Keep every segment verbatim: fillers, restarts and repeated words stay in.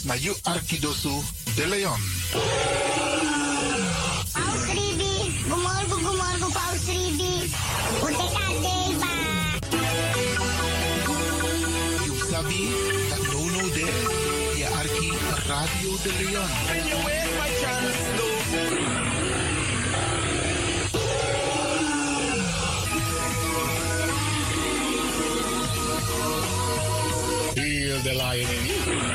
naar you Arkidosu de Leon. Paus Ribi, gumorgo, gumorgo, Paus Ribi. Uteka deba. You sabi, dat no no de, je Arki Radio de Leon. And you waste my chance, no. Heal the lion in you.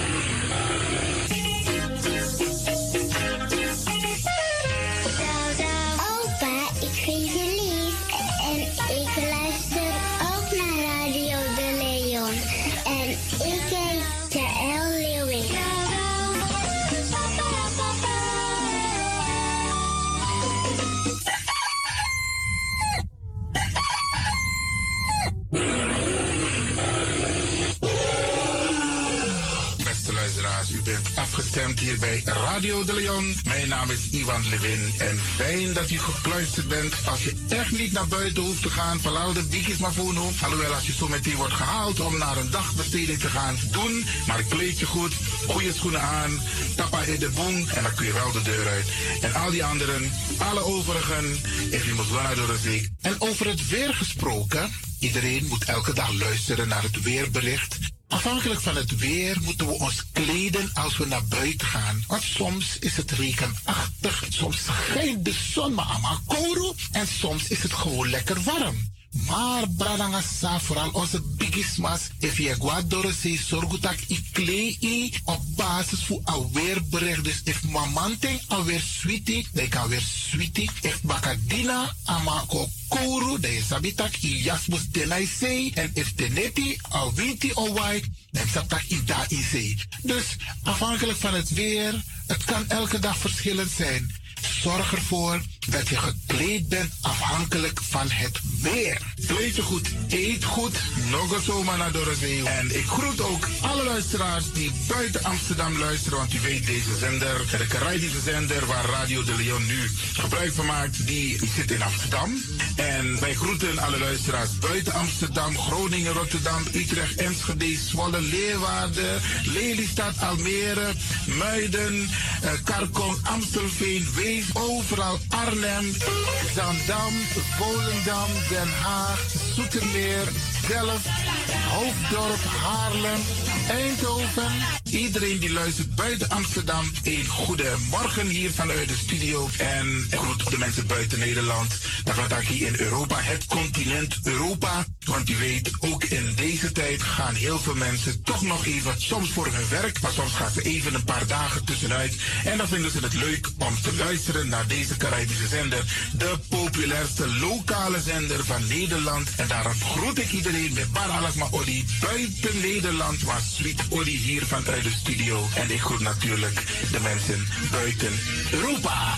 Afgestemd hier bij Radio de Leon. Mijn naam is Ivan Levin en fijn dat u gekluisterd bent. Als je echt niet naar buiten hoeft te gaan, verlaal de biggies maar voor nu. Alhoewel, als je zo meteen wordt gehaald om naar een dagbesteding te gaan, doen. Maar kleed je goed, goede schoenen aan, tappa in de boom en dan kun je wel de deur uit. En al die anderen, alle overigen, if you must run door de zee. En over het weer gesproken, iedereen moet elke dag luisteren naar het weerbericht. Afhankelijk van het weer moeten we ons kleden als we naar buiten gaan. Want soms is het regenachtig, soms schijnt de zon maar aan kouro en soms is het gewoon lekker warm. Maar bradangasa, vooral onze bigismas, if je guadore se sorgutak i klei op basis voor alweerbericht. Dus if mamante alweer sweetie, dan kan weer sweetie. If bakadina amako kouru, dan is sabitak i jasmus denai sei. En if teneti al winti o wai, dan sabitak i da i sei. Dus afhankelijk van het weer, het kan elke dag verschillend zijn. Zorg ervoor dat je gekleed bent afhankelijk van het weer. Kleed je goed, eet goed, nog een zomaar naar Dorozee. En ik groet ook alle luisteraars die buiten Amsterdam luisteren. Want u weet, deze zender, de Caribische zender waar Radio de Leon nu gebruik van maakt, die zit in Amsterdam. En wij groeten alle luisteraars buiten Amsterdam, Groningen, Rotterdam, Utrecht, Enschede, Zwolle, Leeuwarden, Lelystad, Almere, Muiden, uh, Karkong, Amstelveen, Wees, overal Arnhem, Zandam, Volendam, Den Haag, Zoetermeer, Delft, Hoofddorp, Haarlem, Eindhoven. Iedereen die luistert buiten Amsterdam, een goede morgen hier vanuit de studio. En ik groet de mensen buiten Nederland. Dan vandaag hier in Europa, het continent Europa. Want u weet, ook in deze tijd gaan heel veel mensen toch nog even, soms voor hun werk, maar soms gaan ze even een paar dagen tussenuit. En dan vinden ze het leuk om te luisteren naar deze Caribische zender. De populairste lokale zender van Nederland. En daarom groet ik iedereen met Bar Alasma Odi buiten Nederland, maar Sweet Odi hier vanuit de studio. En ik groet natuurlijk de mensen buiten Europa.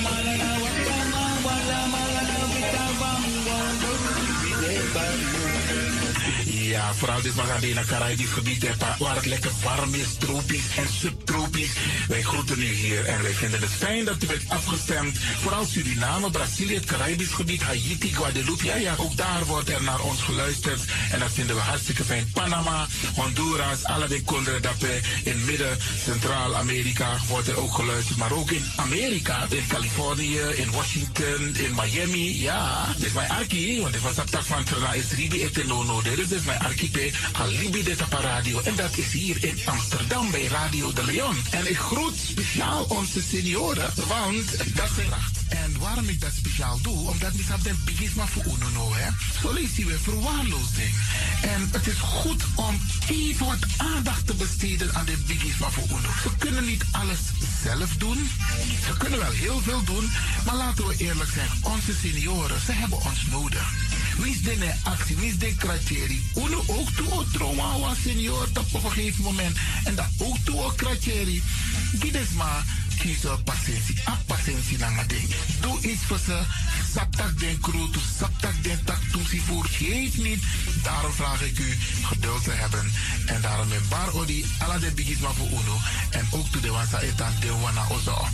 Ja, vooral dit was alleen een Caribisch gebied waar het lekker warm is, tropisch en subtropisch. Wij groeten u hier en wij vinden het fijn dat u bent afgestemd. Vooral Suriname, Brazilië, het Caribisch gebied, Haiti, Guadeloupe. Ja, ja, ook daar wordt er naar ons geluisterd. En dat vinden we hartstikke fijn. Panama, Honduras, alle de Condredape, in midden, Centraal-Amerika wordt er ook geluisterd. Maar ook in Amerika, in Californië, in Washington, in Miami. Ja, dit is mijn arki, want dit was dat tak van Trana is Ribi Etenono. Dit is dus mijn archipel Alibi de Tapa Radio. En dat is hier in Amsterdam bij Radio de Leon. En ik groet speciaal onze senioren, want dat is kracht. En waarom ik dat speciaal doe, omdat ik dat den bigisma voor uno, hè. Zo lezen we verwaarloosding. En het is goed om even wat aandacht te besteden aan de bigisma voor uno. We kunnen niet alles zelf doen. We kunnen wel heel veel doen, maar laten we eerlijk zijn, onze senioren, ze hebben ons nodig. Wie is de actie, wie is de criteria? Uno ook toe, trauma was senior op een gegeven moment. En dat ook toe, criteria. Dit is maar kiezen patiëntie, a patiëntie naar het ding. Doe iets voor ze, saptak den kroot, saptak den tak toesie voor. Geef niet. Daarom vraag ik u geduld te hebben. En daarom met bar odi, alla de bigisma voor uno. En ook toe de wansa etan de wana ozo.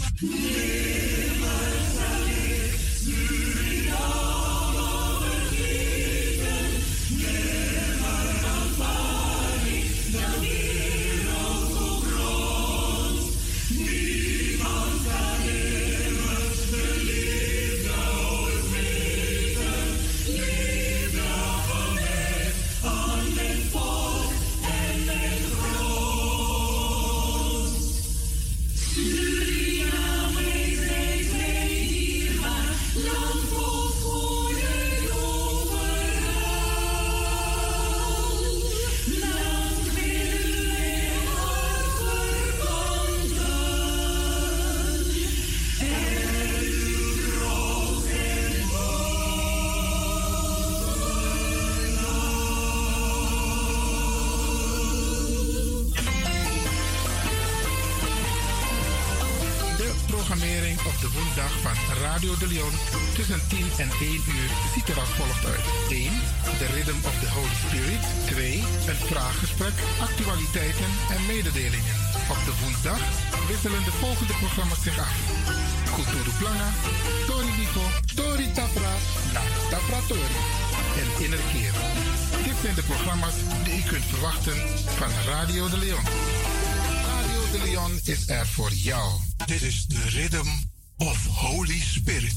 programmering op de woensdag van Radio de Leon tussen tien en één uur ziet er als volgt uit. één. The Rhythm of the Holy Spirit. twee. Een vraaggesprek, actualiteiten en mededelingen. Op de woensdag wisselen de volgende programma's zich af. Kulturu Planga, Tori Biko, Tori Tapra, na Tapra Tori en Innerkeer. Dit zijn de programma's die u kunt verwachten van Radio de Leon. Radio de Leon is er voor jou. Dit is de Rhythm of Holy Spirit.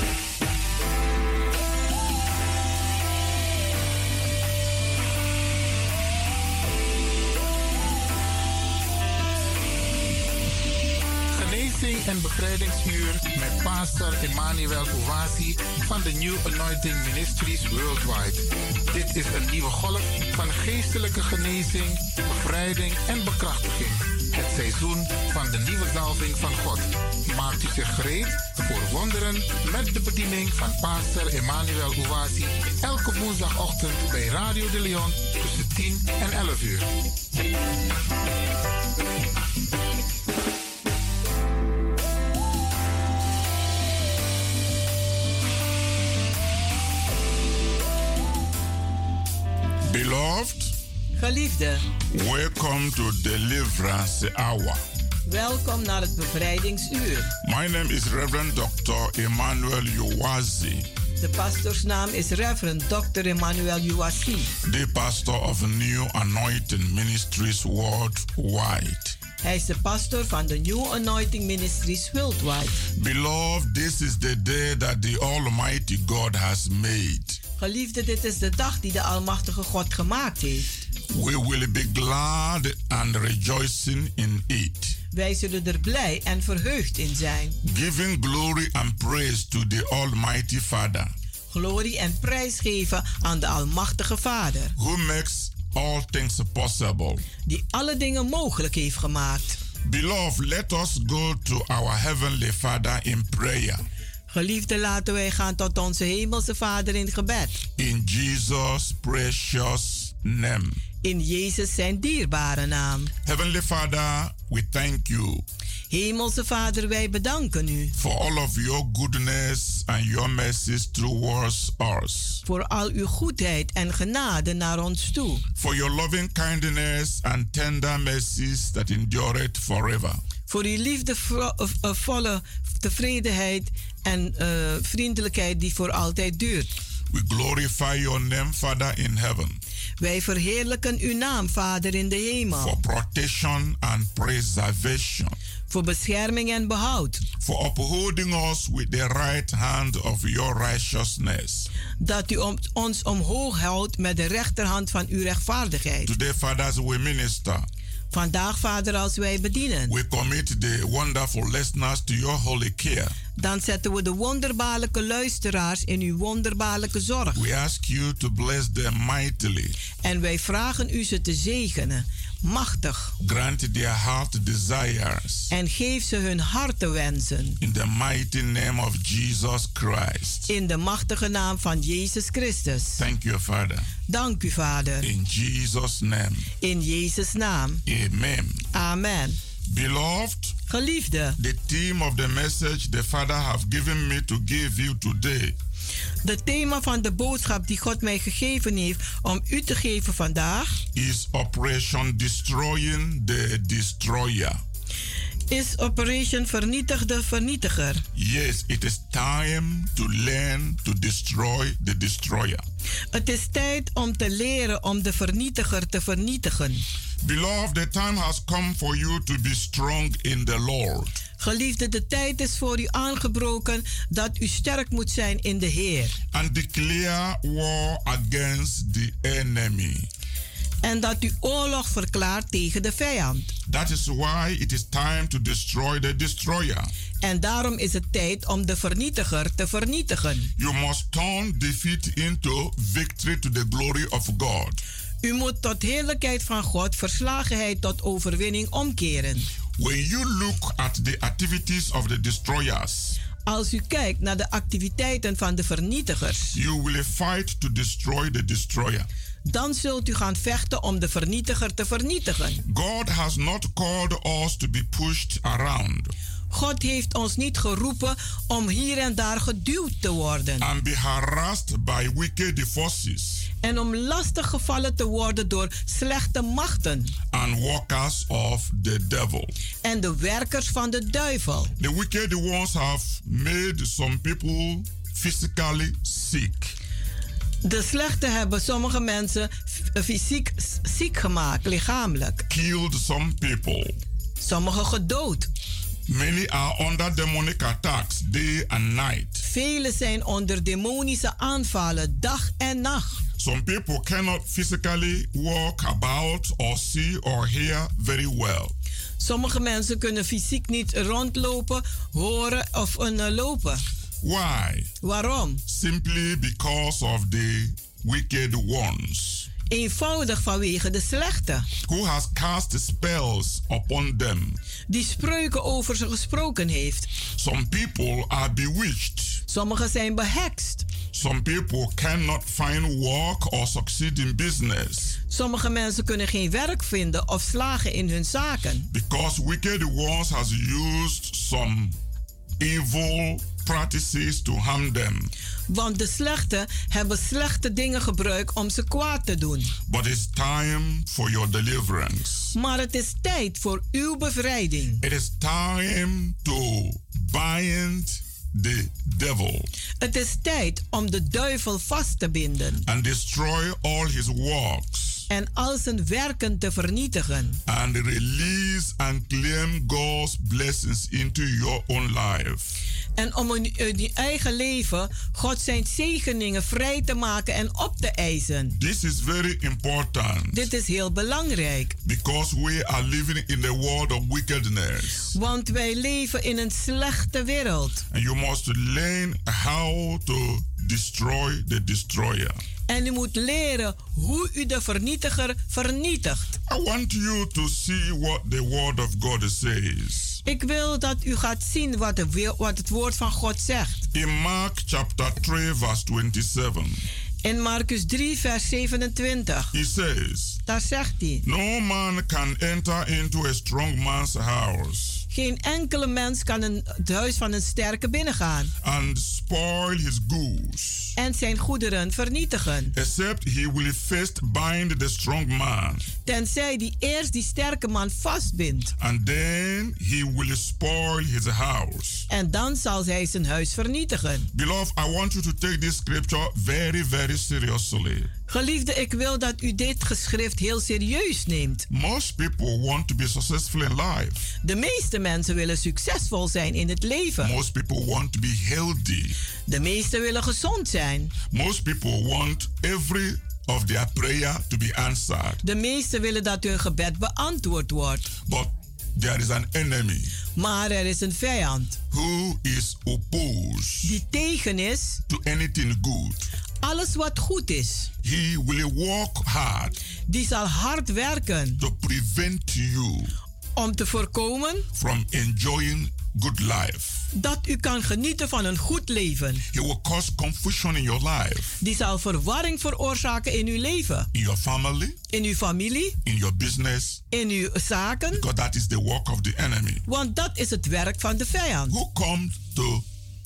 Genezing en bevrijdingsuur met pastor Emmanuel Owasi van de New Anointing Ministries Worldwide. Dit is een nieuwe golf van geestelijke genezing, bevrijding en bekrachtiging. Het seizoen van de nieuwe zalving van God. Maakt u zich gereed voor wonderen met de bediening van pastor Emmanuel Owasi elke woensdagochtend bij Radio de Leon tussen tien en elf uur. Beloved, geliefde, welcome to Deliverance Hour. Welkom naar het bevrijdingsuur. My name is Reverend doctor Emmanuel Uwazi. De pastoorsnaam is Reverend doctor Emmanuel Uwazi. The pastor of New Anointing Ministries Worldwide. Hij is de pastor van de New Anointing Ministries Worldwide. Beloved, this is the day that the Almighty God has made. Geliefde, dit is de dag die de Almachtige God gemaakt heeft. We will be glad and rejoicing in it. Wij zullen er blij en verheugd in zijn. Giving glory and praise to the Almighty Father. Glorie en prijs geven aan de Almachtige Vader. Who makes all things possible. Die alle dingen mogelijk heeft gemaakt. Beloved, let us go to our Heavenly Father in prayer. Geliefde, laten wij gaan tot onze Hemelse Vader in gebed. In Jesus' precious name. In Jezus zijn dierbare naam. Heavenly Father, we thank you. Hemelse Vader, wij bedanken u. For all of your goodness and your mercies towards us. Voor al uw goedheid en genade naar ons toe. For your loving kindness and tender mercies that endureth forever. Voor uw liefdevolle tevredenheid en uh, vriendelijkheid die voor altijd duurt. We glorify your name, Father in heaven. Wij verheerlijken uw naam, Vader in de hemel. For protection and preservation. Voor bescherming en behoud. For upholding us with the right hand of your righteousness. Dat u om, ons omhoog houdt met de rechterhand van uw rechtvaardigheid. Today, fathers, we minister. Vandaag, Vader, als wij bedienen. We commit the wonderful listeners to your holy care. Dan zetten we de wonderbaarlijke luisteraars in uw wonderbaarlijke zorg. We ask you to bless them mightily. En wij vragen u ze te zegenen, machtig. Grant their heart desires. En geef ze hun hartenwensen. In the mighty name of Jesus Christ. In de machtige naam van Jezus Christus. Thank you, Father. Dank u, Vader. In Jesus' name. In Jezus' naam. Amen. Amen. Beloved, geliefde, the theme of the message the Father have given me to give you today. De thema van de boodschap die God mij gegeven heeft om u te geven vandaag is Operation Destroying the Destroyer. Is Operation Vernietig de Vernietiger. Yes, it is time to learn to destroy the destroyer. Het is tijd om te leren om de vernietiger te vernietigen. Beloved, the time has come for you to be strong in the Lord. Geliefde, de tijd is voor u aangebroken dat u sterk moet zijn in de Heer. And declare war against the enemy. En dat u oorlog verklaart tegen de vijand. That is why it is time to destroy the destroyer. En daarom is het tijd om de vernietiger te vernietigen. You must turn defeat into victory to the glory of God. U moet tot heerlijkheid van God verslagenheid tot overwinning omkeren. When you look at the activities of the destroyers, als u kijkt naar de activiteiten van de vernietigers, you will fight to destroy the destroyer. Dan zult u gaan vechten om de vernietiger te vernietigen. God has not called us to be pushed around. God heeft ons niet geroepen om hier en daar geduwd te worden. And be harassed by wicked forces. En om lastig gevallen te worden door slechte machten. And workers of the devil. En de werkers van de duivel. The wicked ones have made some people physically sick. De slechte hebben sommige mensen fysiek ziek gemaakt, lichamelijk. Killed some people. Sommigen gedood. Many are under demonic attacks day and night. Velen zijn onder demonische aanvallen dag en nacht. Some people cannot physically walk about or see or hear very well. Sommige mensen kunnen fysiek niet rondlopen, horen of uh, lopen. Why? Waarom? Simply because of the wicked ones. Eenvoudig vanwege de slechte. Who has cast spells upon them. Die spreuken over ze gesproken heeft. Some people are bewitched. Sommigen zijn behekst. Some people cannot find work or succeed in business. Sommige mensen kunnen geen werk vinden of slagen in hun zaken. Because wicked ones has used some evil practices to harm them. Want de slechte hebben slechte dingen gebruikt om ze kwaad te doen. But it's time for your deliverance. Maar het is tijd voor uw bevrijding. It is time to bind the devil. Het is tijd om de duivel vast te binden. And destroy all his works. En al zijn werken te vernietigen. And release and claim God's blessings into your own life. En om in uw eigen leven God zijn zegeningen vrij te maken en op te eisen. This is very important. Dit is heel belangrijk. Because we are living in the world of wickedness. Want wij leven in een slechte wereld. And you must learn how to destroy the destroyer. En u moet leren hoe u de vernietiger vernietigt. I want you to see what the word of God says. Ik wil dat u gaat zien wat, de, wat het woord van God zegt. In Mark chapter three verse twenty-seven. In Marcus drie vers zevenentwintig. He says, daar zegt hij. No man can enter into a strong man's house. Geen enkele mens kan een, het huis van een sterke binnengaan. And spoil his goods. En zijn goederen vernietigen. Except he will first bind the strong man. Tenzij die eerst die sterke man vastbindt. And then he will spoil his house. En dan zal hij zijn huis vernietigen. Beloved, I want you to take this scripture very, very seriously. Geliefde, ik wil dat u dit geschrift heel serieus neemt. Most people want to be successful in life. De meeste mensen willen succesvol zijn in het leven. Most people want to be healthy. De meesten willen gezond zijn. Most people want every of their prayer to be answered. De meesten willen dat hun gebed beantwoord wordt. But there is an enemy. Maar er is een vijand. Who is opposed. Die tegen is. To anything good. Alles wat goed is. He will work hard. Die zal hard werken. To prevent you. Om te voorkomen. From enjoying good life. Dat u kan genieten van een goed leven. He will cause confusion in your life. Die zal verwarring veroorzaken in uw leven. In your family. In uw familie. In your business. In uw zaken. Because that is the work of the enemy. Want dat is het werk van de vijand. Who comes to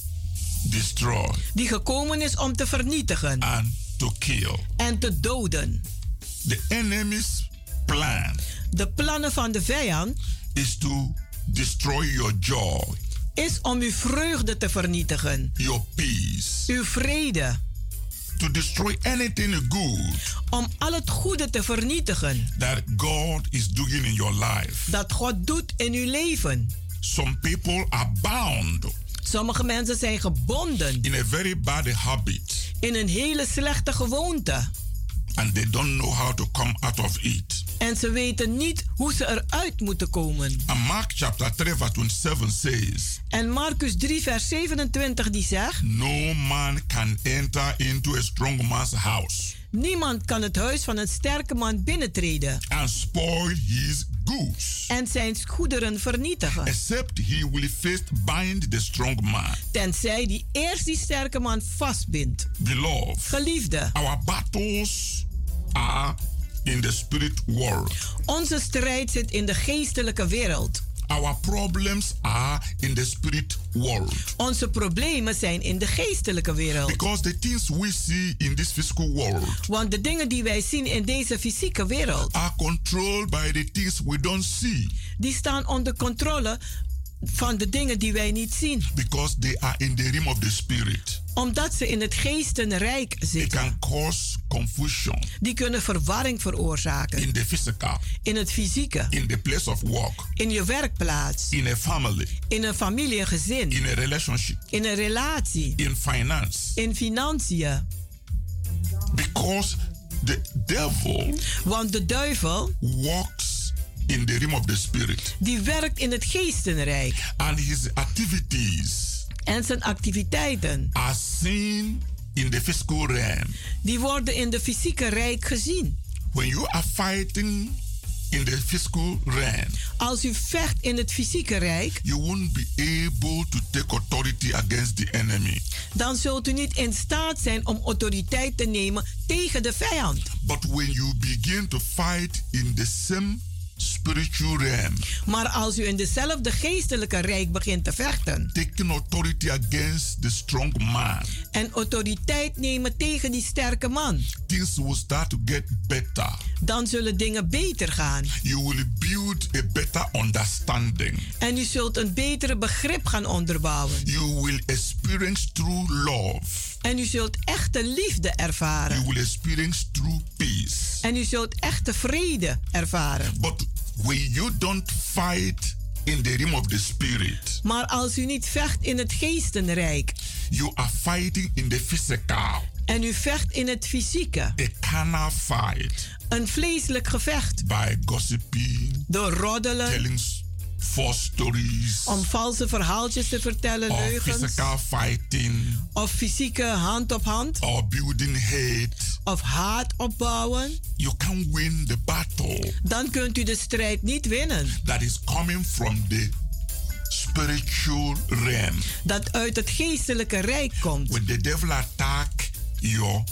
destroy. Die gekomen is om te vernietigen. And to kill. En te doden. The enemy's plan. De plannen van de vijand. Is to destroy your joy. Is om uw vreugde te vernietigen. Your peace. Uw vrede. To destroy anything good. Om al het goede te vernietigen. That God is doing in your life. Dat God doet in uw leven. Some people are bound. Sommige mensen zijn gebonden. In a very bad habit. In een hele slechte gewoonte. And they don't know how to come out of it. En ze weten niet hoe ze eruit moeten komen. And Mark chapter three verse twenty-seven says. En Marcus drie vers zevenentwintig die zegt. No man can enter into a strong man's house. Niemand kan het huis van een sterke man binnentreden. And spoil his goods. En zijn goederen vernietigen. Except he will first bind the strong man. Tenzij die eerst die sterke man vastbindt. Beloved. Geliefde. Our battles are in the spirit world. Onze strijd zit in de geestelijke wereld. Our problems are in the spirit world. Onze problemen zijn in de geestelijke wereld. Because the things we see in this physical world Want de dingen die wij zien in deze fysieke wereld, are controlled by the things we don't see. die staan onder controle van de dingen die wij niet zien. Because they are in the realm of the spirit. Omdat ze in het geestenrijk It zitten. can cause confusion Die kunnen verwarring veroorzaken. in the physical, In het fysieke. in the place of work, In je werkplaats. in a family, In een familie, een gezin. in a relationship, In een relatie. in finance. In financiën. Because the devil Want de duivel, works in the realm of the spirit, die werkt in het geestenrijk. and his activities En zijn activiteiten, are seen in the physical realm. die worden in de fysieke rijk gezien. When you are fighting in the physical realm, Als u vecht in het fysieke rijk, you won't be able to take authority against the enemy. dan zult u niet in staat zijn om autoriteit te nemen tegen de vijand. But when you begin to fight in the same spiritual realm, Maar als u in dezelfde geestelijke rijk begint te vechten taking authority against the strong man, en autoriteit nemen tegen die sterke man, things will start to get better. dan zullen dingen beter gaan. You will build a better understanding. En u zult een betere begrip gaan onderbouwen. You will experience true love. En u zult echte liefde You ervaren. will experience true peace. En u zult echte vrede ervaren. But when you don't fight in the realm of the spirit, Maar als u niet vecht in het geestenrijk you are fighting in the physical, en u vecht in het fysieke, a carnal fight, een vleeselijk gevecht, by gossiping, door roddelen, telling s- false stories, om valse verhaaltjes te vertellen, or leugens, physical fighting, of fysieke hand op hand, or building hate, of haat opbouwen, you can win the battle dan kunt u de strijd niet winnen. that is coming from the spiritual realm. Dat uit het geestelijke rijk komt. When the devil attack your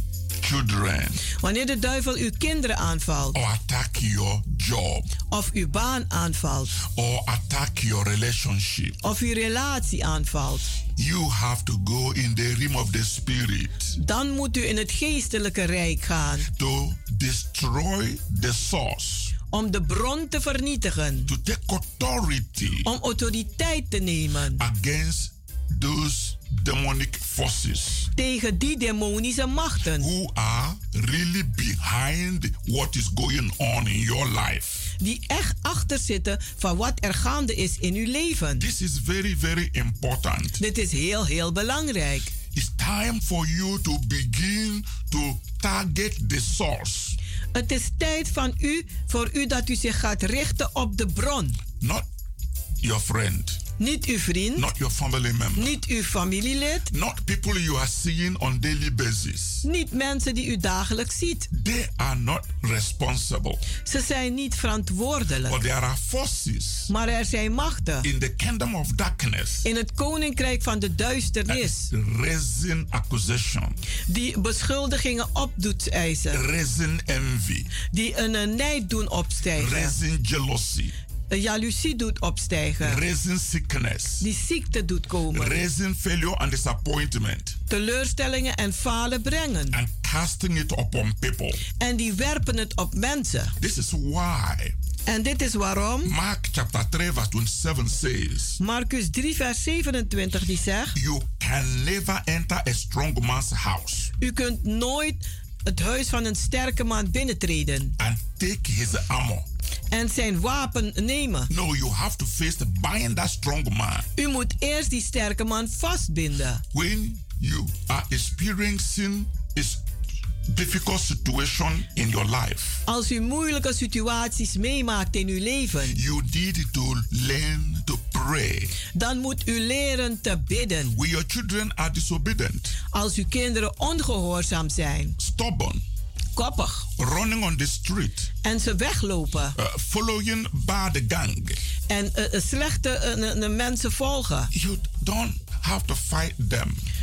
children Wanneer de duivel uw kinderen aanvalt, or attack your job of uw baan aanvalt, or attack your relationship, of uw relatie aanvalt, you have to go in the realm of the spirit dan moet u in het geestelijke rijk gaan to destroy the source, om de bron te vernietigen, to take authority om autoriteit te nemen against those demonic forces tegen die demonische machten who are really behind what is going on in your life. die echt achter zitten van wat er gaande is in uw leven. This is very, very important. Dit is heel, heel belangrijk. It's time for you to begin to target the source, Het is tijd van u, voor u dat u zich gaat richten op de bron. not your friend, Niet uw vriend, not your family member, niet uw familielid, not people you are seeing on daily basis. niet mensen die u dagelijks ziet. They are not responsible. Ze zijn niet But verantwoordelijk. there are forces Maar er zijn machten in the kingdom of darkness in het koninkrijk van de duisternis raising accusation, die beschuldigingen opdoet eisen, raising envy, die een eh, nijd doen opstijgen, raising jealousy, een jaloezie doet opstijgen, raising sickness, die ziekte doet komen, raising failure and disappointment, teleurstellingen en falen brengen. and casting it upon people. En die werpen het op mensen. This is why En dit is waarom Mark chapter three verse twenty-seven says, Marcus drie vers zevenentwintig die zegt: you can never enter a strong man's house u kunt nooit het huis van een sterke man binnentreden and take his armor. en zijn wapen nemen. No, you have to face the bind that strong man. U moet eerst die sterke man vastbinden. When you are experiencing a s- difficult situation in your life, Als u moeilijke situaties meemaakt in uw leven, you need to learn to pray. dan moet u leren te bidden. When your children are disobedient, Als uw kinderen ongehoorzaam zijn, stubborn, koppig running on the street, en ze weglopen uh, following bad gang, en uh, uh, slechte uh, uh, uh, mensen volgen, you don't have to fight them.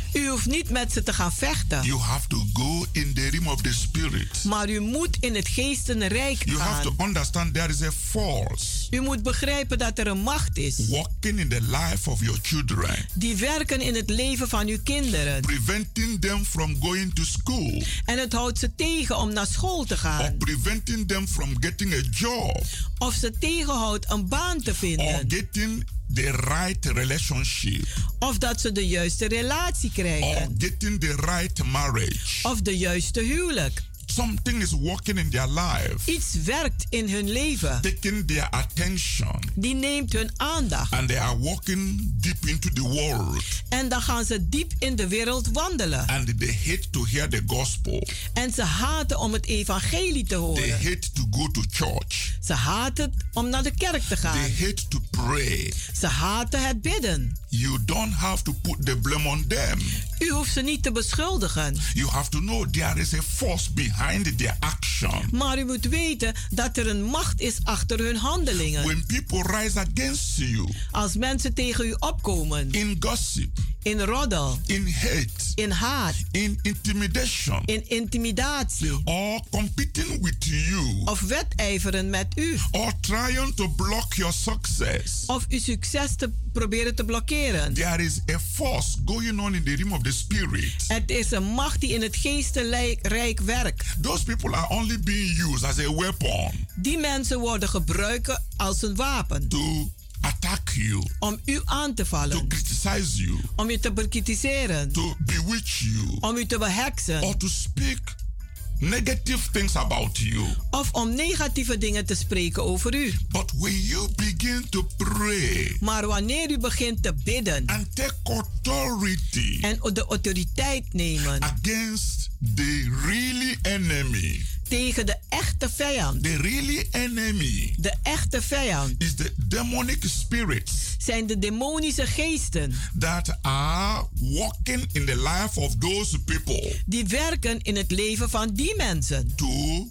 U hoeft niet met ze te gaan vechten. You have to go in the realm of the spirit. Maar u moet in het geestenrijk You have gaan. to understand there is a force U moet begrijpen dat er een macht is. working in the life of your children, Die werken in het leven van uw kinderen. preventing them from going to school, En het houdt ze tegen om naar school te or gaan. preventing them from getting a job, Of ze tegenhoudt een baan te or vinden. getting the right relationship, Of dat ze de juiste relatie or krijgen. getting the right marriage. Of de juiste huwelijk. Something is working in their life, Iets werkt in hun leven. taking their attention, Die neemt hun aandacht. and they are walking deep into the world, En dan gaan ze diep in de wereld wandelen. and they hate to hear the gospel. En ze haten om het evangelie te They horen. hate to go to church. Ze haten om naar de kerk te gaan. They hate to pray. Ze haten het bidden. You don't have to put the blame on them. U hoeft ze niet te beschuldigen. You have to know there is a force behind their action. Maar u moet weten dat er een macht is achter hun handelingen. When people rise against you Als mensen tegen u opkomen. in gossip, In roddel. in hate, In haat. in intimidation, In intimidatie. or competing with you, Of wedijveren met u. or trying to block your success, Of uw succes te proberen te blokkeren. there is a force going on in the realm of the spirit. Het is een macht die in het geestenrijk werkt. Those people are only being used as a weapon Die mensen worden gebruikt als een wapen. to attack you, Om u aan te to vallen. criticize you, Om u te bekritiseren. to bewitch you, Om u te beheksen. or to speak negative things about you. Of om negatieve dingen te spreken over u. But when you begin to pray Maar wanneer u begint te bidden. and take authority En de autoriteit nemen. against the really enemy, Tegen de echte vijand. the really enemy De echte vijand. is the demonic spirits Zijn de demonische geesten. that are walking in the life of those people Die werken in het leven van die mensen. to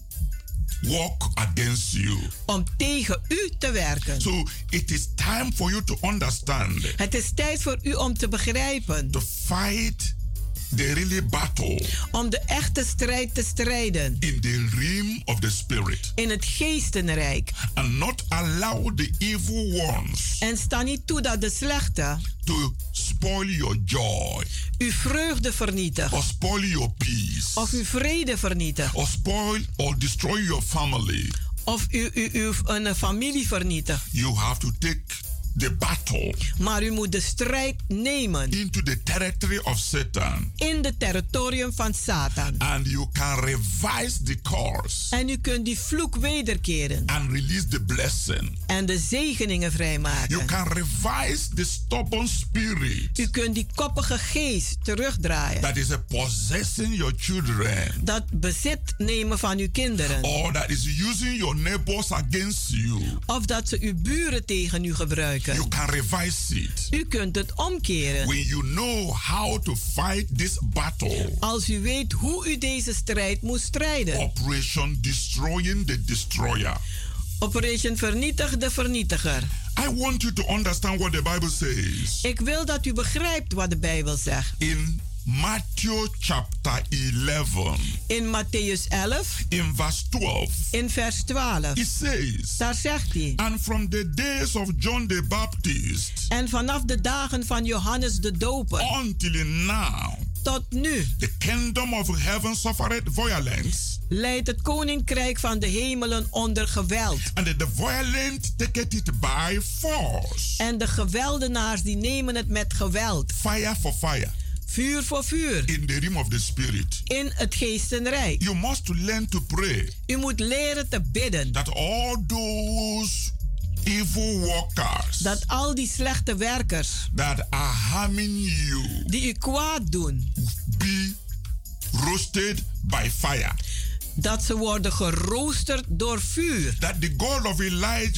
walk against you. Om tegen u te werken. So it is time for you to understand, Het is tijd voor u om te begrijpen. to fight the really battle Om de echte strijd te strijden. in the realm of the spirit, In het geestenrijk. and not allow the evil ones En sta niet toe dat de slechte to spoil your joy, uw vreugde vernietigt. or spoil your peace, Of uw vrede vernietigt. or spoil or destroy your family. Of u, u, uw een familie vernietigt. You have to take the battle Maar u moet de strijd nemen. into the territory of Satan, In het territorium van Satan. and you can revise the course En u kunt die vloek wederkeren. and release the blessing. En de zegeningen You vrijmaken. can revise the stubborn spirit U kunt die koppige geest terugdraaien. that is a possessing your children, Dat bezit nemen van uw kinderen. or that is using your neighbors against you. Of dat ze uw buren tegen u gebruiken. You can revise it U kunt het omkeren. when you know how to fight this battle. Als u weet hoe u deze strijd moet strijden. Operation Destroying the Destroyer. Operation Vernietig de Vernietiger. I want you to understand what the Bible says Ik wil dat u begrijpt wat de Bijbel zegt. in Matthew chapter eleven, In Matthäus elf, in verse twelve. in vers twaalf. It says, Daar zegt hij. and from the days of John the Baptist En vanaf de dagen van Johannes de Doper until now, tot nu the kingdom of heaven suffered violence, leidt het koninkrijk van de hemelen onder geweld. and the violent take it by force. En de geweldenaars die nemen het met geweld. Fire for fire. Vuur voor vuur. In the realm of the spirit. In het geestenrijk. You must learn to pray U moet leren te bidden. that all those evil workers Dat al die slechte werkers that are harming you die u kwaad doen, be roasted by fire. dat ze worden geroosterd door vuur. That the God of Elijah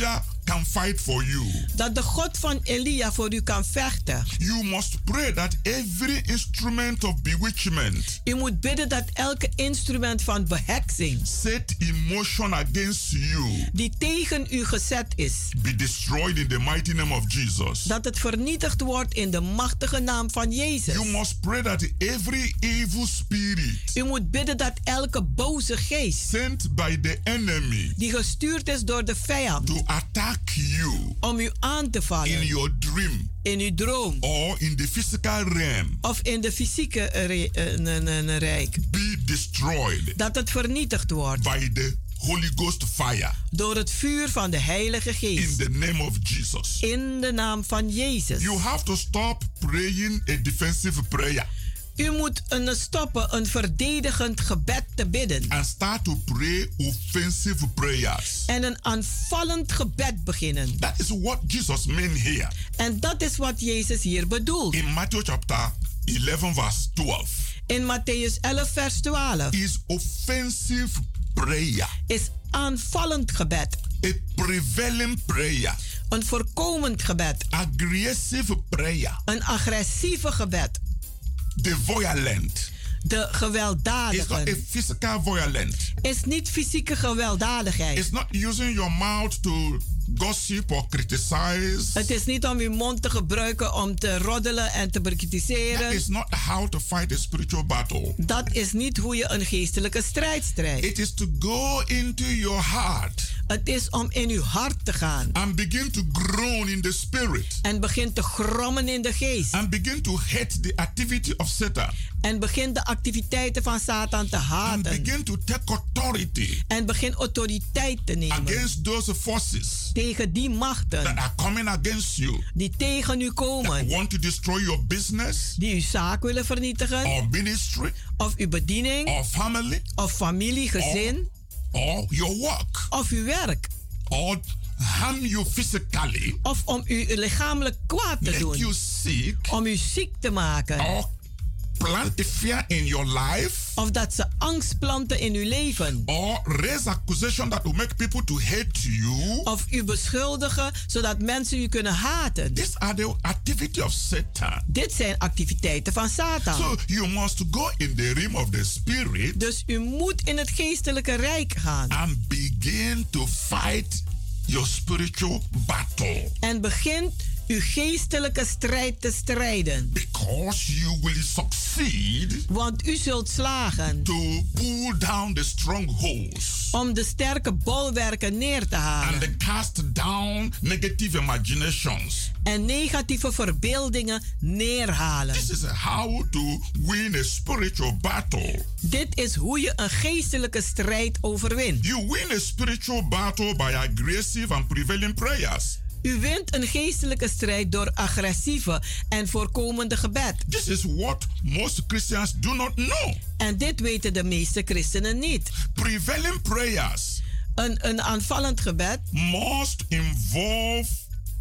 can fight for you. Dat de God van Elia voor u kan vechten. You must pray that every instrument of bewitchment, U moet bidden dat elke instrument van beheksing set in motion against you, die tegen u gezet is, be destroyed in the mighty name of Jesus. dat het vernietigd wordt in de machtige naam van Jezus. You must pray that every evil spirit U moet bidden dat elke boze geest sent by the enemy die gestuurd is door de vijand to attack you om u aan te in vallen your dream in uw droom or in the physical realm of in de fysieke re- eh, n- n- n- rijk, be destroyed dat het vernietigd wordt by the Holy Ghost fire door het vuur van de Heilige in Geest the name of Jesus. in de naam van Jezus. You have to stop praying a defensive prayer U moet een stoppen een verdedigend gebed te bidden and start to pray offensive prayers. en een aanvallend gebed beginnen. That is what Jesus meant here En dat is wat Jezus hier bedoelt. in Matthew chapter eleven verse twelve. In Matthäus elf vers twaalf Is offensive prayer, is aanvallend gebed, a prevailing prayer, een voorkomend gebed, aggressive prayer, een agressieve gebed, the violent. de It's not a gewelddadige. physical violent. Is niet fysieke gewelddadigheid. It's not using your mouth to gossip or criticize. Het is niet om uw mond te gebruiken om te roddelen en te That bekritiseren. is not how to fight a spiritual battle. Dat is niet hoe je een geestelijke strijd strijdt. It is to go into your heart Het is om in uw hart te gaan and begin to groan in the spirit en begin te grommen in de geest. and begin to hate the activity of Satan En begin de activiteiten van Satan te and haten. begin to take authority En begin autoriteit te nemen against those forces tegen die that machten are coming against you, die tegen u that komen. want to destroy your business Die uw zaak willen vernietigen. or ministry Of uw bediening. or family Of familie, gezin. or your work Of uw werk. or harm you physically, Of om u lichamelijk kwaad te make you doen. sick, Om u ziek te maken. or plant a fear in your life, Of dat ze angst planten in uw leven. or raise accusation that will make people to hate you. Of u beschuldigen zodat mensen u kunnen haten. These are the activity of Satan. Dit zijn activiteiten van Satan. So you must go in the realm of the spirit Dus u moet in het geestelijke rijk gaan. and begin to fight your spiritual battle, En begint uw geestelijke strijd te strijden. because you will succeed Want u zult slagen to pull down the strongholds om de sterke bolwerken neer te and halen. to cast down negative imaginations. En negatieve verbeeldingen neerhalen. This is how to win a spiritual battle. Dit is hoe je een geestelijke strijd overwint. You win a spiritual battle by aggressive and prevailing prayers. U wint een geestelijke strijd door agressieve en voorkomende gebed. This is what most Christians do not know. En dit weten de meeste christenen niet. Prevailing prayers Een, een aanvallend gebed must involve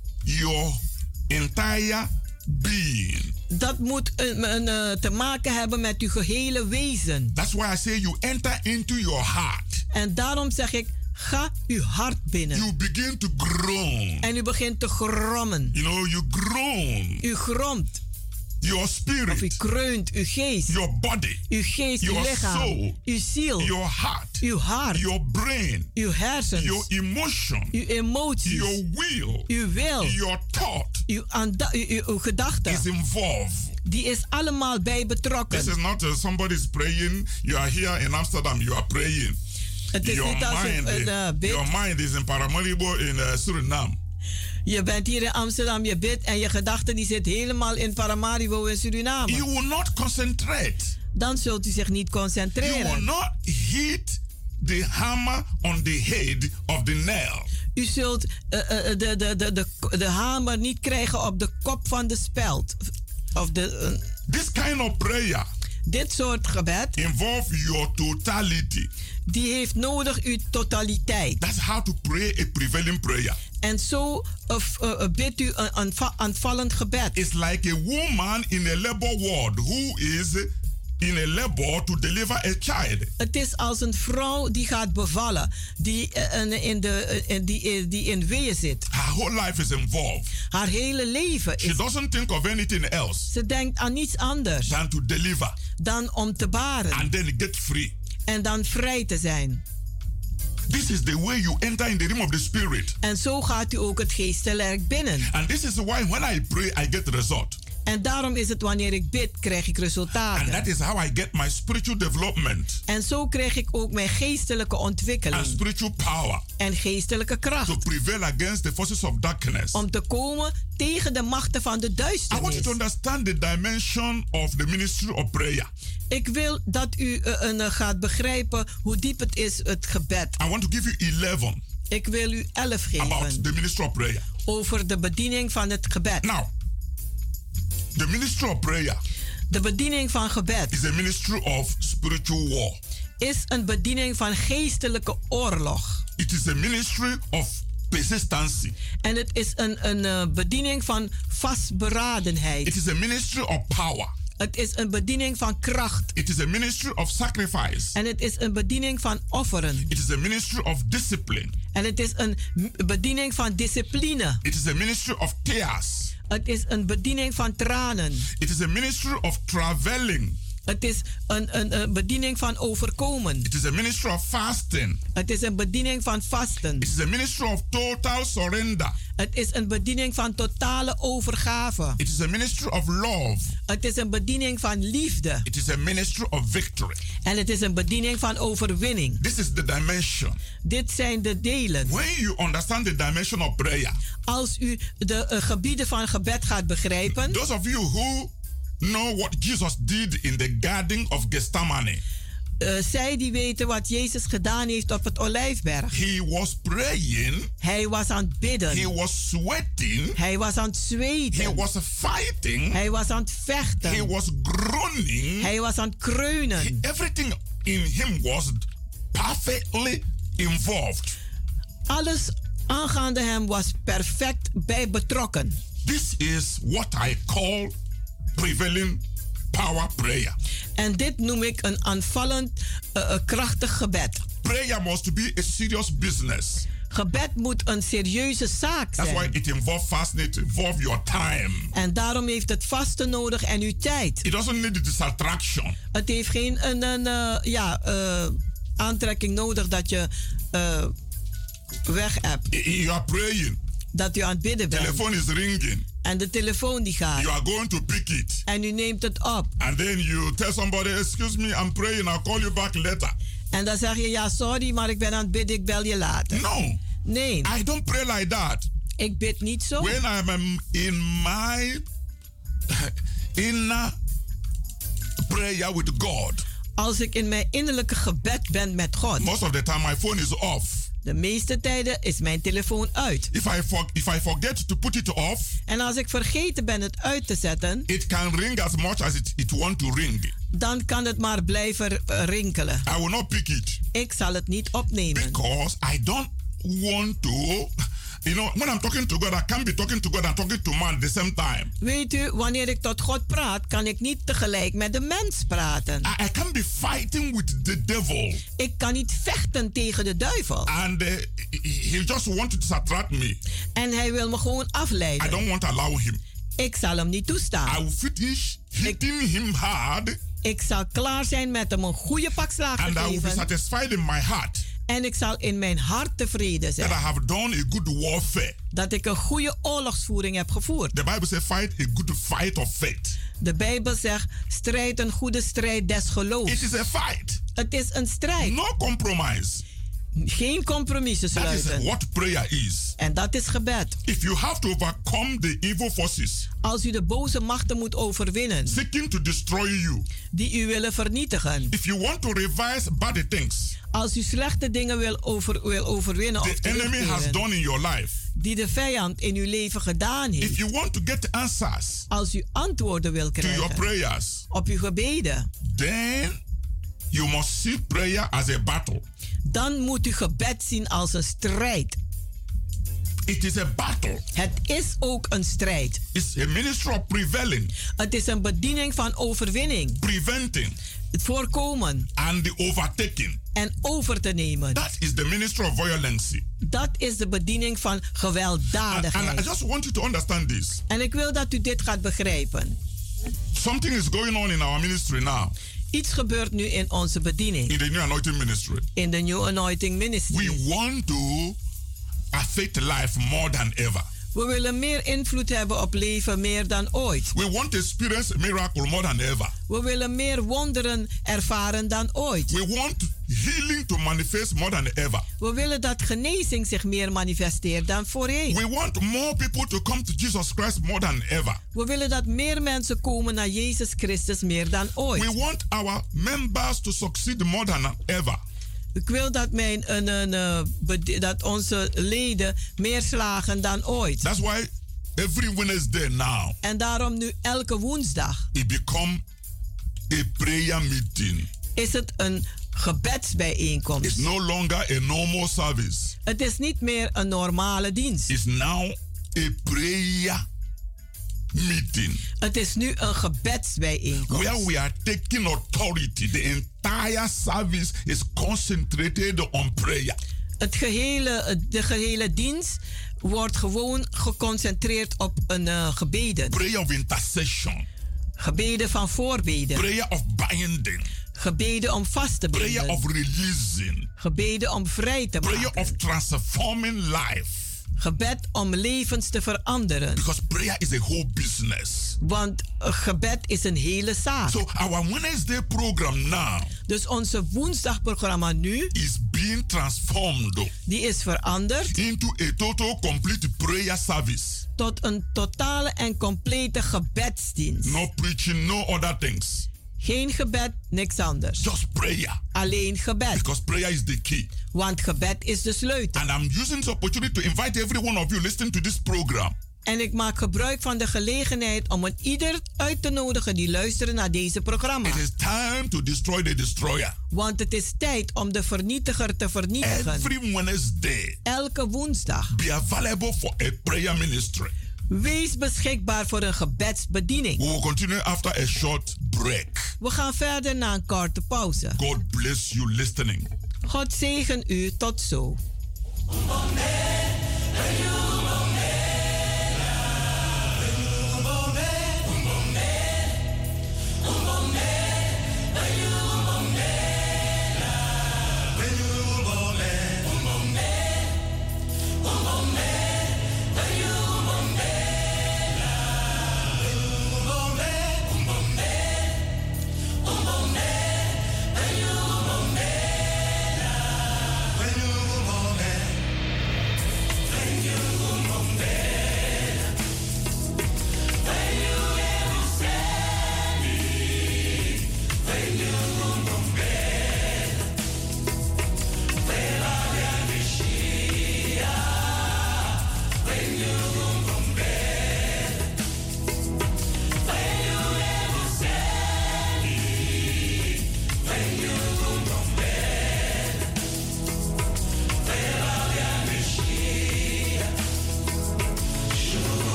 your entire being. dat moet een, een, uh, te maken hebben met uw gehele wezen. That's why I say you enter into your heart. En daarom zeg ik, ga uw hart binnen. You begin to groan. En u begint te grommen. You know, you groan. U gromt. Your Of u spirit, kreunt. Uw geest. your body, Uw geest, uw your lichaam. soul, Uw ziel. your heart, Uw hart. your brain, Uw hersens. your emotion, Uw emoties. your will, Uw wil. your thought Uw, aanda- uw, uw, uw gedachten. is involved. Die is allemaal bij betrokken. This is not uh, somebody's praying. You are here in Amsterdam. You are praying. Het is Your niet als mind, een uh, bid. your mind is in Paramaribo in uh, Suriname. Je bent hier in Amsterdam, je bidt en je gedachten die zit helemaal in Paramaribo in Suriname. You will not concentrate. Dan zult u zich niet You will concentreren. not hit the hammer on the head of the nail. U zult uh, uh, de, de, de, de, de hamer niet krijgen op de kop van de speld. Of de, uh, This kind of prayer dit soort gebed, involve your totality. die heeft nodig uw totaliteit. That's how to pray a prevailing prayer. En zo uh, uh, bidt u een aanva- aanvallend gebed. It's like a woman in a labor ward who is in a labor to deliver a child. Het is als een vrouw die gaat bevallen, die, uh, in, de, uh, die, uh, die in weeën zit. Her whole life is involved. Haar hele leven is... She doesn't think of anything else. Ze denkt aan niets anders than to deliver. Dan om te baren. And then get free. En dan vrij te zijn. This is the way you enter in the realm of the spirit. En zo gaat u ook het geestelijk binnen. And this is why when I pray I get the result. En daarom is het wanneer ik bid, krijg ik resultaten. And that is how I get my spiritual development. En zo krijg ik ook mijn geestelijke ontwikkeling. And spiritual power. En geestelijke kracht. To prevail against the forces of darkness. Om te komen tegen de machten van de duisternis. I want you to understand the dimension of the ministry of prayer. Ik wil dat u uh, uh, gaat begrijpen hoe diep het is, het gebed. I want to give you eleven. Ik wil u elf geven. About the ministry of prayer. Over de bediening van het gebed. Now, the ministry of prayer. De bediening van gebed. Is a ministry of spiritual war. Is een bediening van geestelijke oorlog. It is a ministry of persistency. En het is een, een uh, bediening van vastberadenheid. It is a ministry of power. Het is een bediening van kracht. It is a ministry of sacrifice. En het is een bediening van offeren. It is a ministry of discipline. En het is een bediening van discipline. It is a ministry of tears. Het is een bediening van tranen. It is a ministry of traveling. Het is een, een, een bediening van overkomen. It is a ministry of fasting. Het is een bediening van vasten. It is a ministry of total surrender. Het is een bediening van totale overgave. It is a ministry of love. Het is een bediening van liefde. It is a ministry of victory. En het is een bediening van overwinning. This is the dimension. Dit zijn de delen. When you understand the dimension of prayer. Als u de uh, gebieden van gebed gaat begrijpen. Those of you who know what Jesus did in the garden of Gethsemane. Uh, zij die weten wat Jezus gedaan heeft op het Olijfberg. He was praying. Hij was aan het bidden. He was sweating. Hij was aan het zweten. He was fighting. Hij was aan het vechten. He was groaning. Hij was aan het kreunen. He, everything in him was perfectly involved. Alles aangaande hem was perfect bij betrokken. This is what I call prevailing power prayer. En dit noem ik een aanvallend, uh, krachtig gebed. Prayer must be a serious business. Gebed moet een serieuze zaak zijn. That's why it involves fasting, it involves your time. En daarom heeft het vasten nodig en uw tijd. It doesn't need distraction. Het heeft geen een, een, uh, ja, uh, aantrekking nodig dat je uh, weg hebt. You are praying. Dat u aan het bidden bent. Telephone is ringing. En de telefoon die gaat. You are going to pick it. En u neemt het op. And then you tell somebody, excuse me, I'm praying, I'll call you back later. En dan zeg je, ja, sorry, maar ik ben aan het bidden, ik bel je later. No. Nee. I don't pray like that. Ik bid niet zo. When I'm in my inner prayer with God. Als ik in mijn innerlijke gebed ben met God. Most of the time my phone is off. De meeste tijden is mijn telefoon uit. If I, for, if I forget to put it off. En als ik vergeten ben het uit te zetten. It can ring as much as it, it want to ring. Dan kan het maar blijven uh, rinkelen. I will not pick it. Ik zal het niet opnemen. Because I don't want to. You know, when I'm talking to God, I can't be talking to God and talking to man at the same time. Weet u, wanneer ik tot God praat, kan ik niet tegelijk met de mens praten. I, I can't be fighting with the devil. Ik kan niet vechten tegen de duivel. And uh, he just wanted to attract me. En hij wil me gewoon afleiden. I don't want to allow him. Ik zal hem niet toestaan. I will finish hitting ik, him hard. Ik zal klaar zijn met hem een goede pak slaag te and geven. I will be satisfied in my heart. En ik zal in mijn hart tevreden zijn. That I have done a good warfare. Dat ik een goede oorlogsvoering heb gevoerd. The Bible says fight a good fight of faith. De Bijbel zegt strijd een goede strijd des geloofs. It is a fight. Het is een strijd. No compromise. Geen compromissen sluiten. That is what prayer is. En dat is gebed. If you have to overcome the evil forces. Als u de boze machten moet overwinnen. Seeking to destroy you. Die u willen vernietigen. If you want to revise bad things. Als u slechte dingen wil, over, wil overwinnen the of enemy has done in your life. Die de vijand in uw leven gedaan heeft. If you want to get answers. Als u antwoorden wil krijgen. To your prayers. Op uw gebeden. Then you must see prayer as a battle. Dan moet u gebed zien als een strijd. It is a battle. Het is ook een strijd. It's a ministry of prevailing. Het is een bediening van overwinning. Preventing. voorkomen. And the overtaking. En over te nemen. That is the ministry of violence. Dat is de bediening van gewelddadigheid. And, and I just want you to understand this. En ik wil dat u dit gaat begrijpen. Something is going on in our ministry now. Iets gebeurt nu in onze bediening. In the New Anointing Ministry. In de New Anointing Ministry. We want to affect life more than ever. We willen meer invloed hebben op leven meer dan ooit. We want to experience a miracle more than ever. We willen meer wonderen ervaren dan ooit. We want healing to manifest more than ever. We willen dat genezing zich meer manifesteert dan voorheen. We want more people to come to Jesus Christ more than ever. We willen dat meer mensen komen naar Jezus Christus meer dan ooit. We want our members to succeed more than ever. Ik wil dat, mijn, een, een, een, dat onze leden meer slagen dan ooit. That's why every Wednesday now. En daarom nu elke woensdag. It become a prayer meeting. Is het een gebedsbijeenkomst. It's no longer a normal service. Het is niet meer een normale dienst. It's now a prayer meeting. Het is nu een gebedsbijeenkomst. Where we are taking authority. The entire service is concentrated on prayer. Het gehele, de gehele dienst wordt gewoon geconcentreerd op een uh, gebeden. Prayer of intercession. Gebeden van voorbeden. Prayer of binding. Gebeden om vast te binden. Prayer of releasing. Gebeden om vrij te maken. Prayer of transforming life. Gebed om levens te veranderen. Because prayer is a whole business. Want gebed is een hele zaak. So our Wednesday program now. Dus onze woensdagprogramma nu is being transformed. Die is veranderd. Into a total complete prayer service. Tot een totale en complete gebedsdienst. No preaching, no other things. Geen gebed, niks anders. Just prayer. Alleen gebed. Because prayer is the key. Want gebed is de sleutel. And I'm using this opportunity to invite every one of you listening to this program. En ik maak gebruik van de gelegenheid om het ieder uit te nodigen die luisteren naar deze programma. It is time to destroy the destroyer. Want het is tijd om de vernietiger te vernietigen. Every Wednesday. Elke woensdag. Be available for a prayer ministry. Wees beschikbaar voor een gebedsbediening. We will continue after a short break. We gaan verder na een korte pauze. God bless you listening. God zegen u tot zo. When you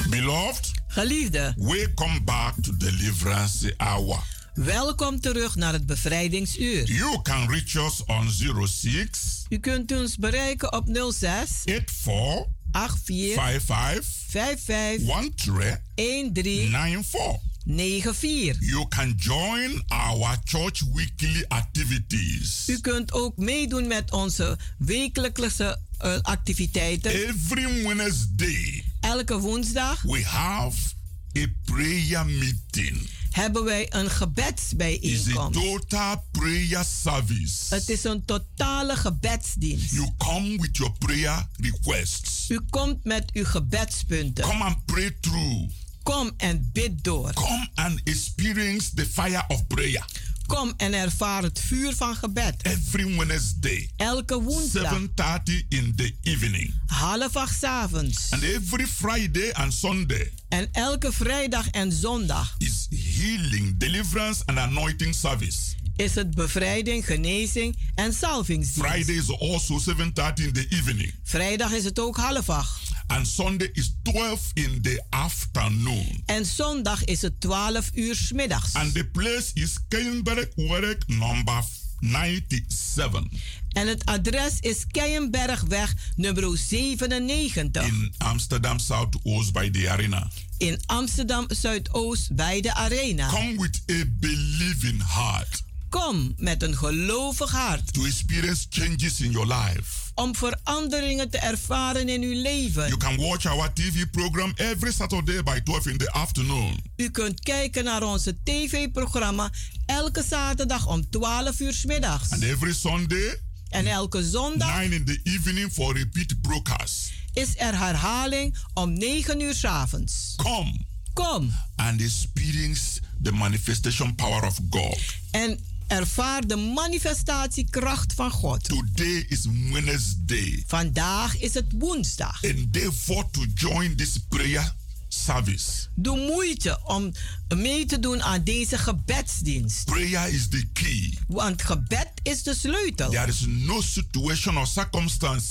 Beloved, Geliefde, welcome back to Deliverance Hour. welkom terug naar het bevrijdingsuur. You can reach us on zero six U kunt ons bereiken op nul zes eight four acht vier five five vijf vijf one three een drie nine four. negen vier. You can join our church weekly activities. U kunt ook meedoen met onze wekelijkse uh, activiteiten. Every Wednesday, Elke woensdag we have a prayer meeting. hebben wij een It's a gebedsbijeenkomst. total prayer service. Het is een totale gebedsdienst. You come with your prayer requests. U komt met uw gebedspunten. Come and pray through. Kom en bid door. Come and experience the fire of prayer. Kom en ervaar het vuur van gebed. Every Wednesday, Elke woensdag, seven thirty in the evening. half acht 's avonds. And every Friday and Sunday En elke vrijdag en zondag is healing, deliverance and anointing service. is het bevrijding, genezing en salvingsdienst. Friday is also seven thirty in the evening. Vrijdag is het ook half acht. And Sunday is twelve in the afternoon. En zondag is het twaalf uur 's middags. And the place is Keienbergweg number ninety-seven. En het adres is Keienbergweg nummer zevenennegentig. In Amsterdam Zuidoost by the arena. In Amsterdam Zuidoost bij de Arena. Come with a believing heart Kom met een gelovig hart to experience changes in your life. om veranderingen te ervaren in uw leven. You can watch our T V program every Saturday by twelve in the afternoon. U kunt kijken naar onze tv-programma elke zaterdag om twaalf uur 's middags. And every Sunday, En elke zondag nine in the evening for repeat broadcast. is er herhaling om negen uur 's avonds. Come Kom and experience the manifestation power of God. en ervaar de manifestatiekracht van God. Today is Wednesday. Vandaag is het woensdag. Endeavor to join this prayer service. Doe moeite om mee te doen aan deze gebedsdienst. Prayer is the key. Want gebed is de sleutel. There is no situation or circumstance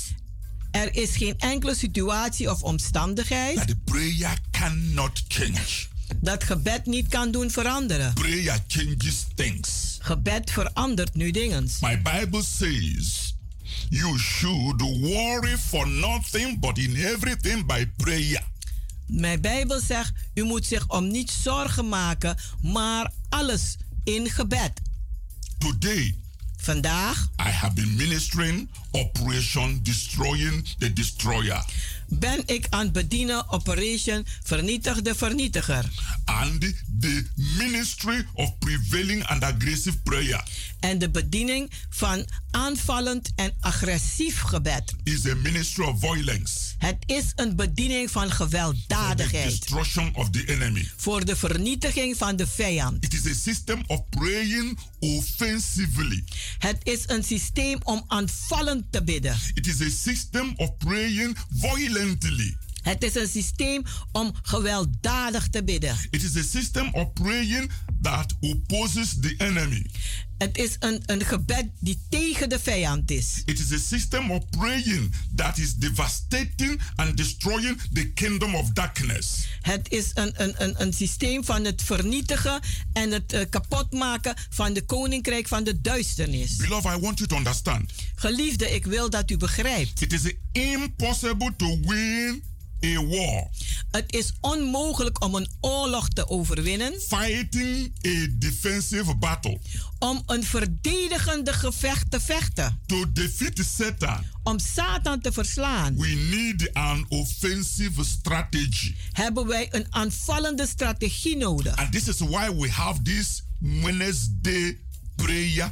Er is geen enkele situatie of omstandigheid that the prayer cannot change. dat gebed niet kan doen veranderen. Prayer changes things. Gebed verandert nu dingen. My Bible says you should worry for nothing but in everything by prayer. Mijn Bijbel zegt, u moet zich om niets zorgen maken, maar alles in gebed. Today, Vandaag I have been ministering Operation Destroying the Destroyer. ben ik aan het bedienen Operation Vernietig de Vernietiger. And the ministry of prevailing and aggressive prayer En de bediening van aanvallend en agressief gebed. is a ministry of violence Het is een bediening van for the gewelddadigheid. destruction of the enemy. Voor de vernietiging van de vijand. It is a system of praying offensively. Het is een systeem om aanvallend te bidden. It is a system of praying violently. Het is een systeem om gewelddadig te bidden. It is a system of praying that opposes the enemy. Het is een, een gebed die tegen de vijand is. It is a system of praying that is devastating and destroying the kingdom of darkness. Het is een, een, een, een systeem van het vernietigen en het uh, kapotmaken van de koninkrijk van de duisternis. Beloved, I want you to understand. Geliefde, ik wil dat u begrijpt. It is impossible to win a war Het is onmogelijk om een oorlog te overwinnen, fighting a defensive battle. om een verdedigende gevecht te vechten, To defeat Satan, om Satan te verslaan. we need an offensive strategy. Hebben wij een aanvallende strategie nodig. And this is why we have this Wednesday prayer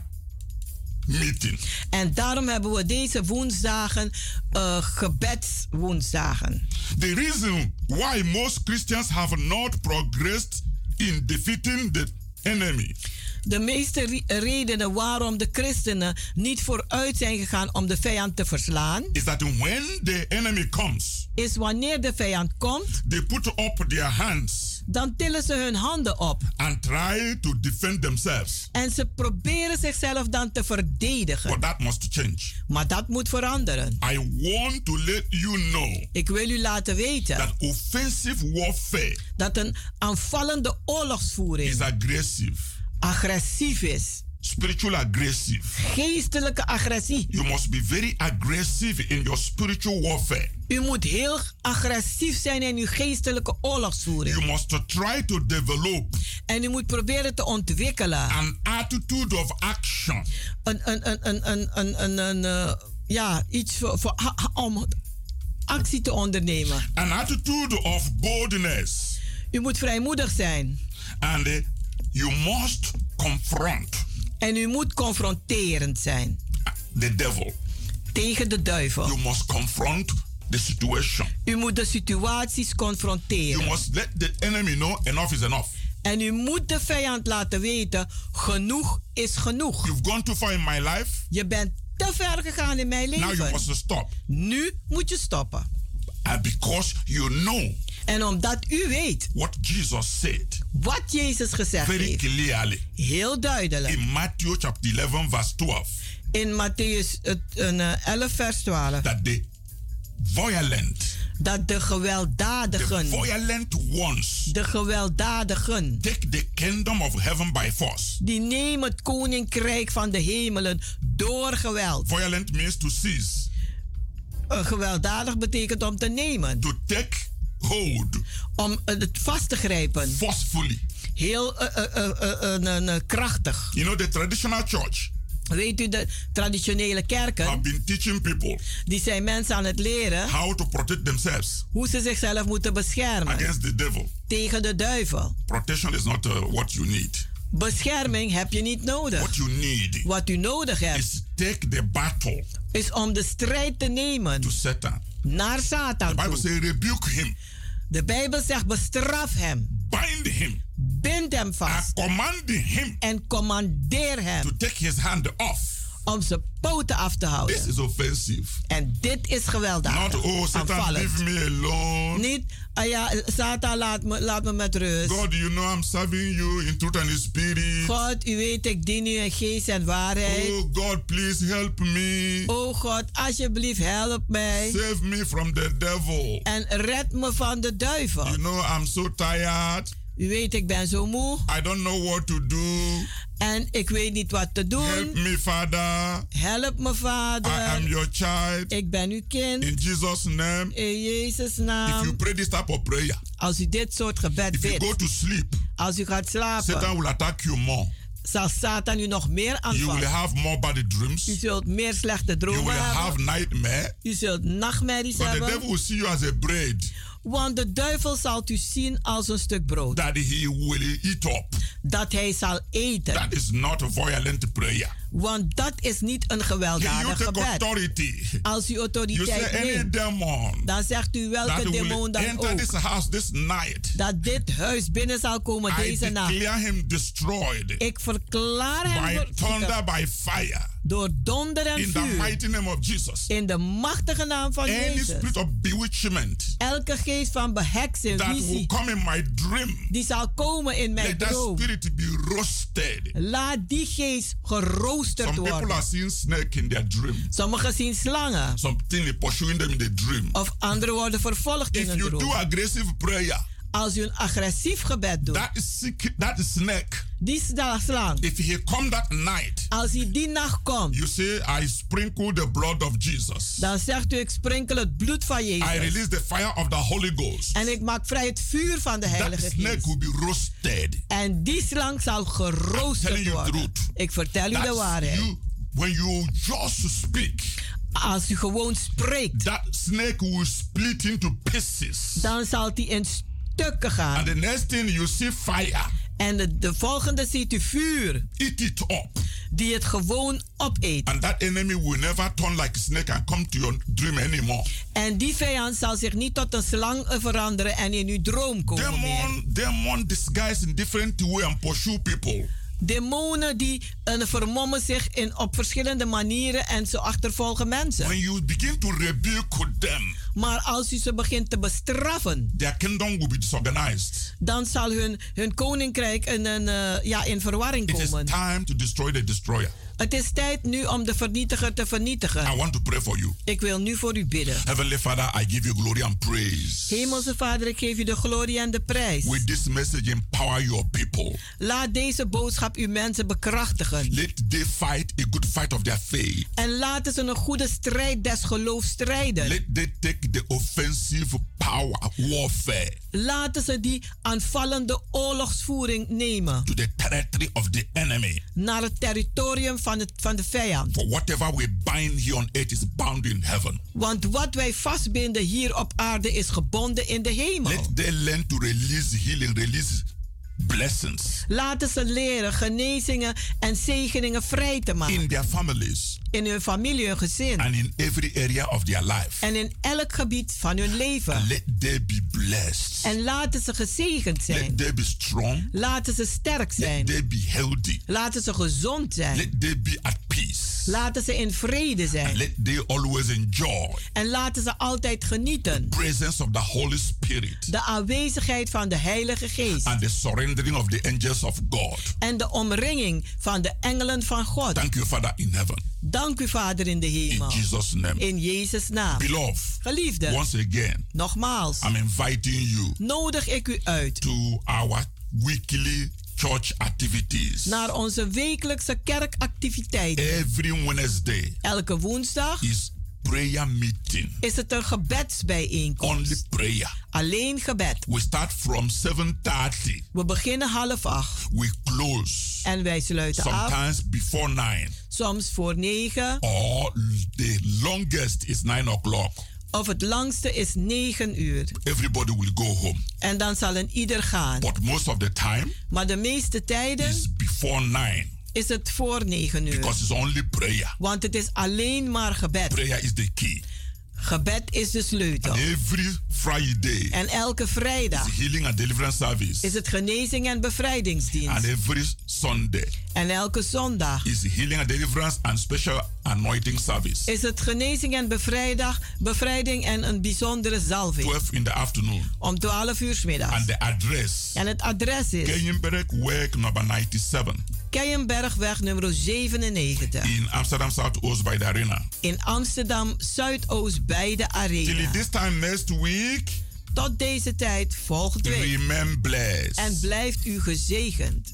meeting. En daarom hebben we deze woensdagen uh, gebedswoensdagen. The reason why most Christians have not progressed in defeating the enemy De meeste re- redenen waarom de christenen niet vooruit zijn gegaan om de vijand te verslaan, is that when the enemy comes, is wanneer de vijand komt, they put up their hands dan tillen ze hun handen op. And try to defend themselves. En ze proberen zichzelf dan te verdedigen. But that must change. Maar dat moet veranderen. I want to let you know. Ik wil u laten weten. That offensive warfare. Dat een aanvallende oorlogsvoering. Is aggressive. Agressief is. Spiritual aggressive. Geestelijke agressie. You must be very aggressive in your spiritual warfare. U moet heel agressief zijn in uw geestelijke oorlogsvoering. You must try to develop. En u moet proberen te ontwikkelen. An attitude of action. Een, een, een, een, een, een, een, een uh, ja, iets voor, voor, om actie te ondernemen. An attitude of boldness. U moet vrijmoedig zijn. And uh, you must confront. En u moet confronterend zijn. The devil. Tegen de duivel. You must confront the situation. U moet de situaties confronteren. You must let the enemy know enough is enough. En u moet de vijand laten weten, genoeg is genoeg. You've gone too far in my life. Je bent te ver gegaan in mijn leven. Now you must stop. Nu moet je stoppen. And because you know. En omdat u weet. What Jesus said. Wat Jezus gezegd very heeft. Clearly. Heel duidelijk. In Matthew chapter eleven verse twelve. In Matthäus elf vers twaalf. That the violent. Dat de gewelddadigen. The violent ones. De gewelddadigen. Take the kingdom of heaven by force. Die nemen het koninkrijk van de hemelen door geweld. Violent means to seize. Uh, gewelddadig betekent om te nemen. To take hold. Om uh, het vast te grijpen. Forcefully. Heel uh, uh, uh, uh, uh, uh, krachtig. You know the traditional church. Weet u, de traditionele kerken. Have been teaching people. Die zijn mensen aan het leren. How to protect themselves. Hoe ze zichzelf moeten beschermen. Against the devil. Tegen de duivel. Protection is not uh, what you need. Bescherming heb je niet nodig. What you need. Wat u nodig hebt. Is take the battle. Is om de strijd te nemen. To Satan. Naar Satan. The Bible says rebuke him. De Bijbel zegt bestraf hem. Bind him. Bind hem vast. And command him. En commandeer hem. To take his hand off. Om zijn poten af te houden. This is offensive. En dit is gewelddadig. Not, oh, Satan, aanvallend. leave me alone. Niet, ah ja, Satan, laat me, laat me met rust. God, you know I'm serving you in truth and in spirit. God, u weet, ik dien u in geest en waarheid. Oh, God, please help me. Oh, God, alsjeblieft, help mij. Save me from the devil. En red me van de duivel. You know I'm so tired. U weet, ik ben zo moe. I don't know what to do. En ik weet niet wat te doen. Help me, Father. Help me, Vader. I am your child. Ik ben uw kind. In Jesus' name. In Jezus' naam. If you pray this type of prayer. Als u dit soort gebed If bidt. you go to sleep. Als u gaat slapen. Satan will attack you more. Zal Satan u nog meer aanvallen. You will have more bad dreams. U zult meer slechte dromen you will hebben. Have nightmare. U zult nachtmerries But hebben. The devil will see you as a bread. Want de duivel zal u zien als een stuk brood. That he will eat up. Dat hij zal eten. That is not a violent prayer. Want dat is niet een gewelddadig gebed. Authority. Als u autoriteit neemt, demon dan zegt u welke demon dan ook. This house this night. Dat dit huis binnen zal komen I deze nacht. Him destroyed. Ik verklaar hem by thunder, by fire. Door donder en in vuur. In the mighty name of Jesus. In de machtige naam van Any Jezus. Spirit of bewitchment. Elke geest van beheksing, that visie, will come in my dream. Die zal komen in mijn Let droom. That spirit be roasted. Laat die geest geroosterd Some worden. People are seeing snake in their dream. Sommigen zien slangen. Something pursuing them in the dream. Of anderen worden vervolgd If in een droom. If you do aggressive prayer. Als u een agressief gebed doet. That is sick, that is snake. Die slang. If he come that night. Als hij die nacht komt. You say I sprinkle the blood of Jesus. Dan zegt u ik sprinkel het bloed van Jezus. I release the fire of the Holy Ghost. En ik maak vrij het vuur van de Heilige that Geest. Snake will be roasted. En die slang zal geroosterd worden. Ik vertel u de waarheid. You, when you just speak. Als u gewoon spreekt. That snake will split into pieces. Dan zal die in stukken gaan. And the next thing you see fire. En de, de volgende ziet u vuur. Eat it up. Die het gewoon opeet. And that enemy will never turn like a snake and come to your dream anymore. En die vijand zal zich niet tot een slang veranderen en in uw droom komen demon, meer. Demon disguised in different way and pursue people. Demonen die uh, vermommen zich in, op verschillende manieren en ze achtervolgen mensen. When you begin to rebuke them. Maar als u ze begint te bestraffen, their kingdom will be disorganized. dan zal hun, hun koninkrijk in, een, uh, ja, in verwarring It is komen. time to destroy the destroyer. Het is tijd nu om de vernietiger te vernietigen. I want to pray for you. Ik wil nu voor u bidden. Heavenly Father, I give you glory and praise. Hemelse Vader, ik geef u de glorie en de prijs. With this message, empower your people. Laat deze boodschap uw mensen bekrachtigen. Let they fight a good fight of their faith. En laten ze een goede strijd des geloofs strijden. Let they take the offensive power warfare Laten ze die aanvallende oorlogsvoering nemen. to the territory of the enemy. Naar het territorium van, het, van de vijand. For whatever we bind here on earth is bound in heaven. Want wat wij vastbinden hier op aarde is gebonden in de hemel. Let them learn to release healing, release blessings Laten ze leren genezingen en zegeningen vrij te maken. in their families In hun familie, hun gezin. and in every area of their life. En in elk gebied van hun leven. And let they be blessed. En laten ze gezegend zijn. Let they be strong. Laten ze sterk Let zijn. they be healthy. Laten ze gezond zijn. Let they be at peace. Laten ze in vrede And zijn. let they always enjoy En laten ze altijd genieten. presence of the Holy Spirit De aanwezigheid van de Heilige Geest. and the surrendering of the angels of God. En de omringing van de engelen van God. Thank you, Father in heaven. Dank u, Vader in de In hemel. Jesus' name. In Jezus' naam. Beloved, Geliefde, once again, nogmaals, I'm inviting you nodig ik u uit to our weekly church activities. naar onze wekelijkse kerkactiviteiten. Every Wednesday Elke woensdag is prayer meeting. is het een gebedsbijeenkomst. Only prayer. Alleen gebed. We start from seven thirty. We beginnen half acht We close en wij sluiten af. sometimes before nine. Soms voor negen Or the longest is nine o'clock. of het langste is negen uur. Everybody will go home. En dan zal een ieder gaan. But most of the time Maar de meeste tijden is before nine is het voor negen uur. because it's only prayer. Want het is alleen maar gebed. Prayer is the key. Gebed is de sleutel. And every Friday En elke vrijdag is healing and deliverance service. is het genezing en bevrijdingsdienst. And every Sunday En elke zondag is healing and deliverance and special anointing service. is het genezing en bevrijdag, bevrijding en een bijzondere zalving. twelve in the afternoon. Om twaalf uur 's middags. And the address, En het adres is Kenyenberg Weg number ninety-seven Keienbergweg nummer zevenennegentig. in Amsterdam Zuidoost by the arena. In Amsterdam Zuidoost bij de Till Arena. this time next week, Tot deze tijd volgende week. remain blessed. En blijft u gezegend.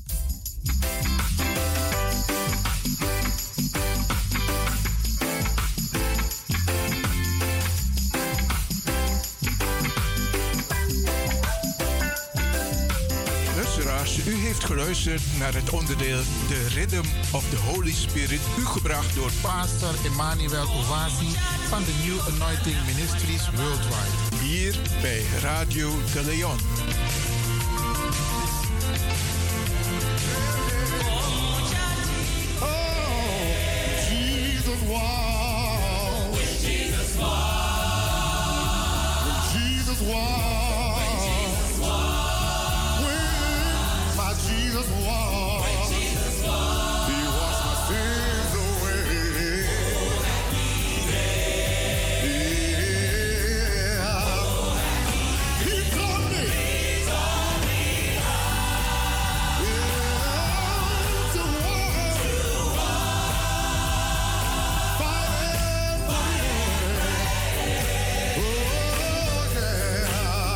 Luisteraars, u heeft geluisterd naar het onderdeel The Rhythm of the Holy Spirit, u gebracht door Pastor Emmanuel Owasi van de New Anointing Ministries Worldwide. hier bij Radio de Leon. Jesus walked. When Jesus walked. When Jesus walked. When Jesus walked. When my Jesus walked. When Jesus walked. He washed my sins away. Oh, happy day. Yeah. Oh, happy day. He taught me. He taught me how. Yeah, to walk. To walk.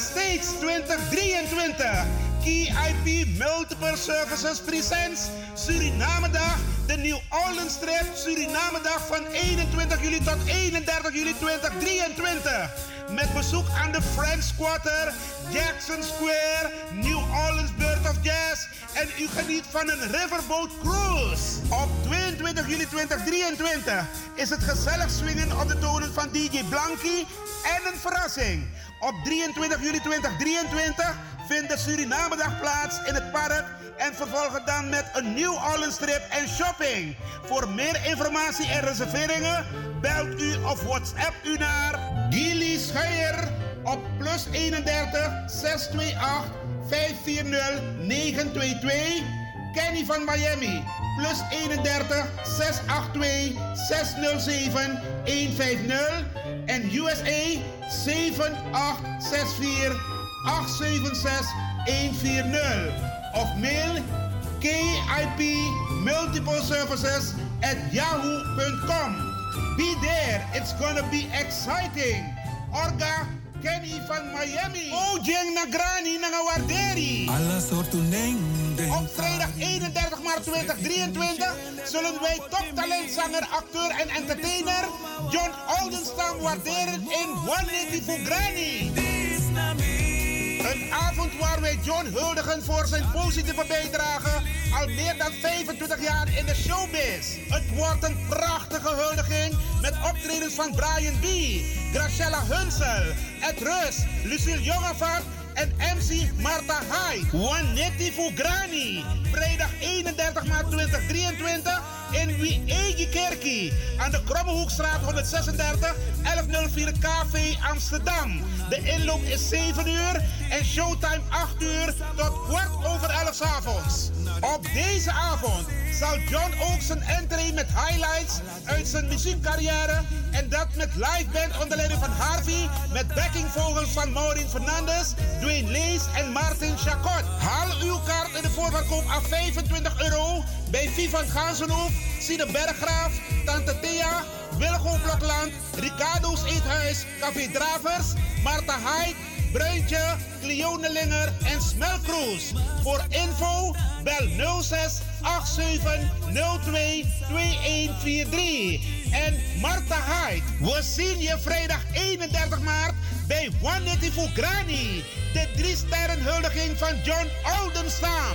States twintig drieëntwintig. K I P Multiple Services presents Surinamedag, de New Orleans Trip Surinamedag van eenentwintig juli tot eenendertig juli tweeduizend drieëntwintig. Met bezoek aan de French Quarter, Jackson Square, New Orleans Birth of Jazz en u geniet van een riverboat cruise. Op tweeëntwintig juli tweeduizend drieëntwintig is het gezellig swingen op de tonen van D J Blanky en een verrassing. Op drieëntwintig juli tweeduizend drieëntwintig vindt de Surinamedag plaats in het park en vervolgen dan met een New Orleans trip en shopping. Voor meer informatie en reserveringen belt u of WhatsApp u naar Gilly Schuijer op plus eenendertig zeshonderdachtenveertig vijfhonderdveertig negenhonderdtweeëntwintig. Kenny van Miami plus eenendertig zeshonderdtweeëntachtig zeshonderdzeven honderdvijftig en U S A zeven acht zes vier acht zeven zes een vier nul of mail K I P Multiple Services at yahoo dot com. Be there, it's gonna be exciting. Orga Kenny van Miami. Ojeng Nagrani Nangawarderi. Op vrijdag eenendertig maart tweeduizend drieëntwintig zullen wij toptalentzanger, acteur en entertainer John Oldenstam waarderen in One Fugrani. Een avond waar wij John huldigen voor zijn positieve bijdrage al meer dan vijfentwintig jaar in de showbiz. Het wordt een prachtige huldiging met optredens van Brian B., Graciela Hunsel, Ed Rus, Lucille Jongevaart en M C Martha Hyde. Juanetti Fugrani. Vrijdag eenendertig maart tweeduizend drieëntwintig in Wiegekerkie aan de Krommehoekstraat honderdzesendertig elfhonderdvier K V Amsterdam. De inloop is zeven uur en showtime acht uur tot kwart over elf 's avonds. Op deze avond zal John ook zijn entree met highlights uit zijn muziekcarrière en dat met live band onder leiding van Harvey met backingvogels van Maureen Fernandes, Dwayne Lees en Martin Chacot. Haal uw kaart in de voorverkoop af vijfentwintig euro bij Vivan Gansenhoef, Side Berggraaf, Tante Thea, Wilgo Blokland, Ricardo's Eethuis, Café Dravers, Martha Hyde, Bruintje, Cleonelinger en Smelkroes. Voor info bel nul zes acht zeven nul twee twee een vier drie. En Martha Hyde, we zien je vrijdag eenendertig maart bij Juanetti Fugrani. De drie sterren huldiging van John Oldenstam.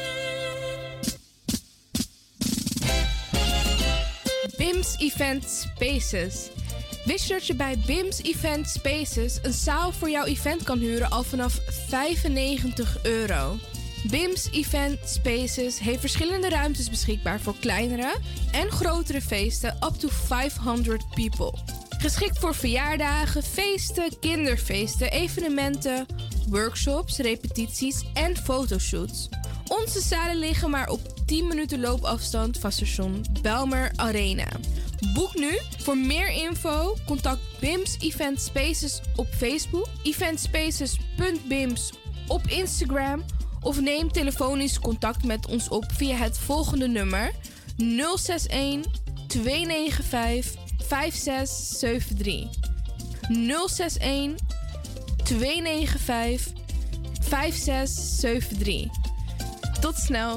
B I M S Event Spaces. Wist je dat je bij B I M S Event Spaces een zaal voor jouw event kan huren al vanaf vijfennegentig euro? B I M S Event Spaces heeft verschillende ruimtes beschikbaar voor kleinere en grotere feesten up to vijfhonderd people. Geschikt voor verjaardagen, feesten, kinderfeesten, evenementen, workshops, repetities en fotoshoots. Onze zalen liggen maar op tien minuten loopafstand van station Belmer Arena. Boek nu. Voor meer info contact B I M S Event Spaces op Facebook, eventspaces punt bims op Instagram of neem telefonisch contact met ons op via het volgende nummer nul zes een twee negen vijf vijf zes zeven drie. nul zes een twee negen vijf vijf zes zeven drie. Tot snel.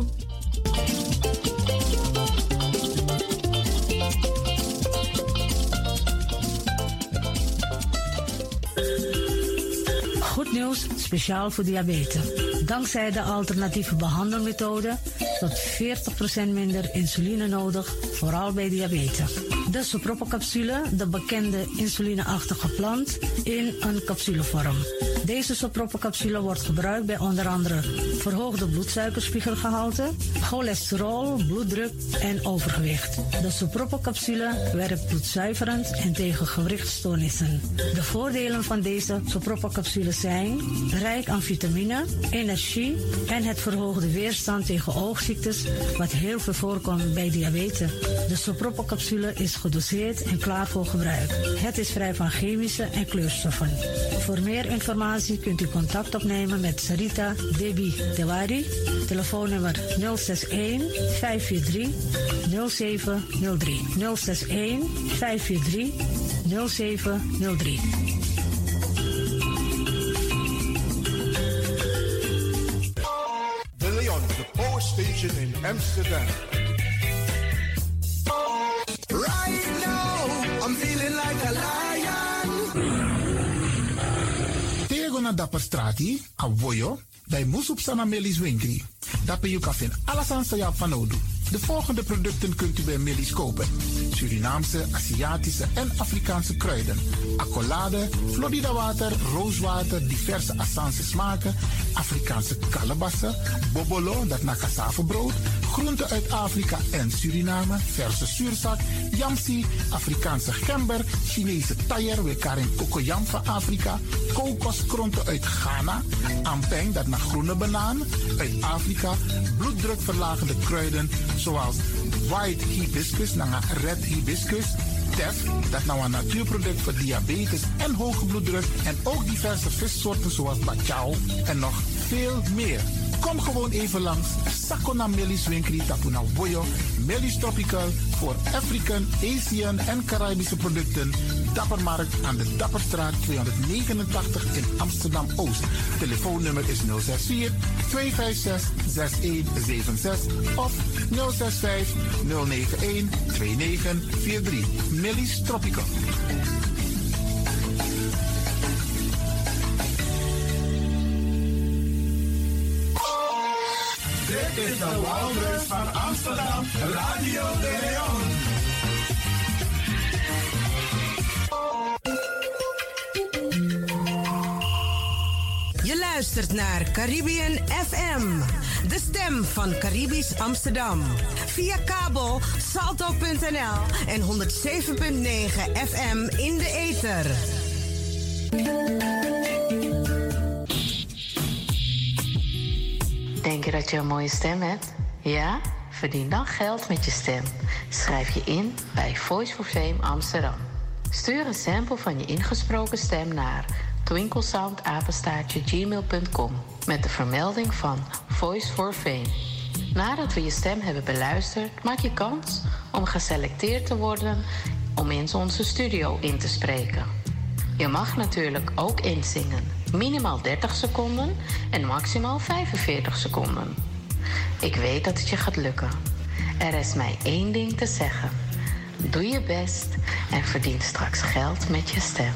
Goed nieuws, speciaal voor diabetes. Dankzij de alternatieve behandelmethode tot veertig procent minder insuline nodig, vooral bij diabetes. De Sopropocapsule, de bekende insulineachtige plant, in een capsulevorm. Deze Sopropocapsule wordt gebruikt bij onder andere verhoogde bloedsuikerspiegelgehalte, cholesterol, bloeddruk en overgewicht. De Sopropocapsule werkt bloedzuiverend en tegen gewrichtstoornissen. De voordelen van deze Sopropocapsule zijn rijk aan vitamine, energie en het verhoogde weerstand tegen oogziektes, wat heel veel voorkomt bij diabetes. De Sopropocapsule is gedoseerd en klaar voor gebruik. Het is vrij van chemische en kleurstoffen. Voor meer informatie kunt u contact opnemen met Sarita Debi Dewari. Telefoonnummer nul zes een vijf vier drie nul zeven nul drie. nul zes een vijf vier drie nul zeven nul drie. Station in Amsterdam. Right now, I'm feeling like a lion. Tego na dapper strati, a voyo, dai musup sana Melis Winkri. Dapper you kafin alasan sa yap van Odu. De volgende producten kunt u bij Melis kopen: Surinaamse, Aziatische en Afrikaanse kruiden, accolade, Florida water, rooswater, diverse Assange smaken, Afrikaanse kalebassen, bobolo, dat na cassavebrood, groenten uit Afrika en Suriname, verse zuurzak, yamsi, Afrikaanse gember, Chinese taier, we karin kokoyam van Afrika, kokoskronten uit Ghana, ampeng, dat na groene banaan, uit Afrika, bloeddrukverlagende kruiden zoals white hibiscus, na red hibiscus, tef, dat nou een natuurproduct voor diabetes en hoge bloeddruk, en ook diverse vissoorten zoals bacalhau en nog veel meer. Kom gewoon even langs Sakona Melis Winkri Tapuna Boyo, Melis Tropical voor African, Asian en Caribische producten. Dappermarkt aan de Dapperstraat tweehonderdnegenentachtig in Amsterdam-Oost. Telefoonnummer is nul zes vier, twee vijf zes, zes een zeven zes of nul zes vijf, nul negen een, twee negen vier drie. Melis Tropical. Dit is de Wouders van Amsterdam, Radio de Leon. Je luistert naar Caribbean F M, de stem van Caribisch Amsterdam. Via kabel salto punt n l en honderd zeven punt negen F M in de ether. Denk je dat je een mooie stem hebt? Ja? Verdien dan geld met je stem. Schrijf je in bij Voice for Fame Amsterdam. Stuur een sample van je ingesproken stem naar twinklesoundapenstaartje gmail punt com met de vermelding van Voice for Fame. Nadat we je stem hebben beluisterd, maak je kans om geselecteerd te worden om in onze studio in te spreken. Je mag natuurlijk ook inzingen. Minimaal dertig seconden en maximaal vijfenveertig seconden. Ik weet dat het je gaat lukken. Er is mij één ding te zeggen. Doe je best en verdien straks geld met je stem.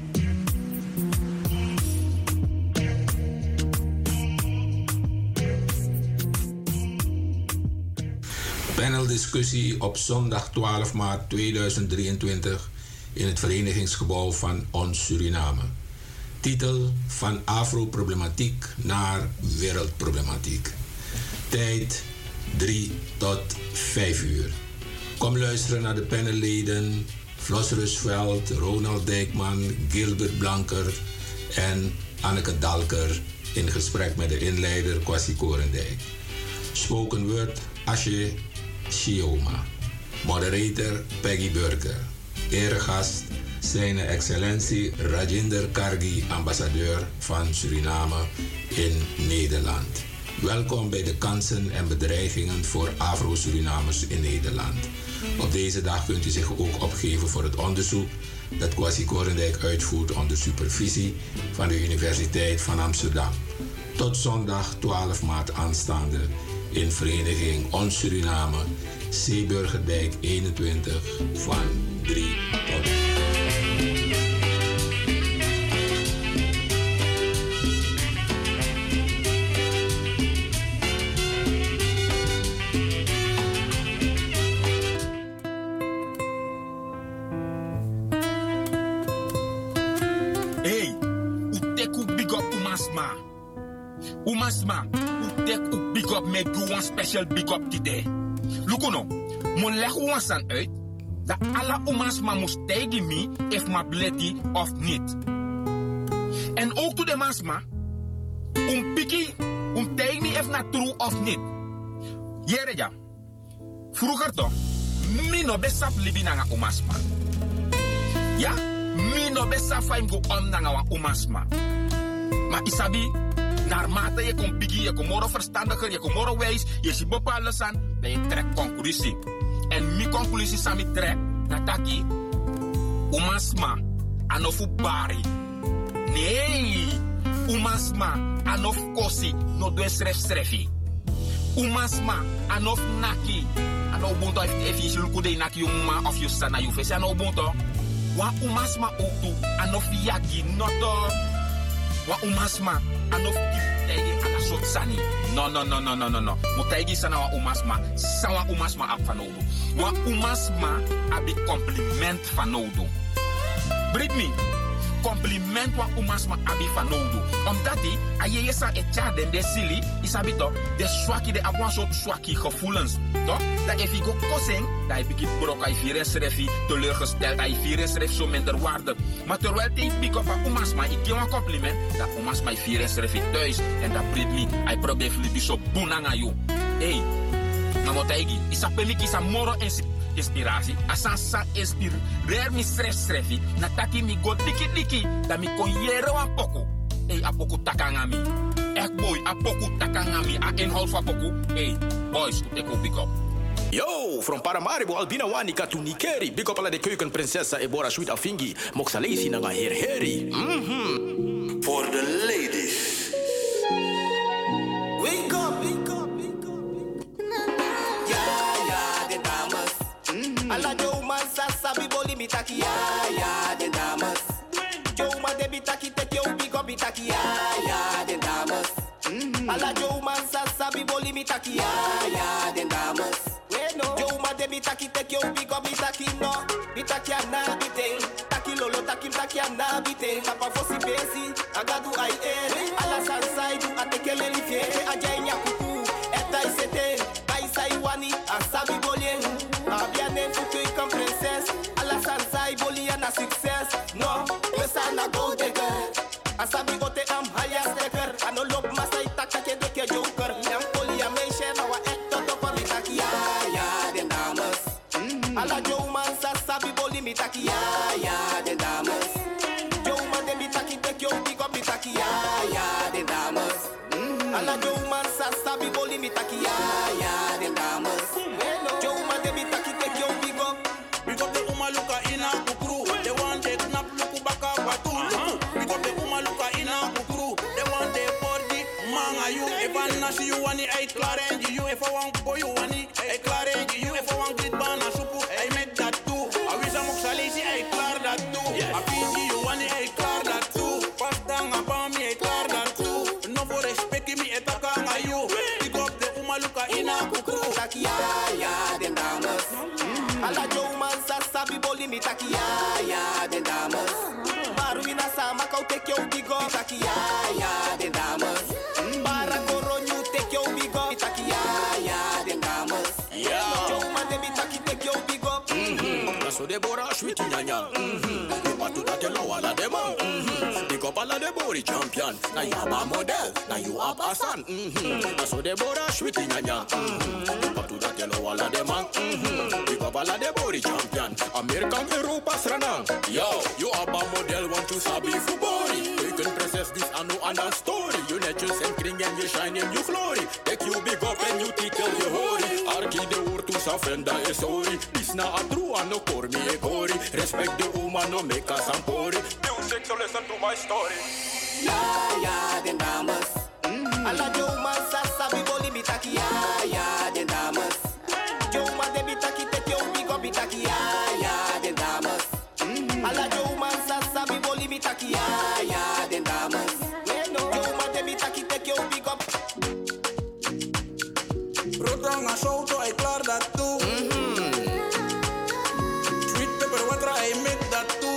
Paneldiscussie op zondag twaalf maart tweeduizend drieëntwintig in het Verenigingsgebouw van Ons Suriname. Titel: Van Afro-problematiek naar wereldproblematiek. Tijd drie tot vijf uur. Kom luisteren naar de panelleden Flos Rusveld, Ronald Dijkman, Gilbert Blanker en Anneke Dalker in gesprek met de inleider Kwasi Korendijk. Spoken word Ashe Shioma. Moderator Peggy Burger. Eregast Zijn Excellentie Rajinder Kargi, ambassadeur van Suriname in Nederland. Welkom bij de kansen en bedreigingen voor Afro-Surinamers in Nederland. Op deze dag kunt u zich ook opgeven voor het onderzoek dat Kwasi Korendijk uitvoert onder supervisie van de Universiteit van Amsterdam. Tot zondag twaalf maart aanstaande in Vereniging Ons Suriname, Zeeburgerdijk eenentwintig van drie tot Umasma, u tek u big up met you one special big up today. Lukuno, mon leg ons aan uit dat alle umasma moest tegen me if ma bledi of niet. En ook to de masma, um piki, um tegen me if na true of niet. Jere ja, vroeger toch, mi no besap libi nanga umasma. Ja, mi no besap faim go om nanga wa umasma. Maar isabi, naarmate je komt biggie, je komt moro verstandiger, je komt moro wijs, je ziet bepaalde aan, dan je trekt conclusie. En mijn conclusie is aan trek, dat taki, umasma, anofu bari. Nee, umasma, anof kosi, no doe sref srefi. Umasma, anof naki. Ano bunto if if you look de naki uma of you sana you face ano bunto. Wa umasma otu anof yagi noto. Wa umasma anof tegi ala sot sani. No no no no no no no. Mutaigi sana wa umasma, sawa umasma ap fanodo. Wa umasma abi compliment fanodo. Bring me. Compliment wa umasma abi fanodo. Omdat die aye sa etja den de sili isabito de swaki de abwan soort swaki gevoelens. Toch? Dat if je go kossing, dat je begint brok ai vieren schrefi teleurgesteld ai vieren schreef zo minder waarde. Maar terwijl die pick up van umasma ik geef een compliment, dat umasma vieren schrefi thuis en dat brengt me ai probeer flipi zo bunanga yo. Hey, namotaigi isapeliki sa moro ensi inspiratie. Asan sa inspireer mi stress strefi. Na taki mi go diki diki. Da mi kon yero a poco. Ey, a poco takangami. Echt boy, a poco takangami. A inhoud van poco. Ey, boys, take a big up. Yo, from Paramaribo, Albina Wanika to Nikeri. Big up alle de keukenprinsessa Ebora Sweet Afingi. Moxalesi na heer Harry. Mhm. For the ladies. Wake up, wake up. Alla Joe man sasa biboli mitaki ya ya den damas. Joe man de bitaki take yo big up bitaki ya ya den damas. Alla Joe man sasa biboli mitaki ya ya den damas. Joe man de bitaki take yo big up bitaki no. Bitaki na bite. Taki lolo taki taki na bite. Papa fosi besi agadu ai ere. Alla sansai du atekele lifiere ajanya kuku. Eta isete. Baisai wani asabi bolien. Abianen futu comme princesse. A la sansai bolia na success. No, we sana go digger. Asabi ote am haya steker. Ano lop masai takake deke joker. Yam polia meishe na wa ekto to for mitaki ya ya den damas. A la Joe man sa sabi boli mitaki ya ya den damas. Joe man de mitaki deke yo big up mitaki ya ya den damas. A la Joe man sa sabi boli mitaki ya ya den damas. Joe man de mitaki take yo big up. Big up the umaluka ina kukuru. They want the knap luku baka batu luku. Big up the umaluka ina kukuru. They want the forty manga you. If I nasi you wani ay klarenji you. If I want boy you wani ay klarenji you. If I want grit bana supu ay make that too. I wish I muksalisi ay klar that too. I fiji you wani ay klar that too. Pastang abami ay klar that too. No for respect me etaka ngayu. Big up the umaluka ina kukuru. Taki ya ya den damas. Alla Joe man sasa biboli mitaki ya ya den damas. Maruina sama kau take yo big up. Taki ya ya den damas. Para koronyu take yo big up. Taki ya ya den damas. Joe man de mitaki take yo big up. So Deborah Sweet Nyanya. You want to that yellow wala dem. Big up alla de body champion. Now you have a model. Now you have a son. So Deborah Sweet Nyanya. You want to that yellow wala dem. Big up alla de body champion. American Europa Srana. Yo, you have a model want to sabi for body. You can process this and no another story. You natural and kring and you shine in your glory. Take you big up and you tickle your holy. Arki de word to safenda is sorry. This na a true and no core me a gory. Respect the woman no make us ampori. Music so listen to my story. Ya ya den damas. Alla Joe man sasa biboli mitaki ya ya den damas. Joe man de bitaki take yo big up bitaki ya ya den damas. Alla Joe man sasa biboli mitaki ya ya den damas. Joe man de bitaki take yo big up. Rotang a soto ay klar dat too. Sweet pepper water ay make dat too.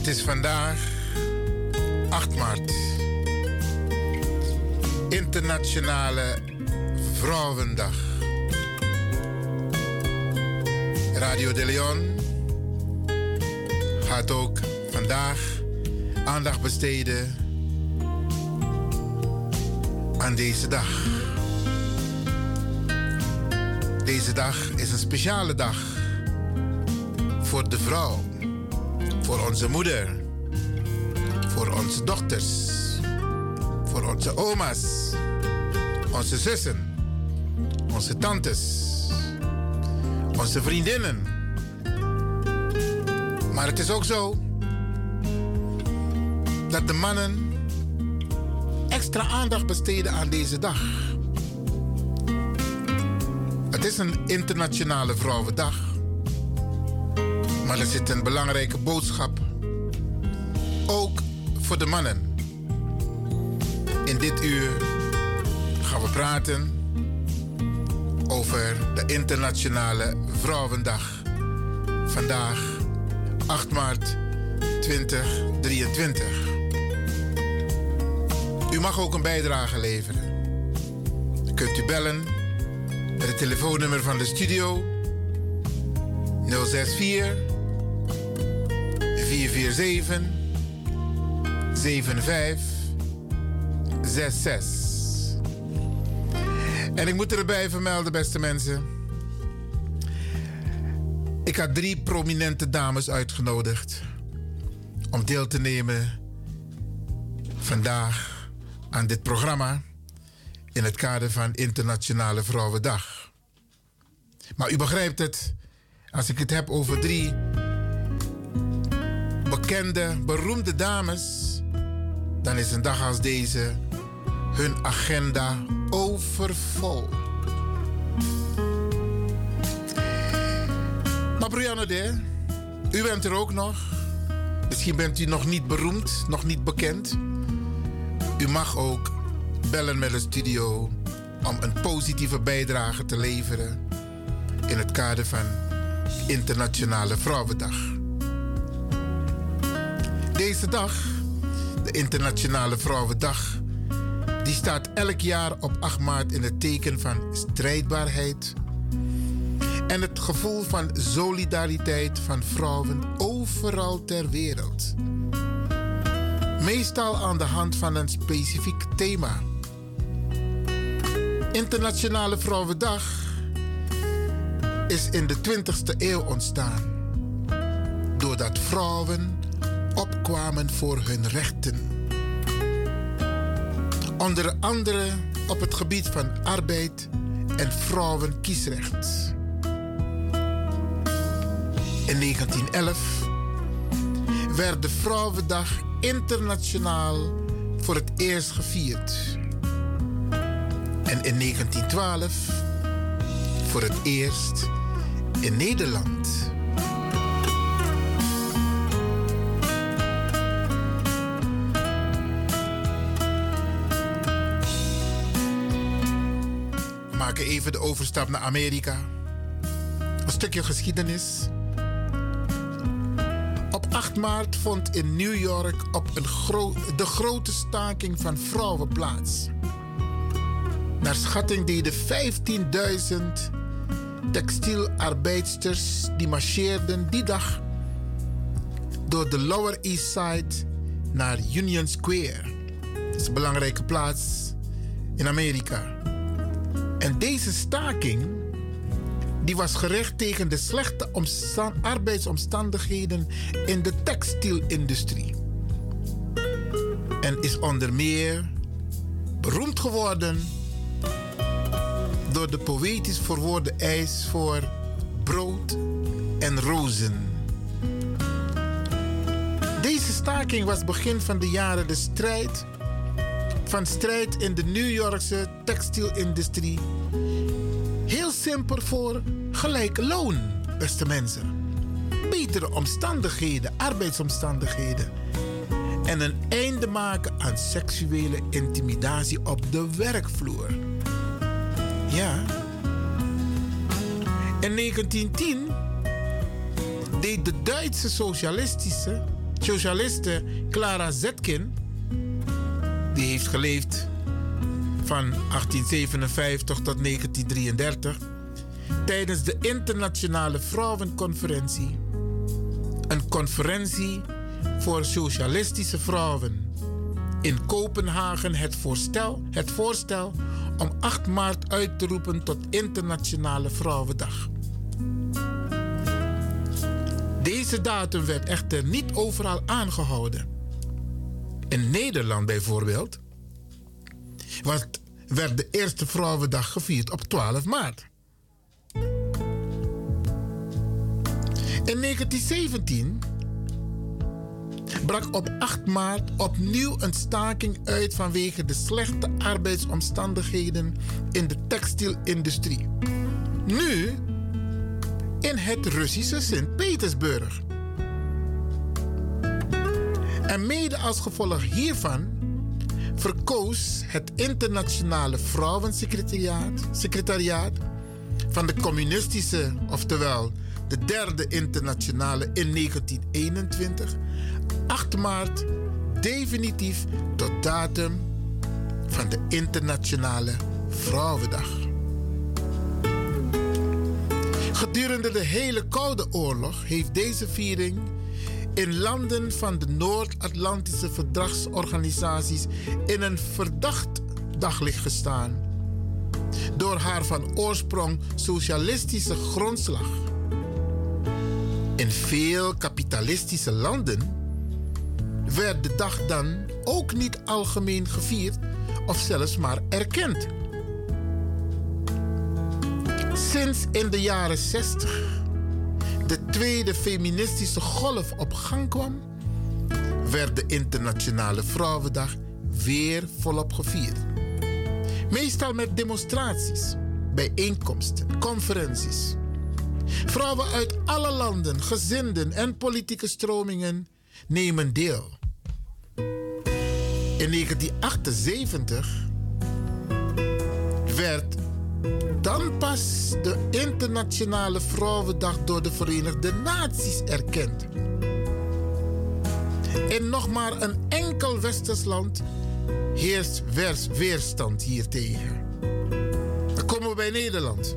Het is vandaag acht maart. Internationale Vrouwendag. Radio de Leon gaat ook vandaag aandacht besteden aan deze dag. Deze dag is een speciale dag voor de vrouw, voor onze moeder, voor onze dochters, voor onze oma's, onze zussen, onze tantes, onze vriendinnen. Maar het is ook zo dat de mannen extra aandacht besteden aan deze dag. Het is een internationale vrouwendag. Maar er zit een belangrijke boodschap. Ook voor de mannen. In dit uur gaan we praten over de Internationale Vrouwendag. Vandaag acht maart tweeduizend drieëntwintig. U mag ook een bijdrage leveren. Dan kunt u bellen met het telefoonnummer van de studio nul zes vier, vier vier zeven, zeven vijf zes zes. En ik moet erbij vermelden, beste mensen. Ik had drie prominente dames uitgenodigd om deel te nemen vandaag aan dit programma in het kader van Internationale Vrouwendag. Maar u begrijpt het, als ik het heb over drie bekende, beroemde dames, dan is een dag als deze hun agenda overvol. Maar Brianna de, u bent er ook nog. Misschien bent u nog niet beroemd, nog niet bekend. U mag ook bellen met de studio om een positieve bijdrage te leveren in het kader van Internationale Vrouwendag. Deze dag, de Internationale Vrouwendag, die staat elk jaar op acht maart in het teken van strijdbaarheid en het gevoel van solidariteit van vrouwen overal ter wereld. Meestal aan de hand van een specifiek thema. Internationale Vrouwendag is in de twintigste eeuw ontstaan, doordat vrouwen opkwamen voor hun rechten. Onder andere op het gebied van arbeid en vrouwenkiesrecht. In negentien elf werd de Vrouwendag internationaal voor het eerst gevierd. En in negentien twaalf voor het eerst in Nederland. We maken even de overstap naar Amerika. Een stukje geschiedenis. Op acht maart vond in New York op een gro- de grote staking van vrouwen plaats. Naar schatting deden vijftienduizend textielarbeidsters die marcheerden die dag door de Lower East Side naar Union Square. Dat is een belangrijke plaats in Amerika. En deze staking die was gericht tegen de slechte omsta- arbeidsomstandigheden in de textielindustrie. En is onder meer beroemd geworden door de poëtisch verwoorde eis voor brood en rozen. Deze staking was begin van de jaren de strijd van strijd in de New Yorkse textielindustrie. Heel simpel voor gelijk loon, beste mensen. Betere omstandigheden, arbeidsomstandigheden. En een einde maken aan seksuele intimidatie op de werkvloer. Ja. In negentien tien deed de Duitse socialistische socialiste Clara Zetkin, die heeft geleefd van achttien zevenenvijftig tot negentien drieëndertig, tijdens de Internationale Vrouwenconferentie, een conferentie voor socialistische vrouwen, in Kopenhagen het voorstel, het voorstel om acht maart uit te roepen tot Internationale Vrouwendag. Deze datum werd echter niet overal aangehouden. In Nederland bijvoorbeeld werd de eerste Vrouwendag gevierd op twaalf maart. In negentien zeventien brak op acht maart opnieuw een staking uit vanwege de slechte arbeidsomstandigheden in de textielindustrie. Nu in het Russische Sint-Petersburg. En mede als gevolg hiervan verkoos het Internationale Vrouwensecretariaat secretariaat van de communistische, oftewel de derde internationale in negentien eenentwintig, acht maart definitief tot datum van de Internationale Vrouwendag. Gedurende de hele Koude Oorlog heeft deze viering in landen van de Noord-Atlantische verdragsorganisaties in een verdacht daglicht gestaan door haar van oorsprong socialistische grondslag. In veel kapitalistische landen werd de dag dan ook niet algemeen gevierd of zelfs maar erkend. Sinds in de jaren zestig de tweede feministische golf op gang kwam, werd de Internationale Vrouwendag weer volop gevierd. Meestal met demonstraties, bijeenkomsten, conferenties. Vrouwen uit alle landen, gezinden en politieke stromingen nemen deel. In negentien achtenzeventig werd dan pas de Internationale Vrouwendag door de Verenigde Naties erkend. In nog maar een enkel westers land heerst weerstand hiertegen. Dan komen we bij Nederland.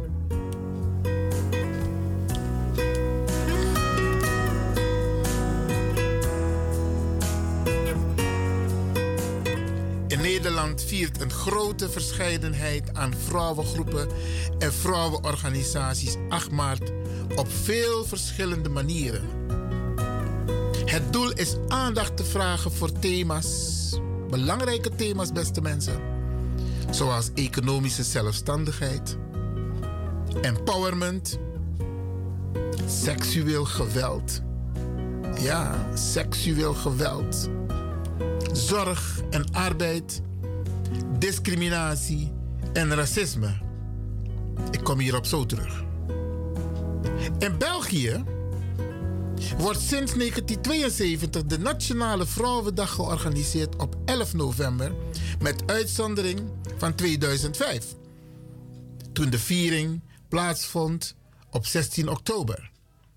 In Nederland viert een grote verscheidenheid aan vrouwengroepen en vrouwenorganisaties acht maart op veel verschillende manieren. Het doel is aandacht te vragen voor thema's, belangrijke thema's, beste mensen, zoals economische zelfstandigheid, empowerment, seksueel geweld, ja, seksueel geweld, zorg en arbeid, discriminatie en racisme. Ik kom hierop zo terug. In België wordt sinds negentien tweeënzeventig de Nationale Vrouwendag georganiseerd op elf november, met uitzondering van tweeduizend vijf, toen de viering plaatsvond op zestien oktober.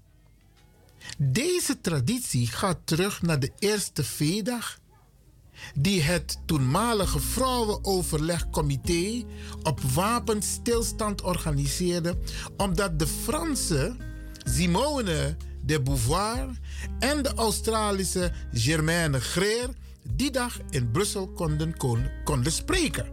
Deze traditie gaat terug naar de eerste V-dag die het toenmalige Vrouwenoverlegcomité op wapenstilstand organiseerde, omdat de Franse Simone de Beauvoir en de Australische Germaine Greer die dag in Brussel konden, kon, konden spreken.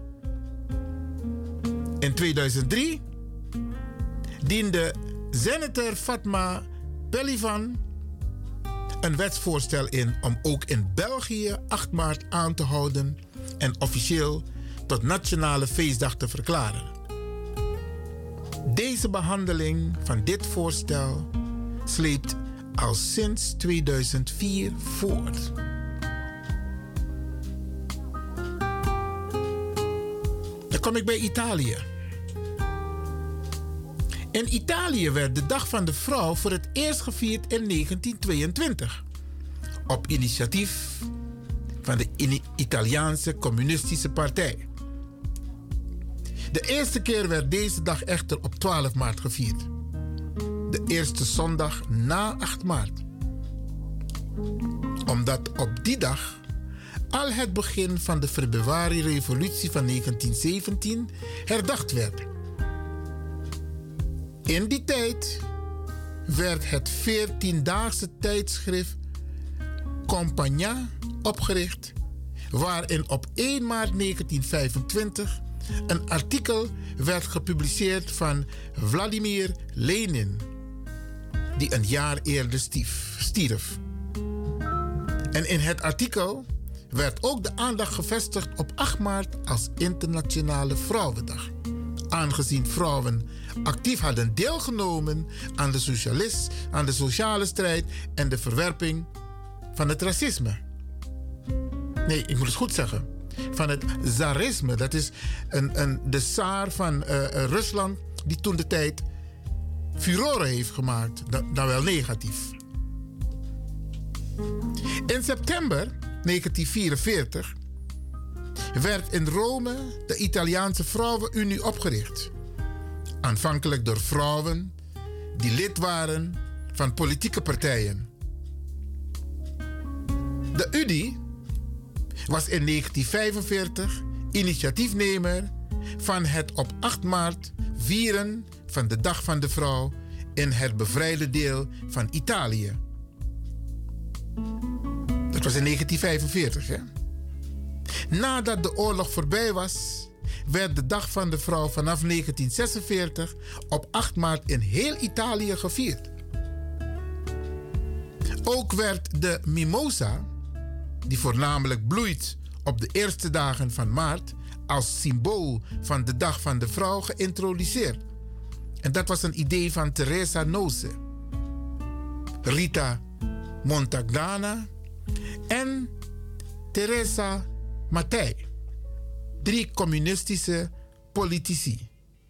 In tweeduizend drie diende senator Fatma Pelivan een wetsvoorstel in om ook in België acht maart aan te houden en officieel tot nationale feestdag te verklaren. Deze behandeling van dit voorstel sleept al sinds tweeduizend vier voort. Dan kom ik bij Italië. In Italië werd de Dag van de Vrouw voor het eerst gevierd in negentien tweeëntwintig. Op initiatief van de Italiaanse Communistische Partij. De eerste keer werd deze dag echter op twaalf maart gevierd. De eerste zondag na acht maart. omdat op die dag al het begin van de februari-revolutie van negentien zeventien herdacht werd. In die tijd werd het veertiendaagse tijdschrift Compagnia opgericht, waarin op één maart negentien vijfentwintig een artikel werd gepubliceerd van Vladimir Lenin, die een jaar eerder stief, stierf. En in het artikel werd ook de aandacht gevestigd op acht maart als Internationale Vrouwendag, aangezien vrouwen actief hadden deelgenomen aan de, socialis, aan de sociale strijd en de verwerping van het racisme. Nee, ik moet het goed zeggen. Van het zarisme. Dat is een, een, de tsaar van uh, Rusland die toen de tijd furore heeft gemaakt. Dan, dan wel negatief. In september negentien vierenveertig werd in Rome de Italiaanse Vrouwenunie opgericht. Aanvankelijk door vrouwen die lid waren van politieke partijen. De U D I was in negentien vijfenveertig initiatiefnemer van het op acht maart vieren van de Dag van de Vrouw in het bevrijde deel van Italië. Dat was in negentien vijfenveertig, hè? Nadat de oorlog voorbij was, werd de Dag van de Vrouw vanaf negentien zesenveertig op acht maart in heel Italië gevierd. Ook werd de mimosa, die voornamelijk bloeit op de eerste dagen van maart, als symbool van de Dag van de Vrouw geïntroduceerd. En dat was een idee van Teresa Noce, Rita Montagnana en Teresa Mattei, drie communistische politici.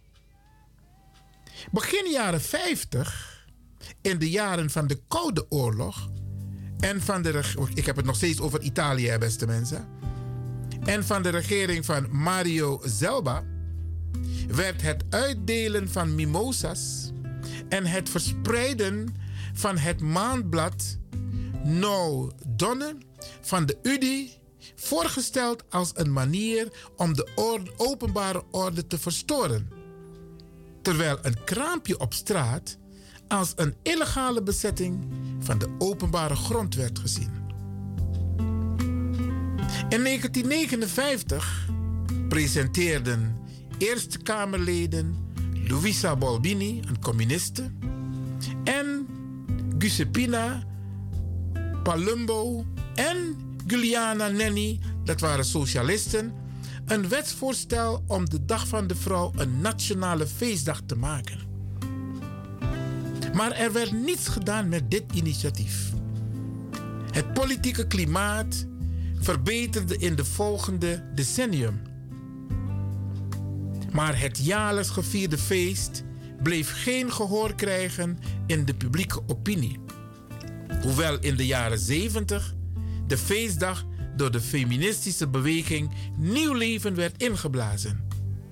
Begin jaren vijftig, in de jaren van de Koude Oorlog en van de reg- ik heb het nog steeds over Italië, beste mensen, en van de regering van Mario Zelba, werd het uitdelen van mimosas en het verspreiden van het maandblad No Donne van de U D I voorgesteld als een manier om de orde, openbare orde te verstoren, terwijl een kraampje op straat als een illegale bezetting van de openbare grond werd gezien. In negentien negenenvijftig presenteerden Eerste Kamerleden Luisa Bolbini, een communiste, en Giuseppina Palumbo en Giuliana Nenni, dat waren socialisten, een wetsvoorstel om de Dag van de Vrouw een nationale feestdag te maken. Maar er werd niets gedaan met dit initiatief. Het politieke klimaat verbeterde in de volgende decennium. Maar het jaarlijks gevierde feest bleef geen gehoor krijgen in de publieke opinie. Hoewel in de jaren zeventig de feestdag door de feministische beweging nieuw leven werd ingeblazen.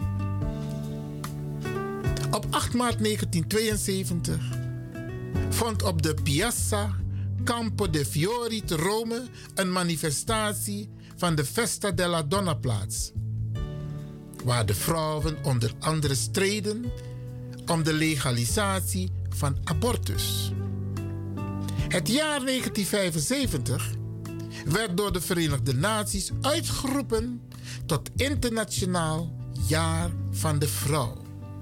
Op acht maart negentien tweeënzeventig vond op de Piazza Campo dei Fiori te Rome een manifestatie van de Festa della Donna plaats, waar de vrouwen onder andere streden om de legalisatie van abortus. Het jaar negentien vijfenzeventig werd door de Verenigde Naties uitgeroepen tot Internationaal Jaar van de Vrouw.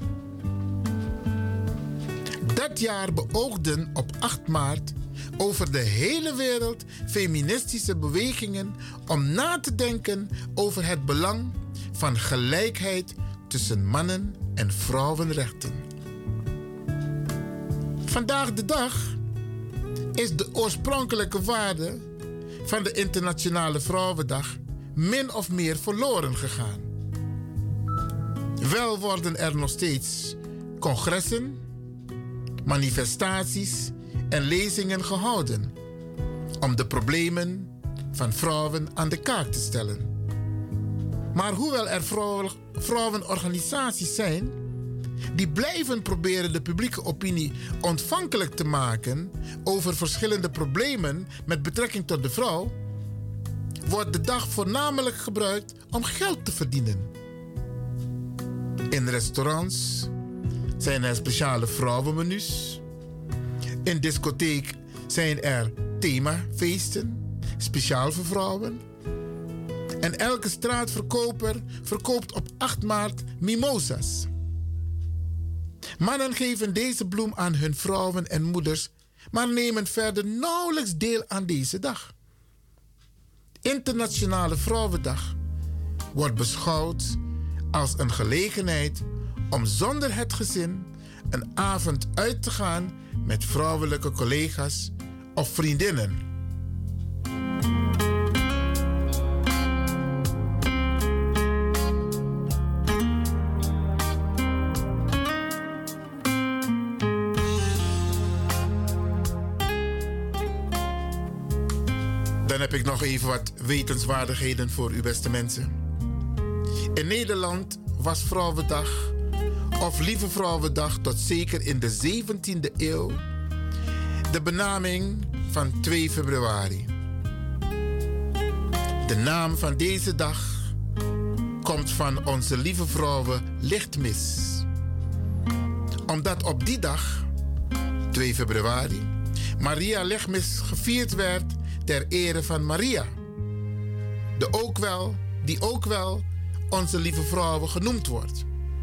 Dat jaar beoogden op acht maart over de hele wereld feministische bewegingen om na te denken over het belang van gelijkheid tussen mannen- en vrouwenrechten. Vandaag de dag is de oorspronkelijke waarde van de Internationale Vrouwendag min of meer verloren gegaan. Wel worden er nog steeds congressen, manifestaties en lezingen gehouden om de problemen van vrouwen aan de kaak te stellen. Maar hoewel er vrouw, vrouwenorganisaties zijn die blijven proberen de publieke opinie ontvankelijk te maken over verschillende problemen met betrekking tot de vrouw, wordt de dag voornamelijk gebruikt om geld te verdienen. In restaurants zijn er speciale vrouwenmenu's. In discotheek zijn er themafeesten, speciaal voor vrouwen. En elke straatverkoper verkoopt op acht maart mimosa's. Mannen geven deze bloem aan hun vrouwen en moeders, maar nemen verder nauwelijks deel aan deze dag. Internationale Vrouwendag wordt beschouwd als een gelegenheid om zonder het gezin een avond uit te gaan met vrouwelijke collega's of vriendinnen. Dan heb ik nog even wat wetenswaardigheden voor u, beste mensen. In Nederland was Vrouwendag, of Lieve Vrouwendag, tot zeker in de zeventiende eeuw de benaming van twee februari. De naam van deze dag komt van onze lieve vrouwen Lichtmis. Omdat op die dag, twee februari, Maria Lichtmis gevierd werd ter ere van Maria, de ook wel, die ook wel onze lieve vrouwen genoemd wordt.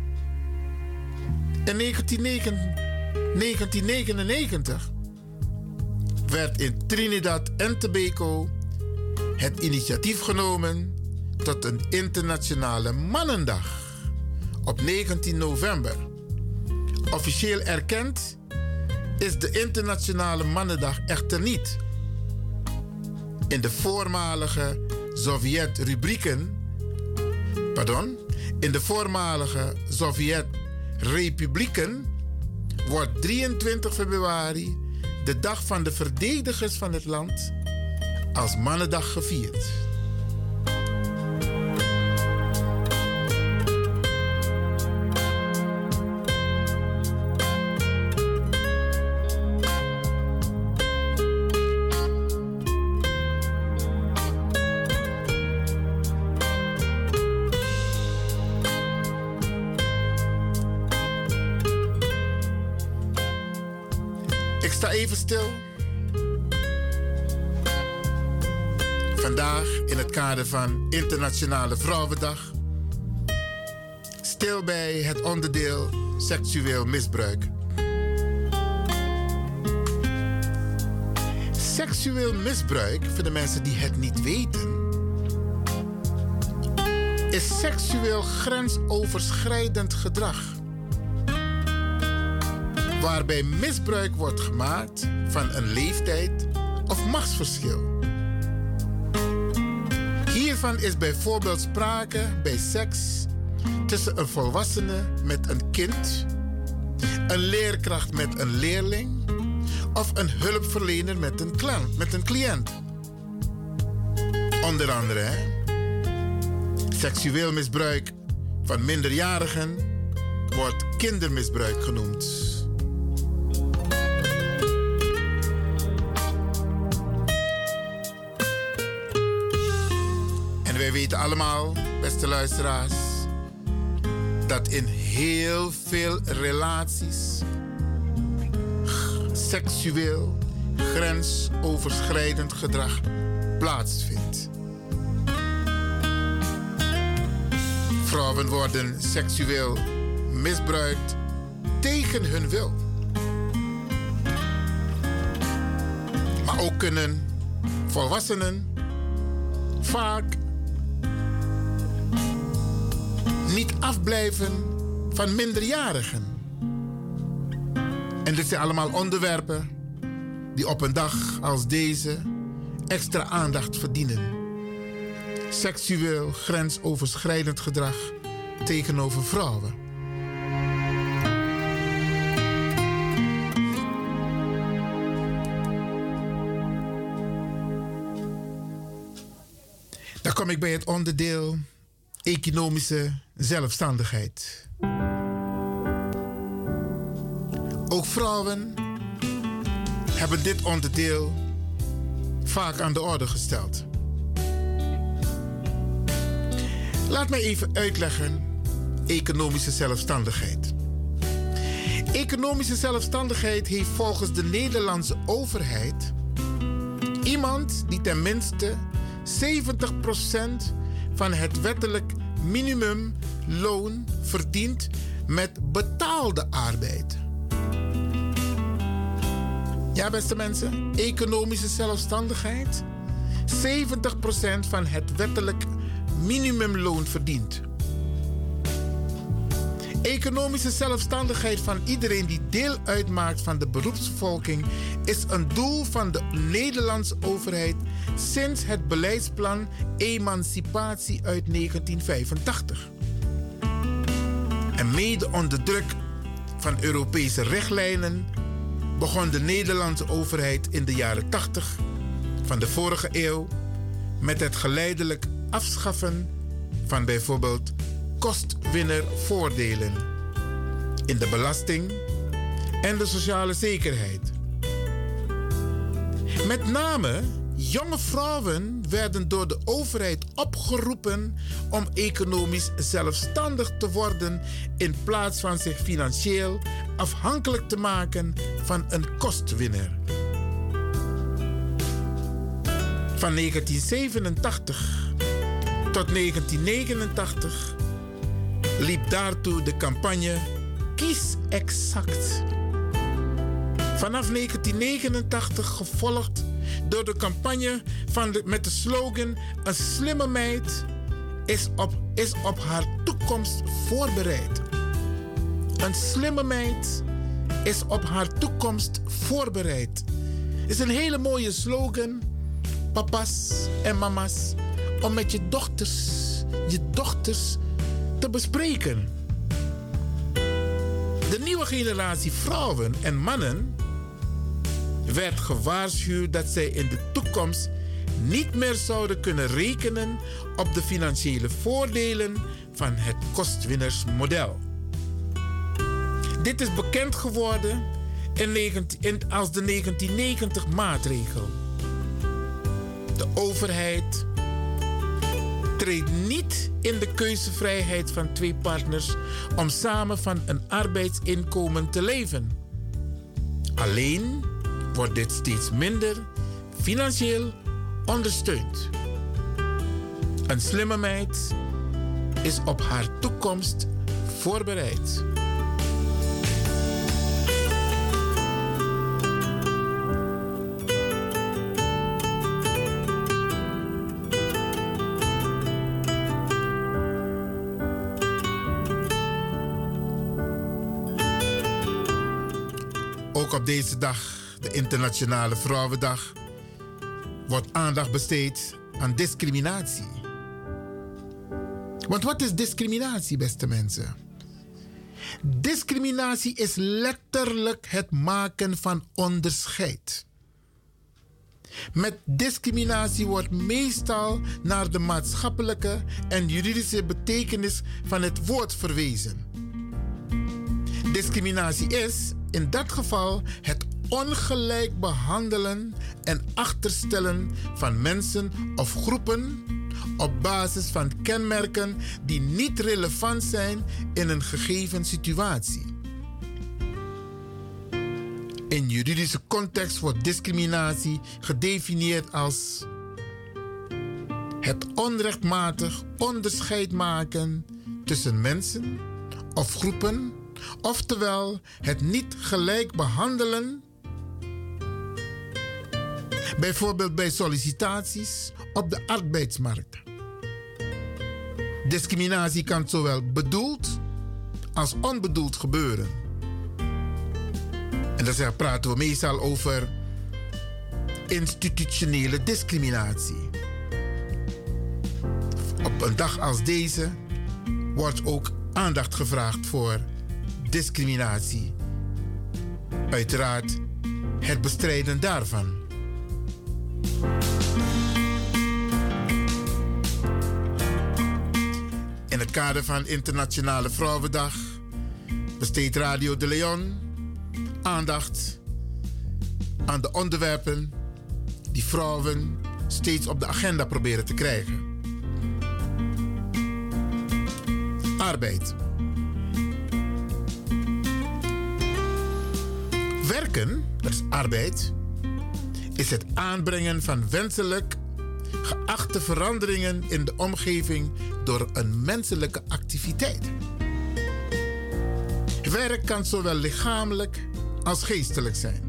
In negentien negenennegentig werd in Trinidad en Tobago het initiatief genomen tot een internationale mannendag op negentien november. Officieel erkend is de internationale mannendag echter niet. In de voormalige Sovjet-rubrieken, pardon, in de voormalige Sovjet-republieken wordt drieëntwintig februari, de dag van de verdedigers van het land, als mannendag gevierd. Even stil. Vandaag in het kader van Internationale Vrouwendag. Stil bij het onderdeel seksueel misbruik. Seksueel misbruik, voor de mensen die het niet weten, is seksueel grensoverschrijdend gedrag, waarbij misbruik wordt gemaakt van een leeftijd of machtsverschil. Hiervan is bijvoorbeeld sprake bij seks tussen een volwassene met een kind, een leerkracht met een leerling of een hulpverlener met een klant, met een cliënt. Onder andere, hè? Seksueel misbruik van minderjarigen wordt kindermisbruik genoemd. En wij weten allemaal, beste luisteraars, dat in heel veel relaties seksueel grensoverschrijdend gedrag plaatsvindt. Vrouwen worden seksueel misbruikt tegen hun wil. Maar ook kunnen volwassenen vaak niet afblijven van minderjarigen. En dit zijn allemaal onderwerpen die op een dag als deze extra aandacht verdienen. Seksueel grensoverschrijdend gedrag tegenover vrouwen. Dan kom ik bij het onderdeel economische zelfstandigheid. Ook vrouwen hebben dit onderdeel vaak aan de orde gesteld. Laat mij even uitleggen economische zelfstandigheid. Economische zelfstandigheid heeft volgens de Nederlandse overheid iemand die tenminste zeventig procent van het wettelijk minimumloon verdient met betaalde arbeid. Ja, beste mensen, economische zelfstandigheid. zeventig procent van het wettelijk minimumloon verdient. Economische zelfstandigheid van iedereen die deel uitmaakt van de beroepsbevolking is een doel van de Nederlandse overheid sinds het beleidsplan Emancipatie uit negentien vijfentachtig. En mede onder druk van Europese richtlijnen begon de Nederlandse overheid in de jaren tachtig van de vorige eeuw met het geleidelijk afschaffen van bijvoorbeeld kostwinnervoordelen in de belasting en de sociale zekerheid. Met name jonge vrouwen werden door de overheid opgeroepen om economisch zelfstandig te worden in plaats van zich financieel afhankelijk te maken van een kostwinner. Van negentien zevenentachtig tot negentien negenentachtig liep daartoe de campagne Kies Exact. Vanaf negentien negenentachtig gevolgd door de campagne van de, met de slogan Een slimme meid is op, is op haar toekomst voorbereid. Een slimme meid is op haar toekomst voorbereid. Is een hele mooie slogan, papa's en mama's, om met je dochters, je dochters te bespreken. De nieuwe generatie vrouwen en mannen werd gewaarschuwd dat zij in de toekomst niet meer zouden kunnen rekenen op de financiële voordelen van het kostwinnersmodel. Dit is bekend geworden in negentien, in, als de negentien negentig maatregel. De overheid treedt niet in de keuzevrijheid van twee partners om samen van een arbeidsinkomen te leven. Alleen wordt dit steeds minder financieel ondersteund. Een slimme meid is op haar toekomst voorbereid. Ook op deze dag, de Internationale Vrouwendag, wordt aandacht besteed aan discriminatie. Want wat is discriminatie, beste mensen? Discriminatie is letterlijk het maken van onderscheid. Met discriminatie wordt meestal naar de maatschappelijke en juridische betekenis van het woord verwezen. Discriminatie is in dat geval het ongelijk behandelen en achterstellen van mensen of groepen op basis van kenmerken die niet relevant zijn in een gegeven situatie. In juridische context wordt discriminatie gedefinieerd als het onrechtmatig onderscheid maken tussen mensen of groepen, oftewel het niet gelijk behandelen, bijvoorbeeld bij sollicitaties op de arbeidsmarkt. Discriminatie kan zowel bedoeld als onbedoeld gebeuren. En dan praten we meestal over institutionele discriminatie. Op een dag als deze wordt ook aandacht gevraagd voor discriminatie. Uiteraard het bestrijden daarvan. In het kader van Internationale Vrouwendag besteedt Radio de Leon aandacht aan de onderwerpen die vrouwen steeds op de agenda proberen te krijgen. Arbeid. Werken, dat is arbeid, is het aanbrengen van wenselijk geachte veranderingen in de omgeving door een menselijke activiteit. Werk kan zowel lichamelijk als geestelijk zijn.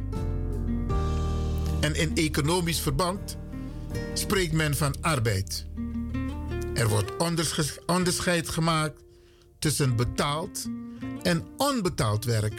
En in economisch verband spreekt men van arbeid. Er wordt ondersche- onderscheid gemaakt tussen betaald en onbetaald werk.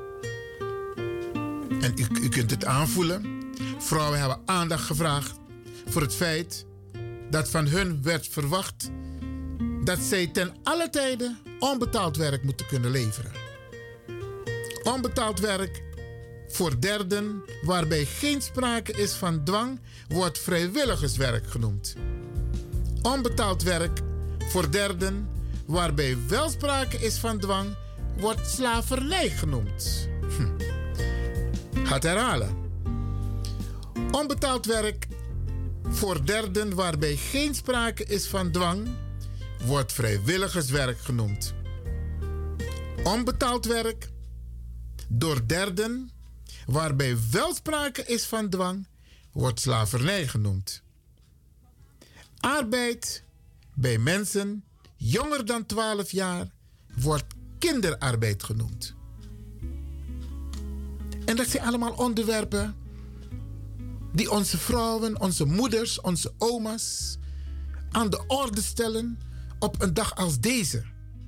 En u, u kunt het aanvoelen. Vrouwen hebben aandacht gevraagd voor het feit dat van hun werd verwacht dat zij ten alle tijde onbetaald werk moeten kunnen leveren. Onbetaald werk voor derden, waarbij geen sprake is van dwang, wordt vrijwilligerswerk genoemd. Onbetaald werk voor derden, waarbij wel sprake is van dwang, wordt slavernij genoemd. Hm. Gaat herhalen. Onbetaald werk voor derden, waarbij geen sprake is van dwang, wordt vrijwilligerswerk genoemd. Onbetaald werk door derden, waarbij wel sprake is van dwang, wordt slavernij genoemd. Arbeid bij mensen jonger dan twaalf jaar wordt kinderarbeid genoemd. En dat zijn allemaal onderwerpen die onze vrouwen, onze moeders, onze oma's aan de orde stellen op een dag als deze.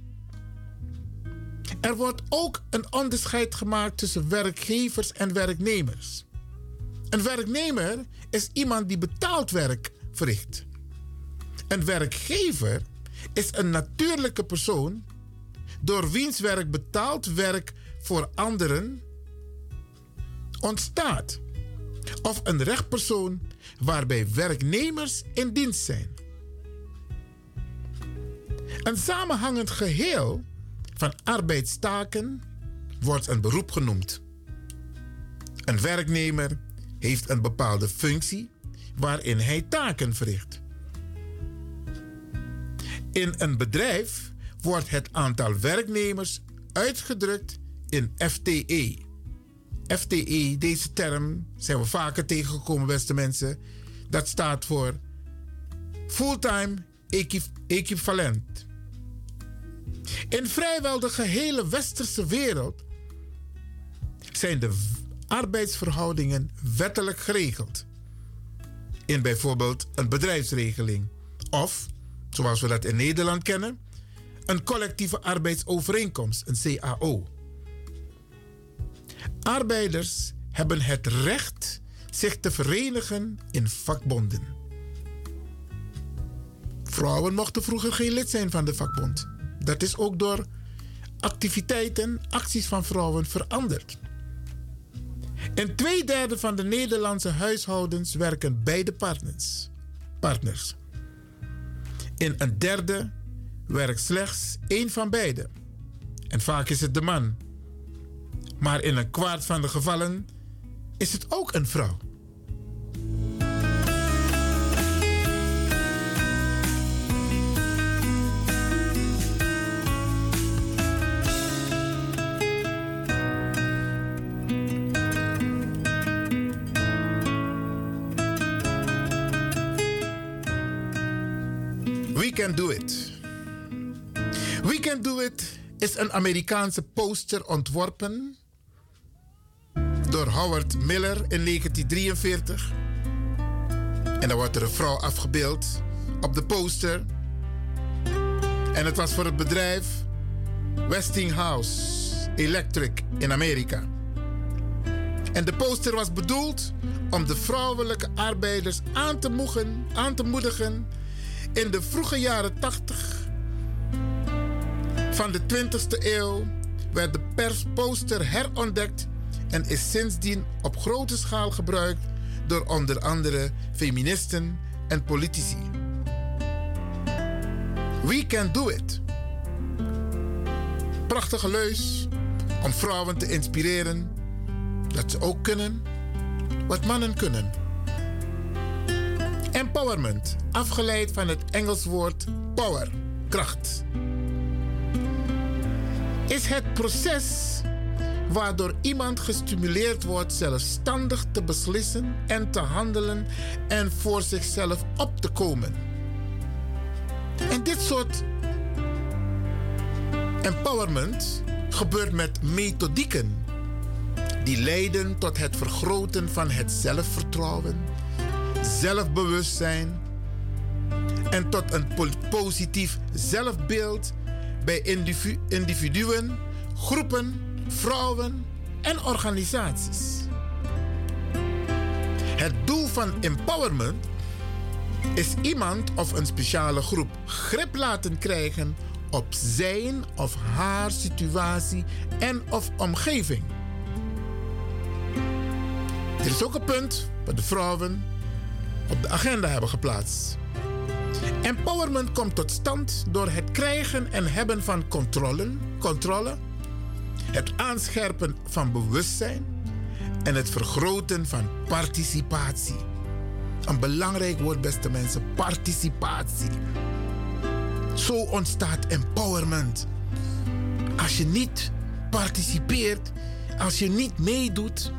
Er wordt ook een onderscheid gemaakt tussen werkgevers en werknemers. Een werknemer is iemand die betaald werk verricht. Een werkgever is een natuurlijke persoon door wiens werk betaald werk voor anderen ontstaat. Of een rechtpersoon waarbij werknemers in dienst zijn. Een samenhangend geheel van arbeidstaken wordt een beroep genoemd. Een werknemer heeft een bepaalde functie waarin hij taken verricht. In een bedrijf wordt het aantal werknemers uitgedrukt in F T E. F T E, deze term zijn we vaker tegengekomen, beste mensen. Dat staat voor Fulltime Equivalent. In vrijwel de gehele westerse wereld zijn de arbeidsverhoudingen wettelijk geregeld. In bijvoorbeeld een bedrijfsregeling of, zoals we dat in Nederland kennen, een collectieve arbeidsovereenkomst, een C A O. Arbeiders hebben het recht zich te verenigen in vakbonden. Vrouwen mochten vroeger geen lid zijn van de vakbond. Dat is ook door activiteiten, acties van vrouwen veranderd. In twee derde van de Nederlandse huishoudens werken beide partners. partners. In een derde werkt slechts één van beiden. En vaak is het de man. Maar in een kwart van de gevallen is het ook een vrouw. We Can Do It. We Can Do It is een Amerikaanse poster ontworpen door Howard Miller in negentien drieënveertig. En dan wordt er een vrouw afgebeeld op de poster. En het was voor het bedrijf Westinghouse Electric in Amerika. En de poster was bedoeld om de vrouwelijke arbeiders aan te, moegen, aan te moedigen. In de vroege jaren tachtig van de twintigste eeuw werd de persposter herontdekt en is sindsdien op grote schaal gebruikt door onder andere feministen en politici. We Can Do It. Prachtige leus om vrouwen te inspireren Dat ze ook kunnen wat mannen kunnen. Empowerment, afgeleid van het Engels woord power, kracht, is het proces waardoor iemand gestimuleerd wordt zelfstandig te beslissen en te handelen en voor zichzelf op te komen. En dit soort empowerment gebeurt met methodieken die leiden tot het vergroten van het zelfvertrouwen, zelfbewustzijn en tot een positief zelfbeeld bij individu- individuen, groepen, vrouwen en organisaties. Het doel van empowerment is iemand of een speciale groep grip laten krijgen op zijn of haar situatie en of omgeving. Dit is ook een punt wat de vrouwen op de agenda hebben geplaatst. Empowerment komt tot stand door het krijgen en hebben van controle, controle, het aanscherpen van bewustzijn en het vergroten van participatie. Een belangrijk woord, beste mensen, participatie. Zo ontstaat empowerment. Als je niet participeert, als je niet meedoet,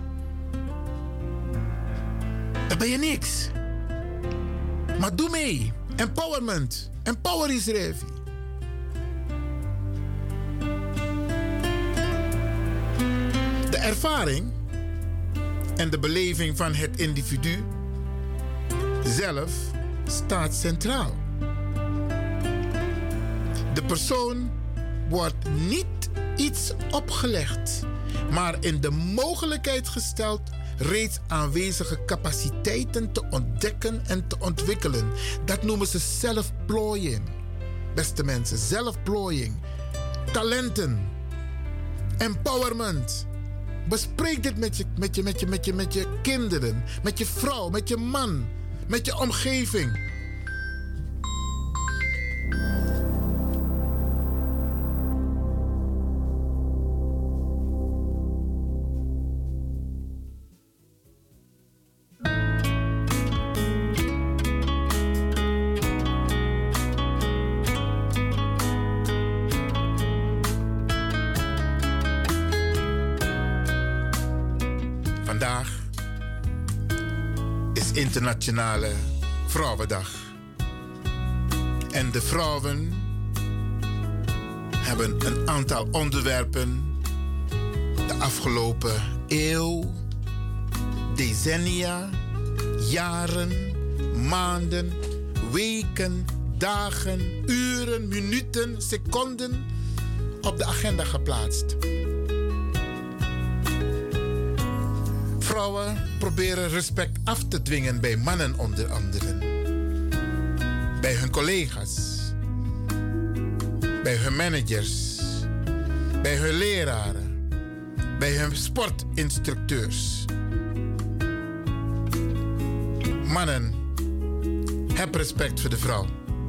dan ben je niks. Maar doe mee. Empowerment. Empower Israël. De ervaring en de beleving van het individu zelf staat centraal. De persoon wordt niet iets opgelegd, maar in de mogelijkheid gesteld reeds aanwezige capaciteiten te ontdekken en te ontwikkelen. Dat noemen ze zelfplooiing. Beste mensen, zelfplooiing. Talenten. Empowerment. Bespreek dit met je, met je, met je, met je, met je kinderen, met je vrouw, met je man, met je omgeving. Internationale Vrouwendag. En de vrouwen hebben een aantal onderwerpen de afgelopen eeuw, decennia, jaren, maanden, weken, dagen, uren, minuten, seconden op de agenda geplaatst. Vrouwen proberen respect af te dwingen bij mannen onder andere. Bij hun collega's. Bij hun managers. Bij hun leraren. Bij hun sportinstructeurs. Mannen, heb respect voor de vrouw.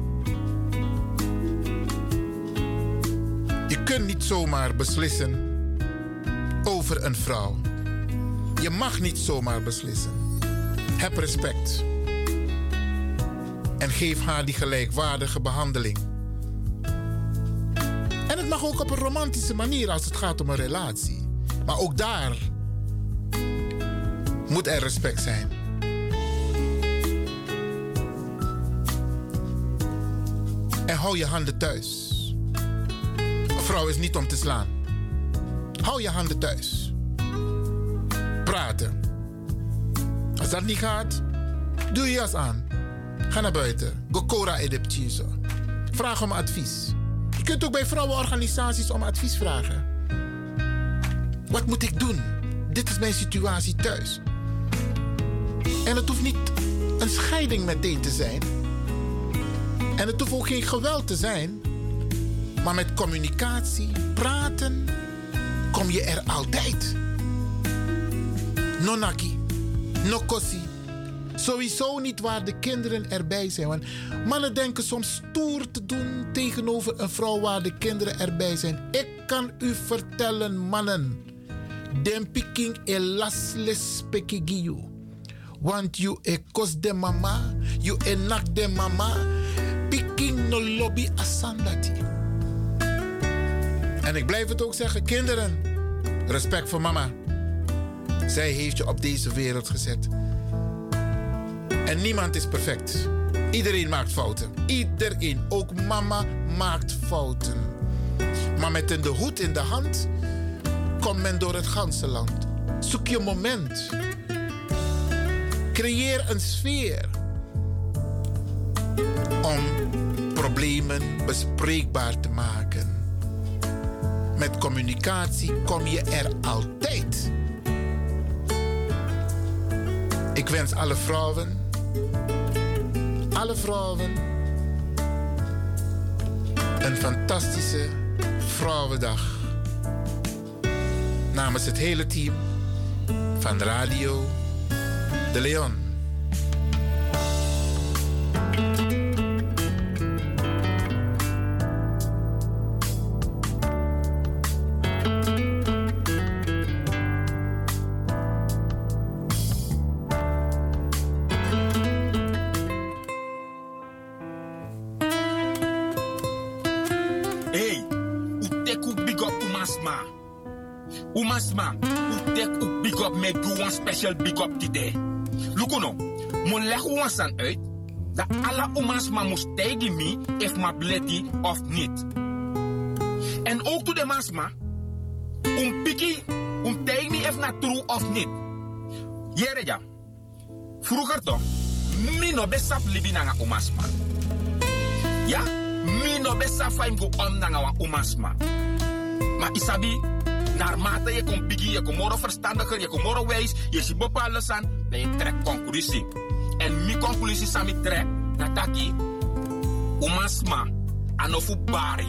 Je kunt niet zomaar beslissen over een vrouw. Je mag niet zomaar beslissen. Heb respect. En geef haar die gelijkwaardige behandeling. En het mag ook op een romantische manier als het gaat om een relatie. Maar ook daar moet er respect zijn. En hou je handen thuis. Een vrouw is niet om te slaan. Hou je handen thuis. Praten. Als dat niet gaat, doe je jas aan. Ga naar buiten. Gokora edepchizo. Vraag om advies. Je kunt ook bij vrouwenorganisaties om advies vragen. Wat moet ik doen? Dit is mijn situatie thuis. En het hoeft niet een scheiding meteen te zijn. En het hoeft ook geen geweld te zijn. Maar met communicatie, praten, kom je er altijd. Nonaki, nokosi. Sowieso niet waar de kinderen erbij zijn. Want mannen denken soms stoer te doen tegenover een vrouw waar de kinderen erbij zijn. Ik kan u vertellen, mannen. Den piking e lasles pekigiu. Want you e kos de mama, you e nak de mama. Piking no lobby asandati. En ik blijf het ook zeggen, kinderen, respect voor mama. Zij heeft je op deze wereld gezet. En niemand is perfect. Iedereen maakt fouten. Iedereen, ook mama, maakt fouten. Maar met de hoed in de hand komt men door het ganse land. Zoek je moment. Creëer een sfeer om problemen bespreekbaar te maken. Met communicatie kom je er altijd. Ik wens alle vrouwen, alle vrouwen, een fantastische Vrouwendag. Namens het hele team van Radio De Leon. Umasma, u tek u big up met you one special big up today. Lukuno, mon leg ons aan uit dat alle umasma moest tegen me if ma bleti of niet. En ook to de masma, um piki, um tegen me if na true of niet. Jereja, vroeger toch, mi no besap libi nanga umasma. Ja, mi no besap faim go om nanga wa umasma. Maar isabi, naarmate je komt pigi, je komt moro verstandiger, je komt moro wijs, je ziet bepaalde aan, dan je trekt conclusie. En mijn conclusie is aan trek, nataki, umasma, anofu bari.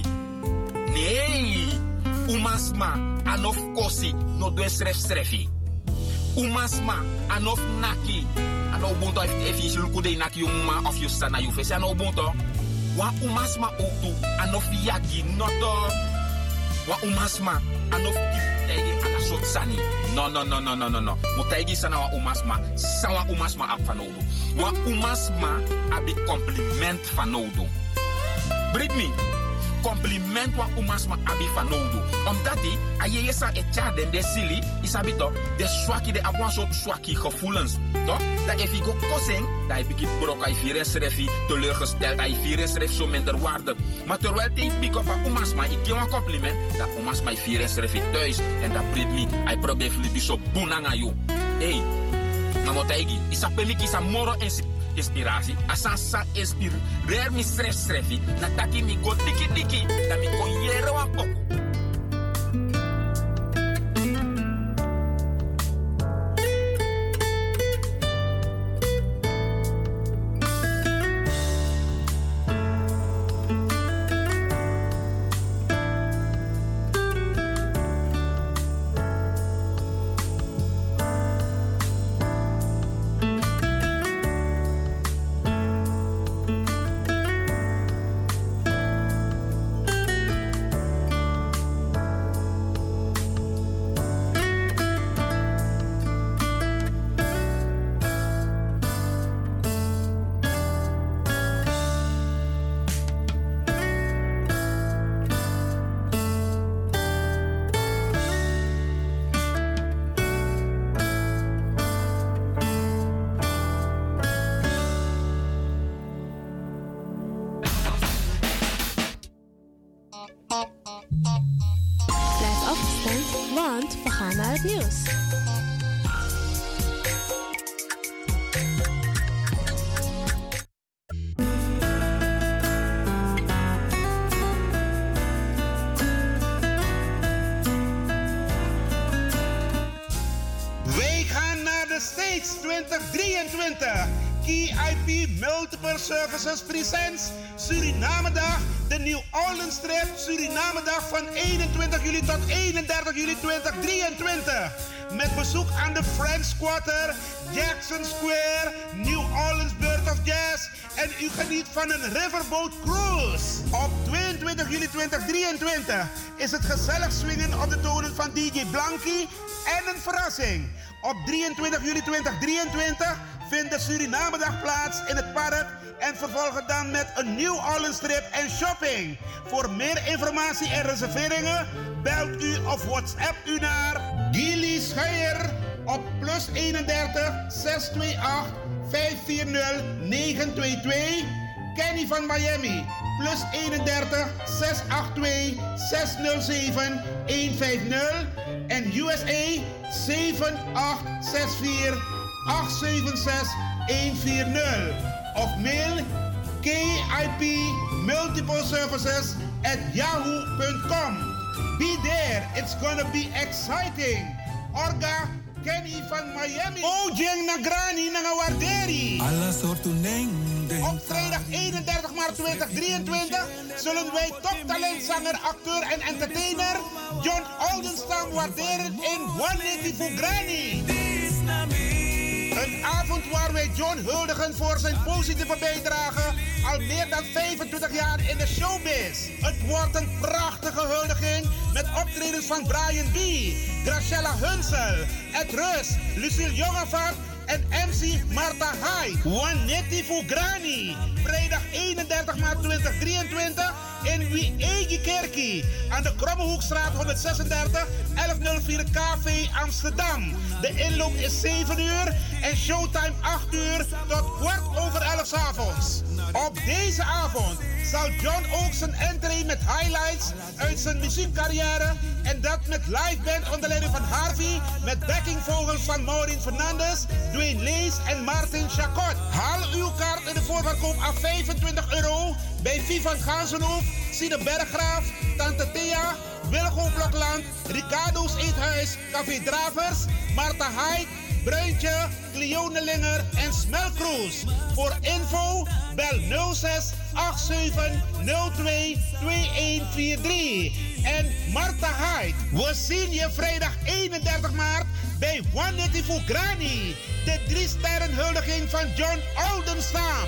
Nee, umasma, anof kosi, no doe stref strefi. Umasma, anof naki, ano bunto if je luku de naki uma of je sana you face, ano bunto. Wa umasma ook anof yagi, noto. Wa umasma, anof tegi ana sot sani. No, no, no, no, no, no, no. Mutaigi sana wa umasma, sawa umasma ap fanodo. Wa umasma abi compliment fanodo. Bring me. Compliment wa umasma abi fanodo. Omdat die, aye yesa e charden de sili, isabito, de swaki de abwan soort swaki gevoelens. Toch? Dat if je go kossing, dat je begint brok, je virus refi, teleurgesteld, dat je virus ref zo minder waarde. Maar terwijl ik pick op aan umasma, ik geef een compliment, dat umasma je virus refi thuis. En dat brengt me, hij probeert je zo boenang aan jou. Hey, nou wat hij giet, is dat pemik is een moro inspiratie. Als sa inspireer me stress refi, dat dat ik go tiki tiki, dat ik kon jeren wat poko. Services presents Surinamedag, de New Orleans trip Surinamedag van eenentwintig juli tot eenendertig juli tweeduizend drieëntwintig. Met bezoek aan de French Quarter, Jackson Square, New Orleans Bird of Jazz en u geniet van een riverboat cruise. Op tweeëntwintig juli tweeduizend drieëntwintig is het gezellig swingen op de tonen van D J Blankie en een verrassing. Op drieëntwintig juli tweeduizend drieëntwintig vindt de Surinamedag plaats in het park en vervolgen dan met een New Orleans trip en shopping. Voor meer informatie en reserveringen belt u of WhatsApp u naar Gilly Scheier op plus eenendertig zeshonderdachtenveertig vijfhonderdveertig negenhonderdtweeëntwintig. Kenny van Miami plus eenendertig zeshonderdtweeëntachtig zeshonderdzeven honderdvijftig en U S A zeven acht zes vier acht zeven zes honderdveertig of mail K I P Multiple Services at yahoo dot com. Be there, it's gonna be exciting. Orga Kenny van Miami. Ojeng Nagrani Nangawarderi. Op vrijdag eenendertig maart tweeduizend drieëntwintig zullen wij toptalentzanger, acteur en entertainer John Oldenstam waarderen in One Fugrani. Een avond waar wij John huldigen voor zijn positieve bijdrage al meer dan vijfentwintig jaar in de showbiz. Het wordt een prachtige huldiging met optredens van Brian B., Graciela Hunsel, Ed Rus, Lucille Jongevaart en M C Marta Hai. Juanetti Fugrani. Vrijdag eenendertig maart tweeduizend drieëntwintig in Wiegekerkie aan de Krommehoekstraat honderdzesendertig elfhonderdvier K V Amsterdam. De inloop is zeven uur en showtime acht uur tot kwart over elf 's avonds. Op deze avond zal John ook zijn entree met highlights uit zijn muziekcarrière en dat met live band onder leiding van Harvey met backingvogels van Maureen Fernandes, Dwayne Lees en Martin Chacot. Haal uw kaart in de voorverkoop af vijfentwintig euro bij Vivan Gansenhoef, Sine Berggraaf, Tante Thea, Wilgo Blokland, Ricardo's Eethuis, Café Dravers, Marta Haid, Bruintje, Cleone Linger en Smelkroes. Voor info bel nul zes acht zeven nul twee twee een vier drie. En Marta Haid, we zien je vrijdag eenendertig maart bij Juanetti Fugrani. De drie sterren huldiging van John Oldenstam.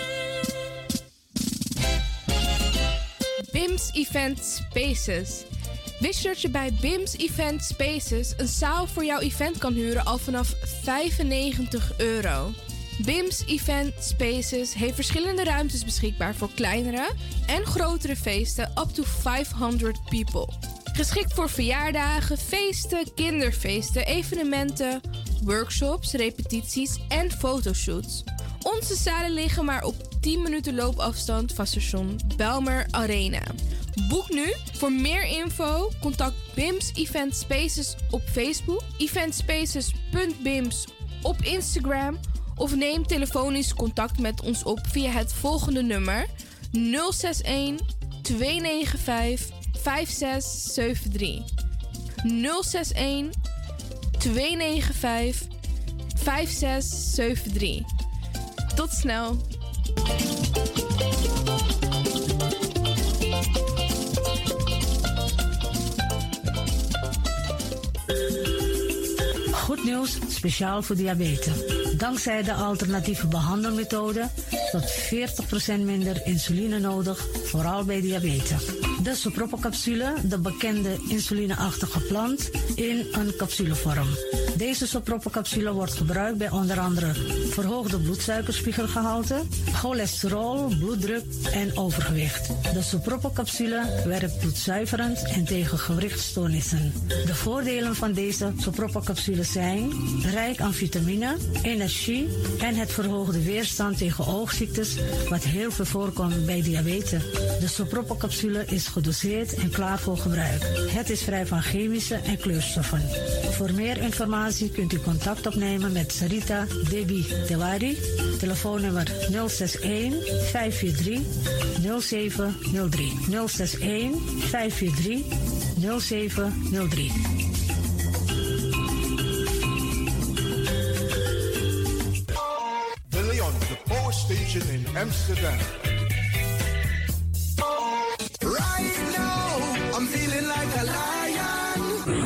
B I M S Event Spaces. Wist je dat je bij B I M S Event Spaces een zaal voor jouw event kan huren al vanaf vijfennegentig euro? B I M S Event Spaces heeft verschillende ruimtes beschikbaar voor kleinere en grotere feesten up to vijfhonderd people. Geschikt voor verjaardagen, feesten, kinderfeesten, evenementen, workshops, repetities en fotoshoots. Onze zalen liggen maar op tien minuten loopafstand van station Belmer Arena. Boek nu. Voor meer info contact B I M S Event Spaces op Facebook, eventspaces punt bims op Instagram of neem telefonisch contact met ons op via het volgende nummer nul zes een twee negen vijf vijf zes zeven drie. nul zes een twee negen vijf vijf zes zeven drie. Tot snel. Goed nieuws, speciaal voor diabetes. Dankzij de alternatieve behandelmethode tot veertig procent minder insuline nodig, vooral bij diabetes. De Sopropo-capsule, de bekende insulineachtige plant, in een capsulevorm. Deze Sopropo-capsule wordt gebruikt bij onder andere verhoogde bloedsuikerspiegelgehalte, cholesterol, bloeddruk en overgewicht. De Sopropo-capsule werkt bloedzuiverend en tegen gewrichtstoornissen. De voordelen van deze Sopropo-capsule zijn rijk aan vitamine, energie en het verhoogde weerstand tegen oogziektes, wat heel veel voorkomt bij diabetes. De Sopropo-capsule is gedoseerd en klaar voor gebruik. Het is vrij van chemische en kleurstoffen. Voor meer informatie kunt u contact opnemen met Sarita Debi Tewari. Telefoonnummer nul zes een vijf vier drie nul zeven nul drie. nul zes een vijf vier drie nul zeven nul drie. De Leon, the power station in Amsterdam. Right now, I'm feeling like a lion.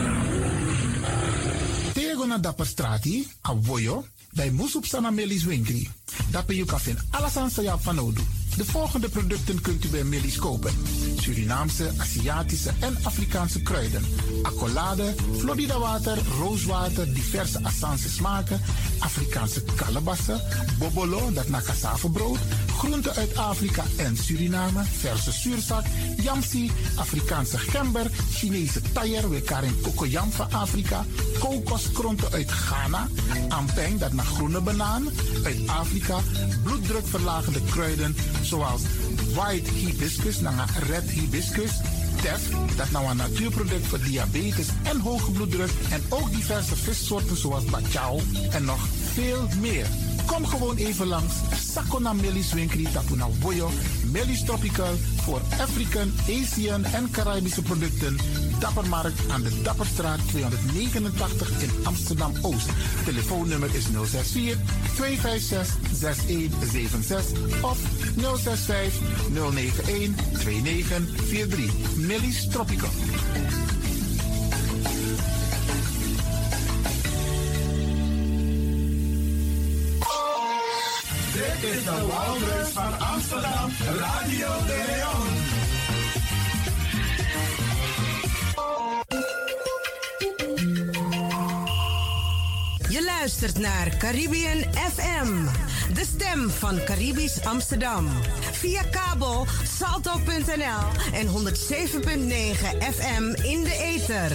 Tego na dapper strati, a voyo, bij Moesop Sana Melis Winkri. Dapper you kan vinden alles aan sa van Odu. De volgende producten kunt u bij Millie's kopen: Surinaamse, Aziatische en Afrikaanse kruiden, accolade, Florida water, rooswater, diverse Assange smaken, Afrikaanse kalebassen, bobolo, dat na cassavebrood, groenten uit Afrika en Suriname, verse zuurzak, yamsi, Afrikaanse gember, Chinese taier, we karin kokoyam van Afrika, kokoskronten uit Ghana, ampeng, dat naar groene banaan, uit Afrika, bloeddrukverlagende kruiden zoals white hibiscus, naar red hibiscus, tef, dat nou een natuurproduct voor diabetes en hoge bloeddruk, en ook diverse vissoorten zoals bachao en nog veel meer. Kom gewoon even langs. Sakona Millie's Winkri Tapuna Boyo. Millie's Tropical voor African, Asian en Caribische producten. Dappermarkt aan de Dapperstraat tweehonderdnegenentachtig in Amsterdam-Oost. Telefoonnummer is nul zes vier, twee vijf zes, zes een zeven zes of nul zes vijf, nul negen een, twee negen vier drie. Millie's Tropical. Dit is de Wouders van Amsterdam, Radio de Leon. Je luistert naar Caribbean F M, de stem van Caribisch Amsterdam. Via kabel salto punt n l en honderd zeven punt negen F M in de ether.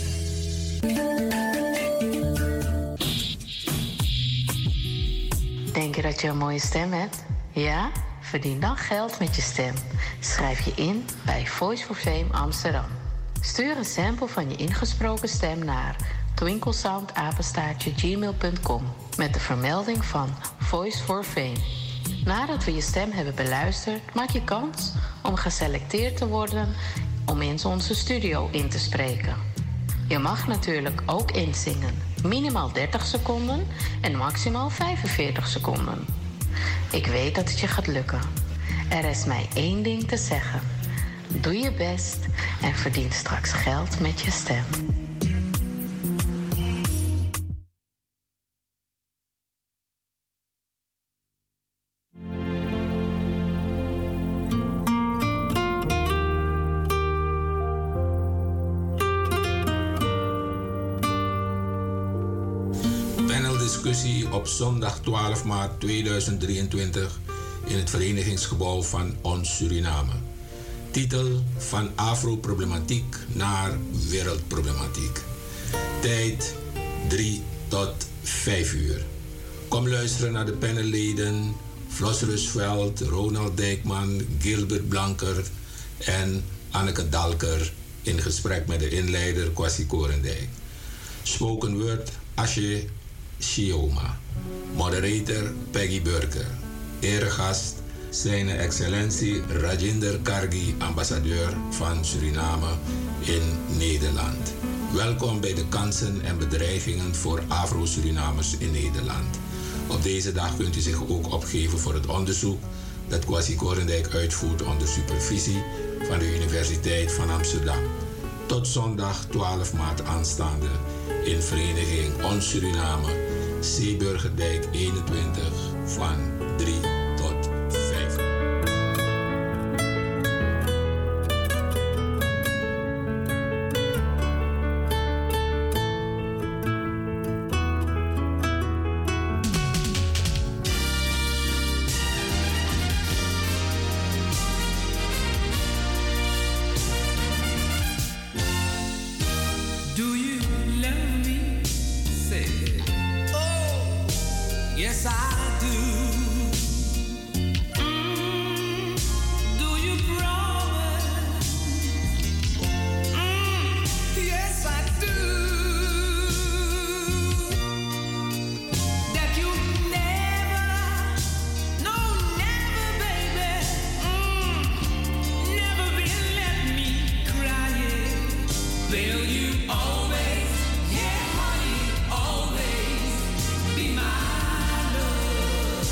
Denk je dat je een mooie stem hebt? Ja? Verdien dan geld met je stem. Schrijf je in bij Voice for Fame Amsterdam. Stuur een sample van je ingesproken stem naar twinklesoundapenstaartje gmail punt com met de vermelding van Voice for Fame. Nadat we je stem hebben beluisterd, maak je kans om geselecteerd te worden om in onze studio in te spreken. Je mag natuurlijk ook inzingen. Minimaal dertig seconden en maximaal vijfenveertig seconden. Ik weet dat het je gaat lukken. Er is mij één ding te zeggen. Doe je best en verdien straks geld met je stem. Discussie op zondag twaalf maart tweeduizend drieëntwintig in het verenigingsgebouw van Ons Suriname. Titel: Van Afro-problematiek naar wereldproblematiek. Tijd drie tot vijf uur. Kom luisteren naar de panelleden Flos Rusveld, Ronald Dijkman, Gilbert Blanker en Anneke Dalker in gesprek met de inleider Kwasi Korendijk. Spoken word Asje Shioma. Moderator Peggy Burker. Eregast zijn excellentie Rajinder Kargi, ambassadeur van Suriname in Nederland. Welkom bij de kansen en bedreigingen voor Afro-Surinamers in Nederland. Op deze dag kunt u zich ook opgeven voor het onderzoek dat Kwasi Korendijk uitvoert onder supervisie van de Universiteit van Amsterdam. Tot zondag twaalf maart aanstaande in vereniging Ons Suriname, Zeeburgerdijk eenentwintig van drie tot vijf. Do you love me? Say it. Oh, yes I do. Mm, do you promise? Mm, yes I do. That you never, no never baby, mm, never will let me cry. Will you always, yeah honey, always be my love?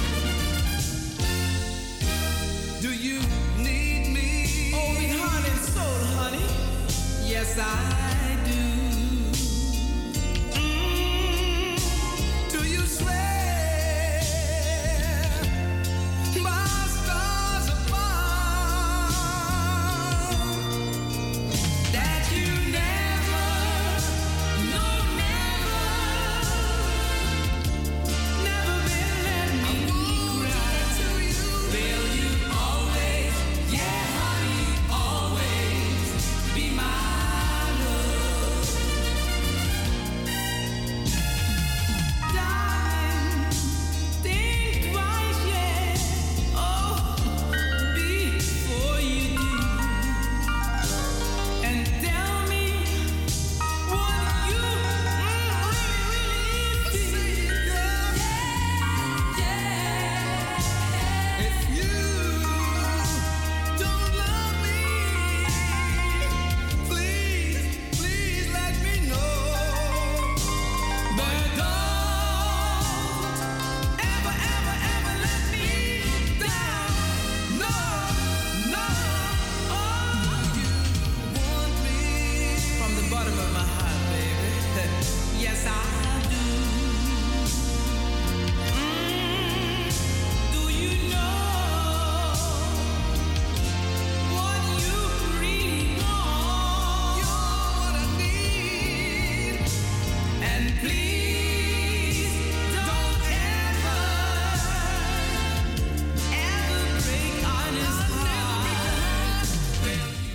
Do you need me? Oh, me heart and soul, honey. Yes, I do. Mm, do you swear by stars?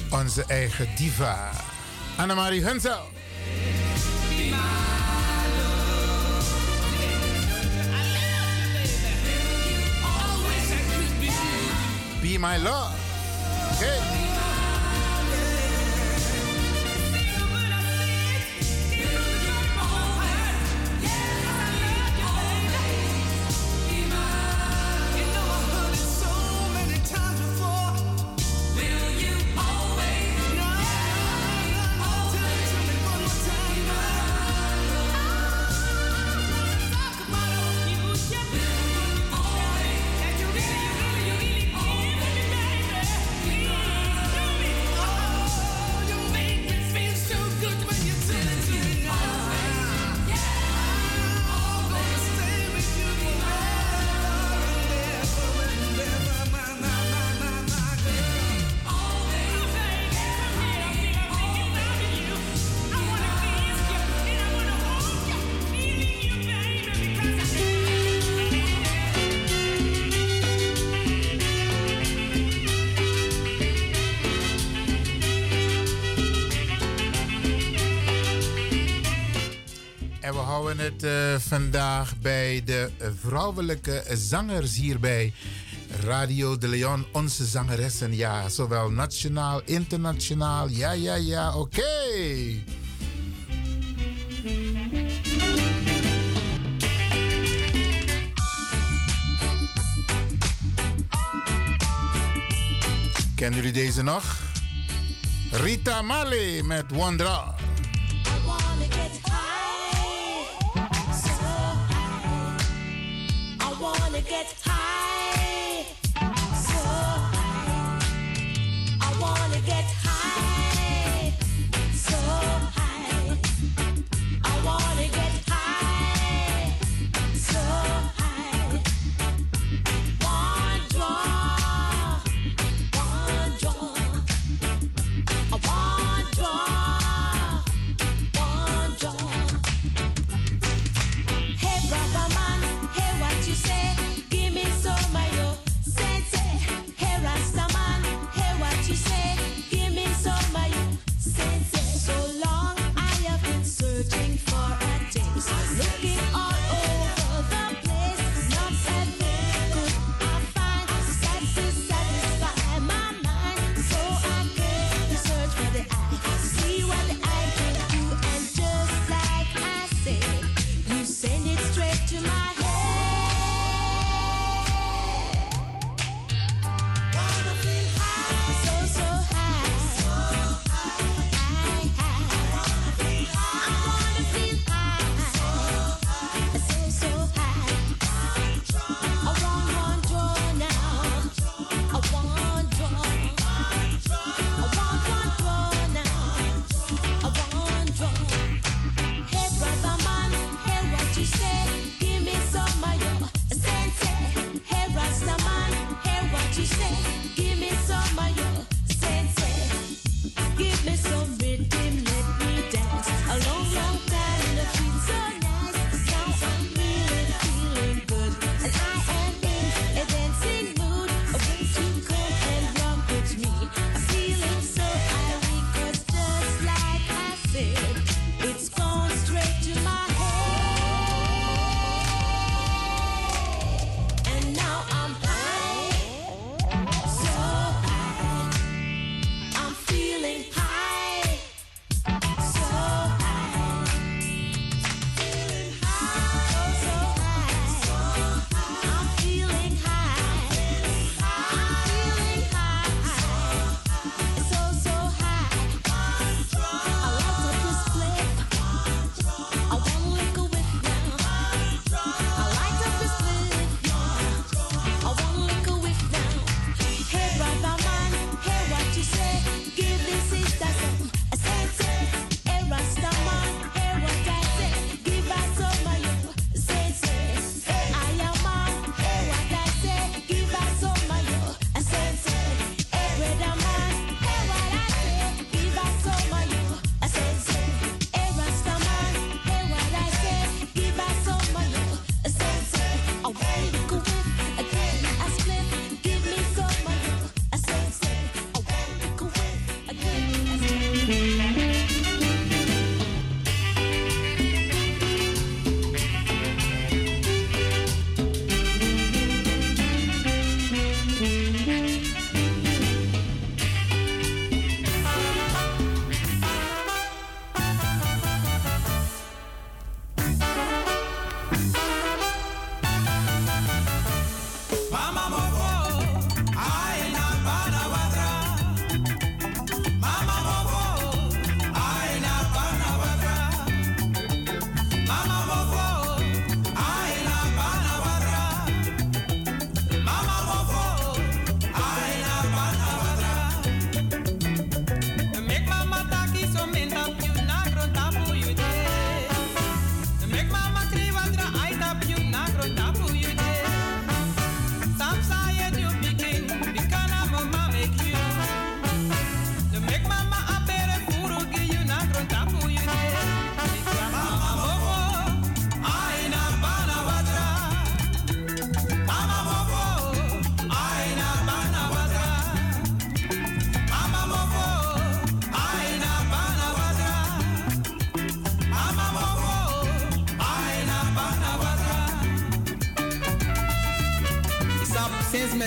Onze eigen diva. Annemarie Hunsel. Be my love. Okay. En we houden het uh, vandaag bij de vrouwelijke zangers hier bij Radio de Leon. Onze zangeressen, ja. Zowel nationaal, internationaal. Ja, ja, ja, oké. Okay. Kennen jullie deze nog? Rita Marley met Wondra. Get high, so high. I wanna get high, so high. I wanna get high, so high. One draw, one draw. I want draw, one draw. Hey brother man, hey what you say? So my yo, say say, hey Rasta man, hey what you say? Give me some my yo, say say. So long I have been searching for a taste, looking all over the place. Not that could I find that to satisfy my mind. So I came to search for the eye, see what the eye can do, and just like I said, you send it straight to my head. So, so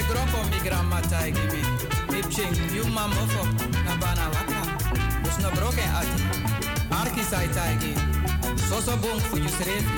groko mi grandma taigi mi. Mi ching, you mama fo, na bana watra. Dus na broke ati. Arki sai taigi. Soso bong fu you srefi.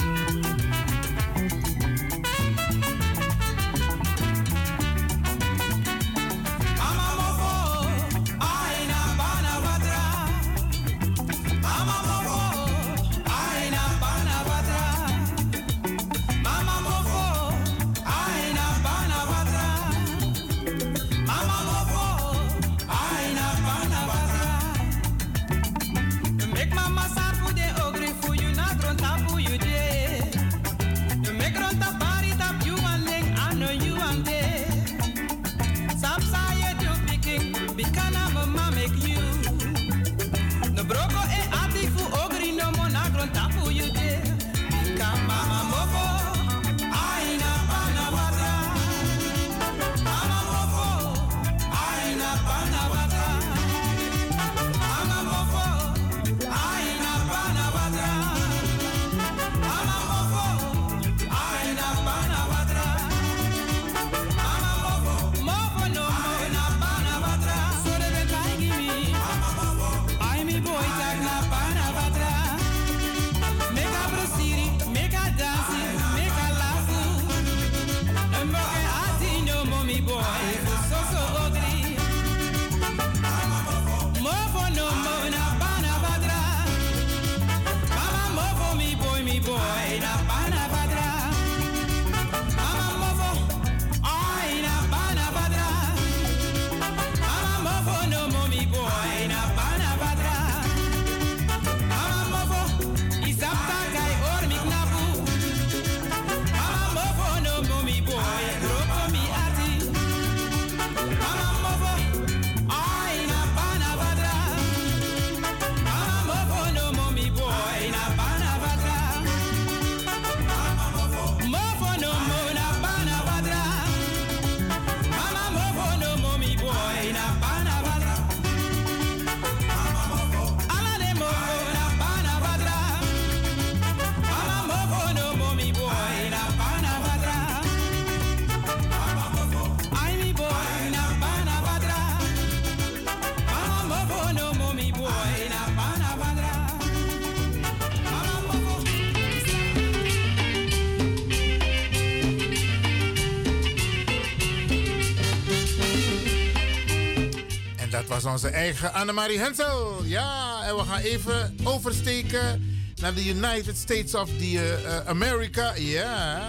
Was onze eigen Annemarie Hensel. Ja, en we gaan even oversteken naar de United States of the, uh, uh, America. Ja.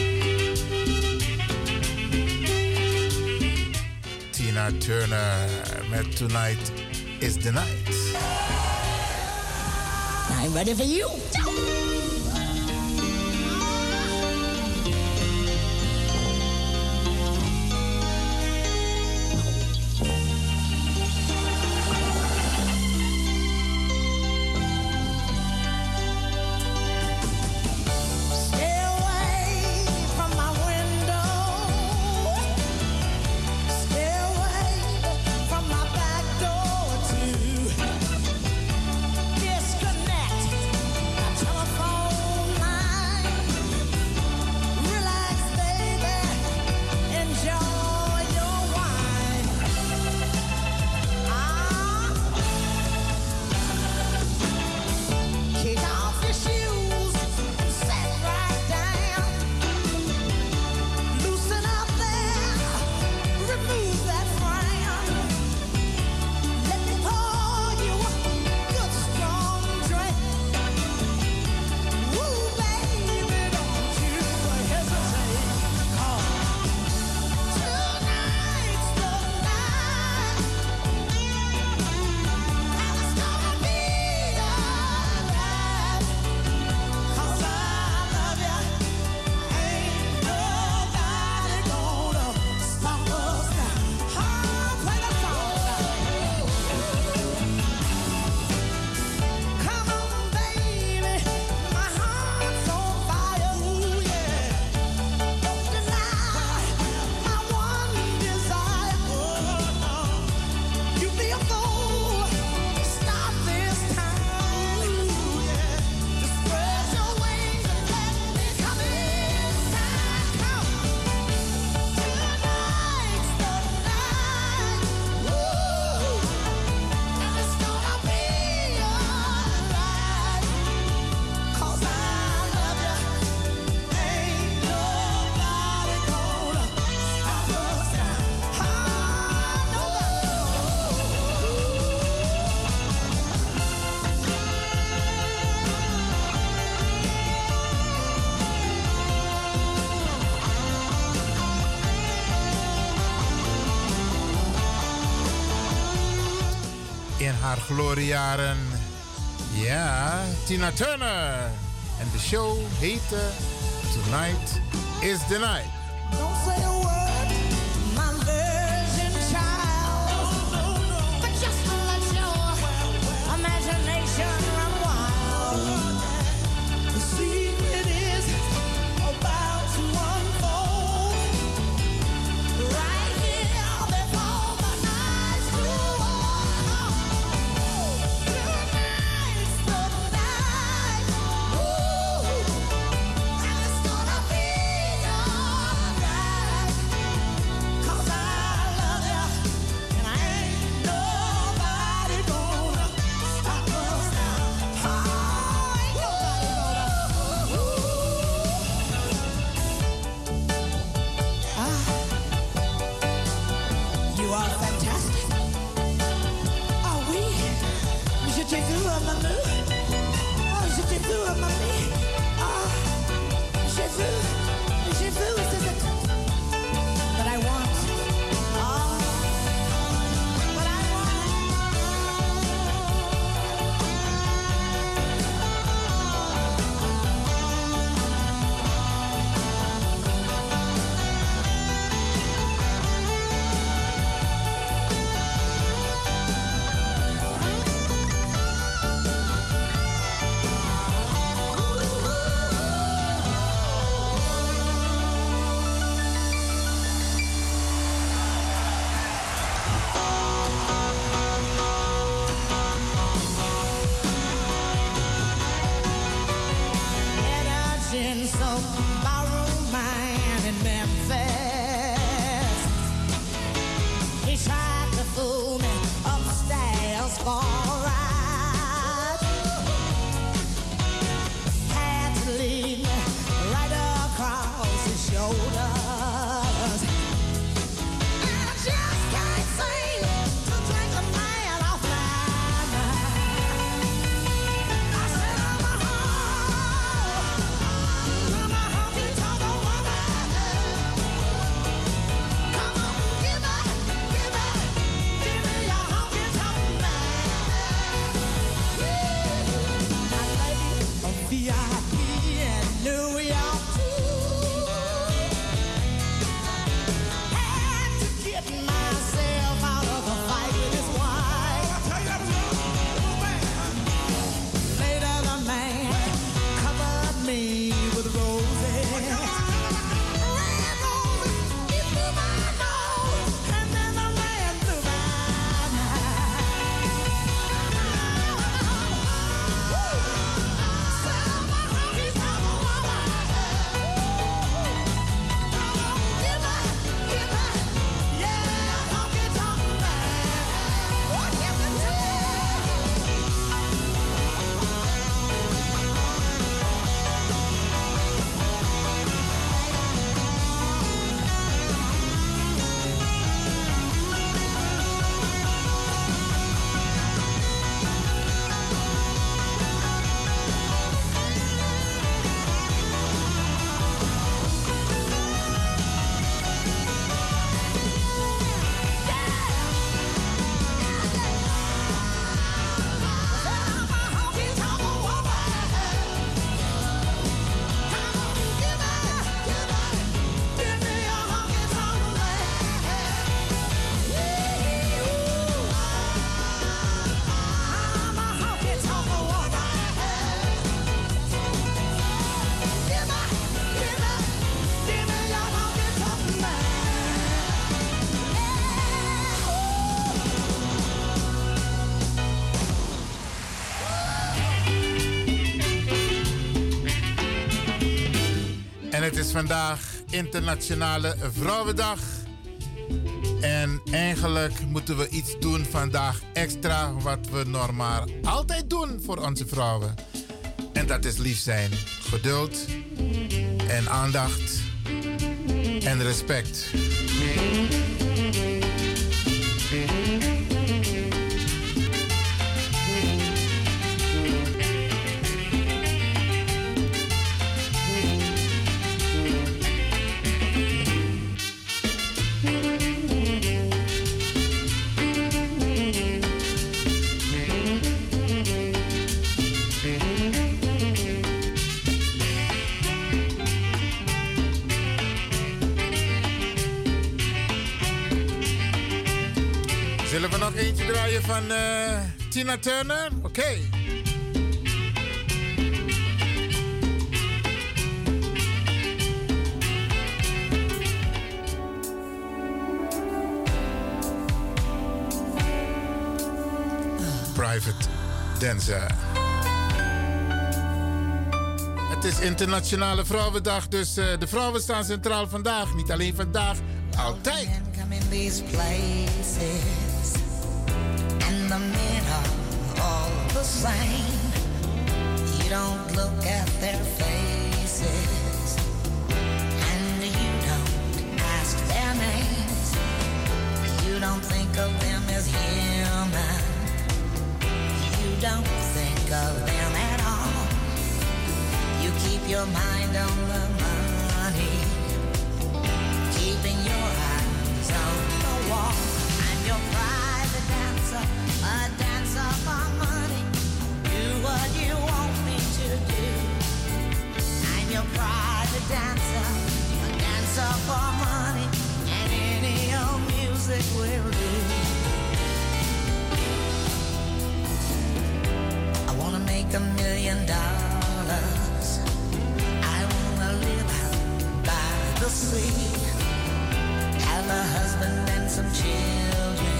Tina Turner met Tonight is the Night. I'm ready for you. Disconnect. Telephone in haar gloriejaren. Ja, Tina Turner. En de show heette Tonight is the Night. Don't say a word, my virgin child. But just to let your imagination run wild. The secret is about to unfold. Right here before the night's through. Tonight's the night. Ooh. And it's gonna be alright. 'Cause I love you, and I ain't nobody gonna stop us now. Oh, ain't nobody gonna. Ooh. Ah, you are fantastic. Oh, oui, je t'ai vu à ma main. Oh, je t'ai vu à ma main. Ah, j'ai vu, j'ai vu, c'est ça that I want. Oh, what I Imagine some borrowed man in Memphis. He tried to fool me upstairs for a ride. Had to lead me right across his shoulders. And I just can't seem to take a man off my mind. I said I'm a I'm a honky-tonk woman. Come on, give me, give me, give me your honky-tonk man. My lady, a V I P in New York too. Had to get myself out of a fight with his wife. Later the man covered me with roses. Red roses into my nose, and then I ran through my mind. Woo! Said I'm a honky-tonk woman. Come on, give me, give me, yeah, honky-tonk man. What can we do? En het is vandaag Internationale Vrouwendag. En eigenlijk moeten we iets doen vandaag extra wat we normaal altijd doen voor onze vrouwen. En dat is lief zijn, geduld en aandacht en respect. Zullen we nog eentje draaien van uh, Tina Turner? Oké. Okay. Private Dancer. Het is Internationale Vrouwendag, dus uh, de vrouwen staan centraal vandaag. Niet alleen vandaag, altijd. The men are all the same. You don't look at their faces, and you don't ask their names. You don't think of them as human. You don't think of them at all. You keep your mind on the money, keeping your eyes on the wall. I'm your private dancer, a dancer for money. Do what you want me to do. I'm your private dancer, a dancer for money, and any old music will do. I wanna make a million dollars. I wanna live out by the sea, have a husband and some children.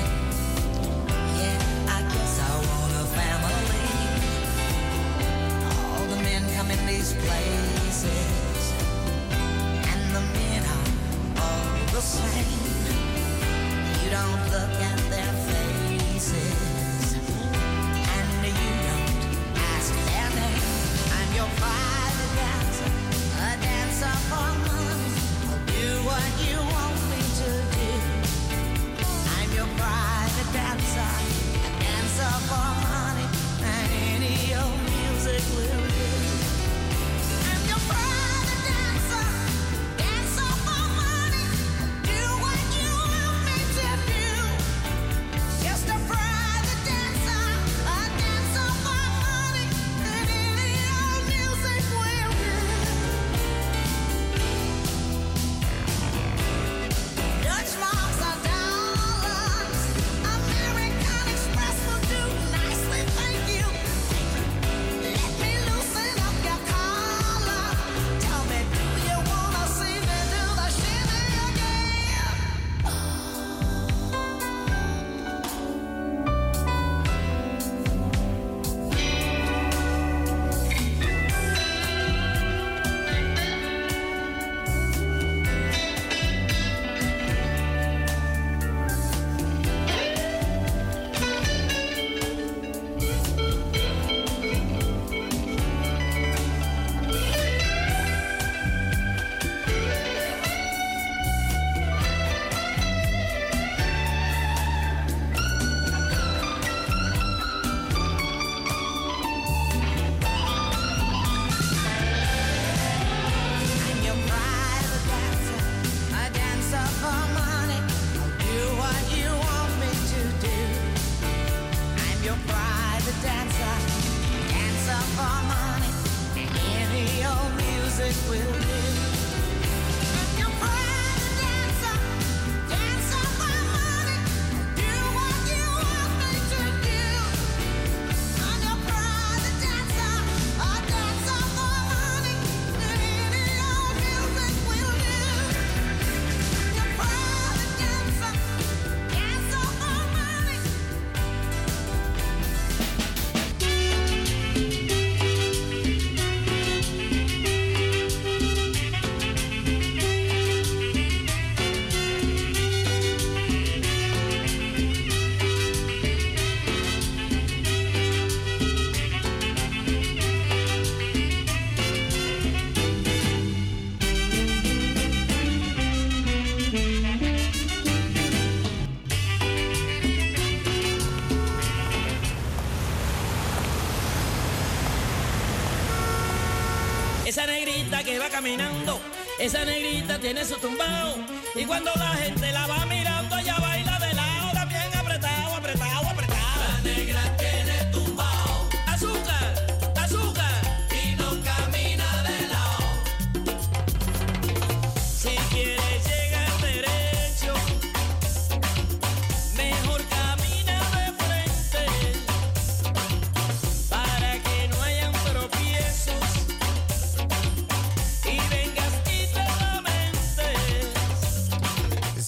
Come in these places, and the men are all the same. You don't look at their faces, and you don't ask their name. I'm your private dancer, a dancer for money. I'll do what you want me to do. I'm your private dancer, a dancer for money, and any old music will do. Esa negrita que va caminando, esa negrita tiene su tumbao. Y cuando la gente la va mirando, ella baila de lado, también apretado, apretado, apretado. La negra tiene tumbao. Azúcar, azúcar. Y no camina de lado. Si quieres llegar derecho, mejor camina.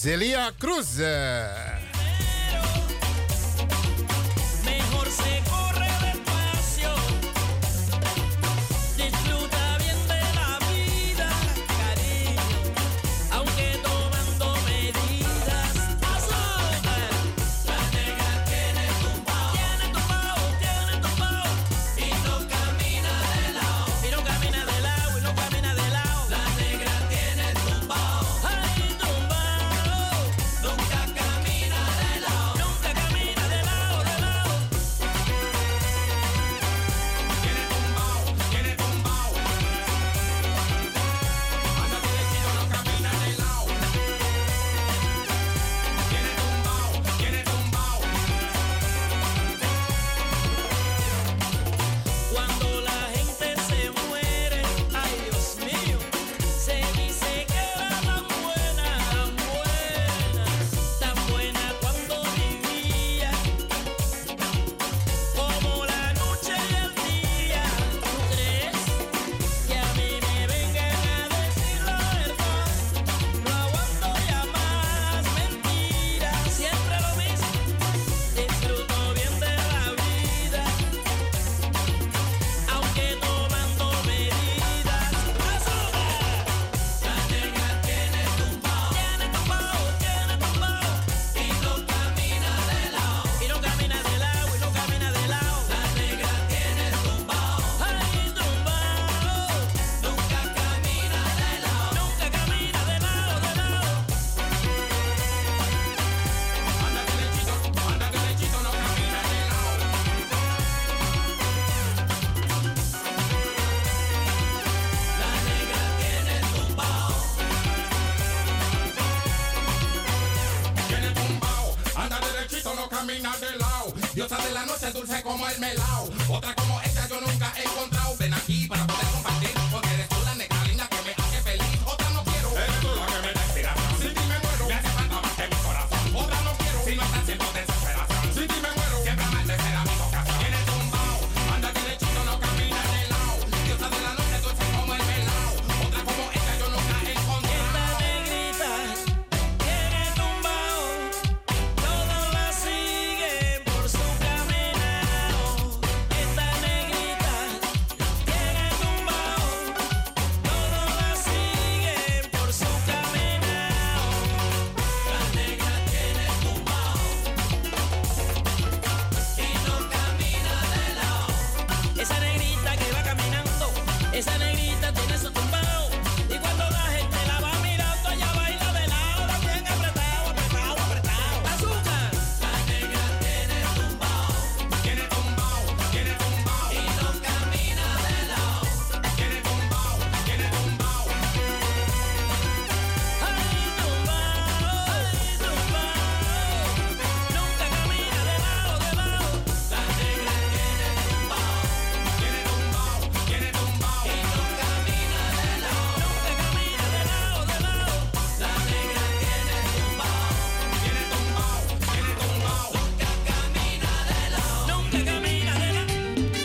Zelia Cruz. Mejor se corre despacio. Disfruta bien de la vida, cariño. Aunque tomando medidas. Azúcar. La negra tiene tumbao. Tiene tumbao, tiene tumbao. Y no camina de lado. Y no camina de lado, y no camina de lado. La negra tiene tumbao. Ay, tumbao. Nunca camina de lado. Nunca camina de lado, de lado. Tiene tumbao, tiene tumbao. Anda derechito, no camina de lado. Tiene tumbao, tiene tumbao. Cuando la gente se muere, ay Dios mío, se dice que era tan buena, tan buena, tan buena cuando vivía, como la noche y el día. ¿Tú crees que a mí me vengan a decir la verdad? No aguanto ya más mentiras, siempre lo mismo, disfruto bien de la vida, aunque tomando medidas. Azúcar. La negra tiene tumbao, tiene tumbao, tiene tumbao. Y no camina de lado, y no camina de lado, y no camina de lado. La negra tiene tumbao, ay tumbao. Nunca camina de lado, nunca camina de lado, de lado. Anda derechito, anda derechito, no camina de lado. La negra tiene tumbao. Tiene tumbao, anda derechito, no camina de lado. Diosa de la noche, dulce como el melao. Otra como ella yo nunca he encontrado. Ven aquí para poder compartir, porque eres tú la negra linda que me hace feliz. Otra no quiero, eres tú la que me da inspiración. Sin ti me muero, me hace falta más que mi corazón. Otra no quiero, si no estás siendo desesperación. Sin ti me muero, siempre amarte será mi vocación. Tiene tumbao, anda derechito, no camina de lado. Diosa de la noche, dulce como el melao. Otra como ella yo nunca he encontrado. Esta negrita tiene tumbao, todos la siguen por su caminado. Esta negrita tiene tumbao, todos la siguen por su caminado. La negra tiene tumbao y no camina de lado. Esa negrita que va caminando, esa negrita tiene su tumbao. Y cuando la gente la va mirando, ella baila de lado, bien apretado, apretado, apretado. Azúcar. La negra tiene tumbao, tiene tumbao, tiene tumbao. Y no camina de lado. Tiene tumbao, tiene tumbao. Ay, tumbao, ay, tumbao. Nunca camina de lado, de lado. La negra tiene tumbao, tiene tumbao, tiene tumbao. Y no camina de lado. Nunca camina de lado, de lado. La negra tiene tumbao, tiene tumbao, tiene tumbao. Nunca camina de lado. Nunca camina de lado.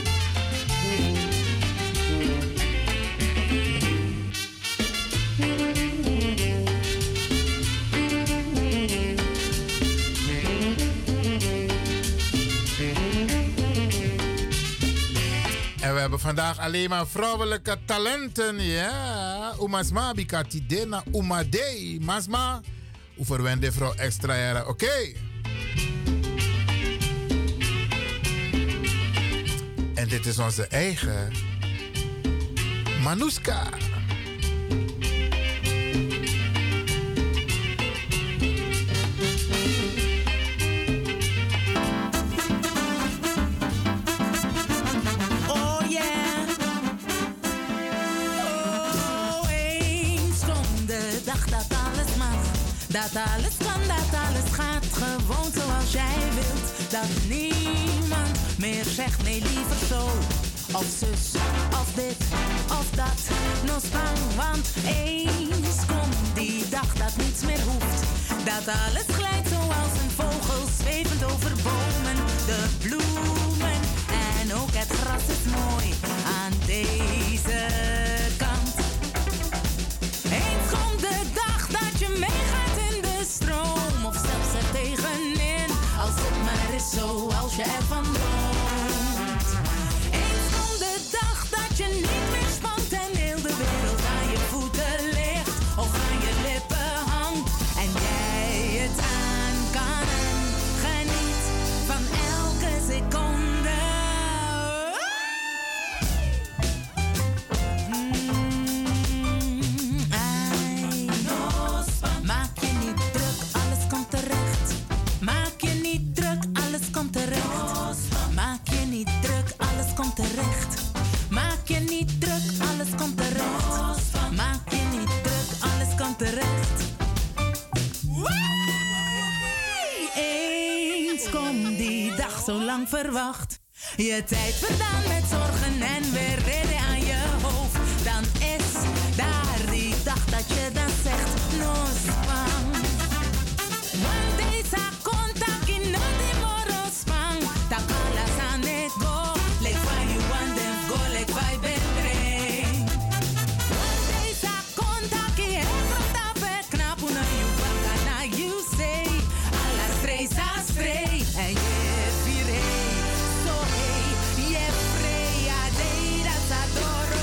En we hebben vandaag alleen maar vrouwelijke talenten. Ja, Umasma Bikatidena Umade. Masma, hoe verwend de vrouw extra jaren? Oké. En dit is onze eigen Manuska. Oh yeah. Oh, eens komt de dag dat alles mag. Dat alles kan, dat alles gaat. Gewoon zoals jij wilt. Dat niemand meer zegt nee, liever zo. Of zus, of dit, of dat. No spang, want eens komt die dag dat niets meer hoeft. Dat alles glijdt zoals een vogel zwevend over bomen. De bloemen en ook het gras is mooi aan deze kant. Eens komt de dag dat je meegaat in de stroom. je ervan droomt. Eens komt de dag dat je niet meer spant en heel de wereld aan je voeten ligt of aan je lippen hangt en jij het aan kan en geniet van elke seconde. Maak je niet druk, alles komt terecht. Maak je niet druk, alles komt terecht. Maak je niet druk, alles komt terecht. Maak je niet druk, alles komt terecht. Maak je niet druk, alles komt terecht. Eens komt die dag zo lang verwacht. Je tijd verdaan met zorgen en weer reden aan je hoofd. Dan is daar die dag dat je dan zegt, no spang. One day sa contact in no tomorrow spang. Takala sa nego, like why you want them go like why ben brain. One day sa contact in every tape knap una you baka na you say. Alla stray sa stray and yeah virei. So hey, yeah frey a day that's adoro.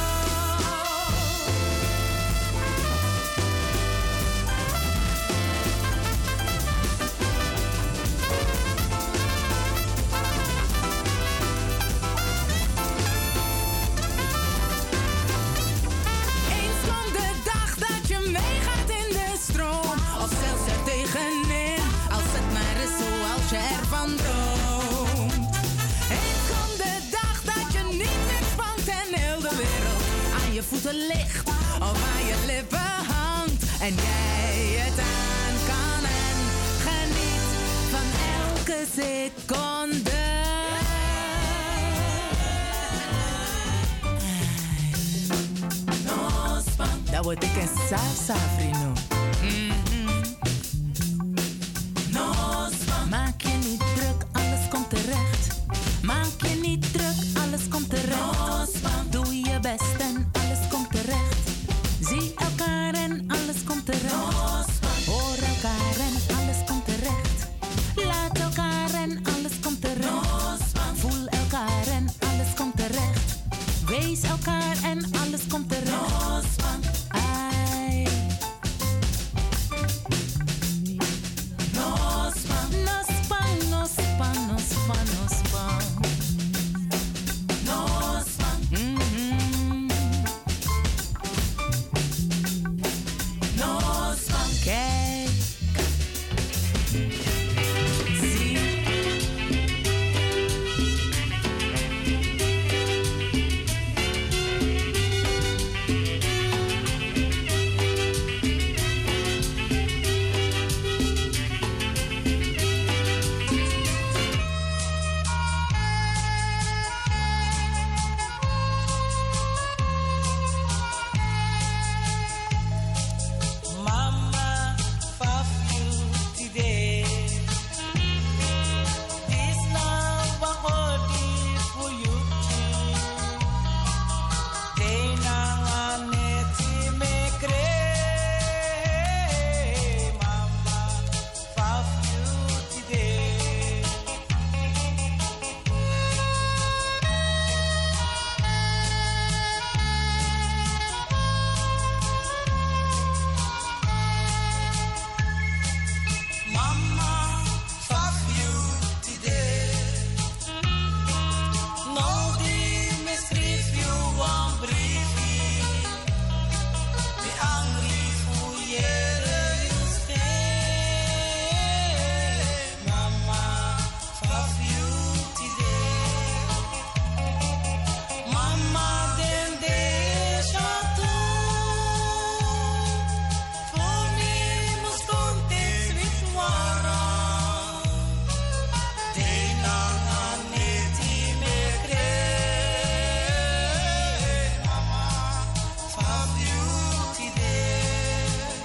Eens komt de dag dat je meegaat in de stroom, of zelfs er tegenin, als het maar is zoals je ervan droomt. Eens komt de dag dat je niet meer spant en heel de wereld aan je voeten ligt of aan je lippen hangt en jij het aan kan en geniet van elke seconde. No spang. Dat wordt ik een salsa, vriendo. No spang. Maak je niet druk, alles komt terecht. Maak je niet druk, alles komt terecht. No spang. Doe je best en alles komt terecht. Zie elkaar en alles komt terecht. No spang. Hoor elkaar en alles komt terecht. Laat elkaar en alles komt terecht. No spang. Voel elkaar en alles komt terecht. Wees elkaar en alles komt terecht. No spang. Ai. No spang. No spang, no spang, no spang, no spang. No spang. Mhm. No spang. Kijk. Zie. Mama, fuck you today. This love I hold it for you. They now neti me cree. Mama, fuck you today. Mama, fuck you today. No di me scrive you one brief. Me angry for you stay. Mama, fuck you today. Mama, then they shut for me must context with water. They now neti me cree. Mama, fuck you today.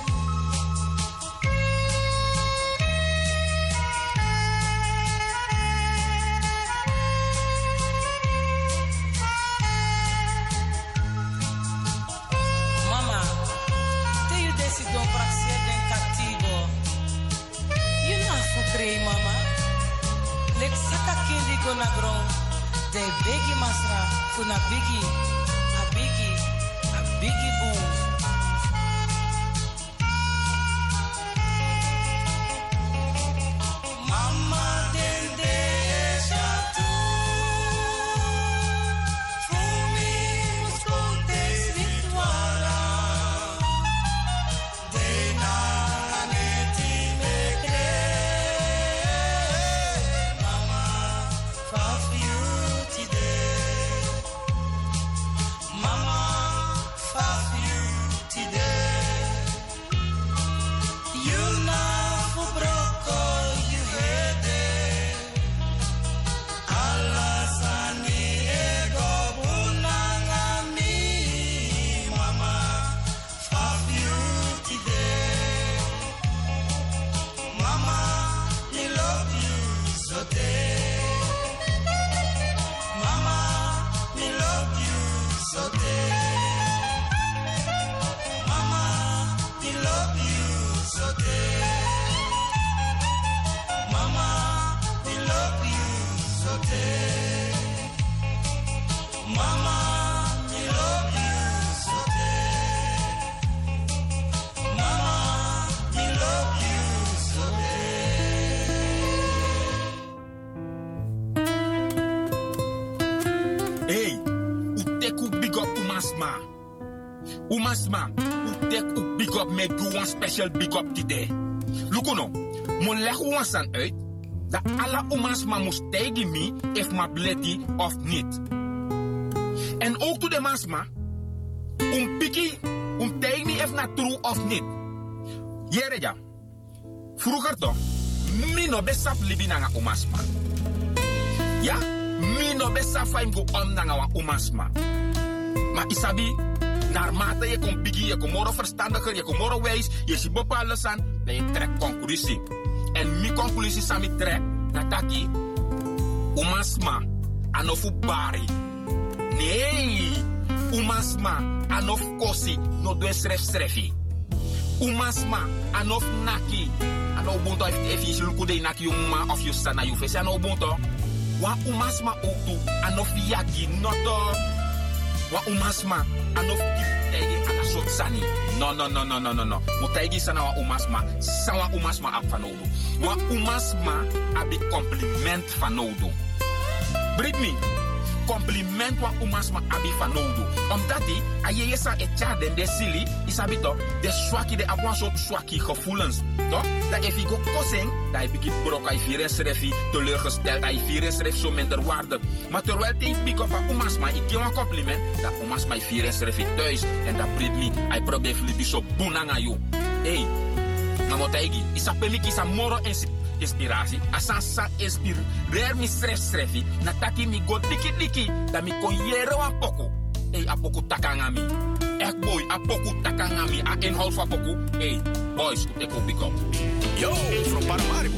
Mama, te you decidon para ser bem cativo. You know for pray, mama. Let's sit Kuna grond. De biggie masra. Kuna biggie. A biggie. A biggie boom. Mama dende shatu. Fumi muskonte sitwala. Dena aneti mekre. Mama faf you today. Mama faf you today. You know for broko you hede. Alasani ego bunangami. Mama faf you today. Mama, we love you so day. Mama, we love you so day. Mama, we love you so day. Mama, we love you so day. Mama, we love you so day. Mama, we love you so Hey, uteku big up umasma. Umasma, uteku big up met you one special big up today. Lukuno, mon leg ons aan uit dat alle umasma moest tegen me if ma bledi of niet. En ook to de masma, um piki, um tegen me if na true of niet. Jere ja, vroeger toch, mi no besap libi nanga umasma. Ja, mi no besap faim go om nanga wa umasma. Maar isabi, naarmate je komt piki, je komt moro verstandiger, je komt moro wijs, je ziet bepaalde aan, dan je trekt conclusie. En mi conclusie sami trek, nataki, umasma, anofu bari. Nee, umasma, anof kosi, no doe sref srefi. Umasma, anof naki, ano bunto if je luku de naki uma of you sana you face, ano bunto. Wa umasma ook anof yagi noto. Wa umasma, anof tegi ala sot sani. No, no, no, no, no, no, no. Mutaigi sana wa umasma, sawa umasma ap fanodo. Wa umasma abi compliment fanodo. Bring me. Compliment wa umasma abi fanodo. Omdat die, aye yesa etja den de sili, isabito, de swaki de abwan soort swaki gevoelens. Toch? Dat if je go kossing, dat je begint brok, hij vier is refi, teleurgesteld, hij vier is refi, zo minder waarde. Maar terwijl hij pick op van umasma, ik geef een compliment, dat umasma vier is refi thuis. En dat brengt me, hij probeert jullie zo boenang aan jou. Hey, nou wat hij is dat peliki is een moro inspiratie. Asan sa inspireer me stref strefi, nataki mi go diki diki, dat mi kon jero aan poko. Hey, apoko takangami. Echt boy, apoko takangami, a inhoud van poko. Hey, boys, ik kom pick up. Yo, from Paramaribo.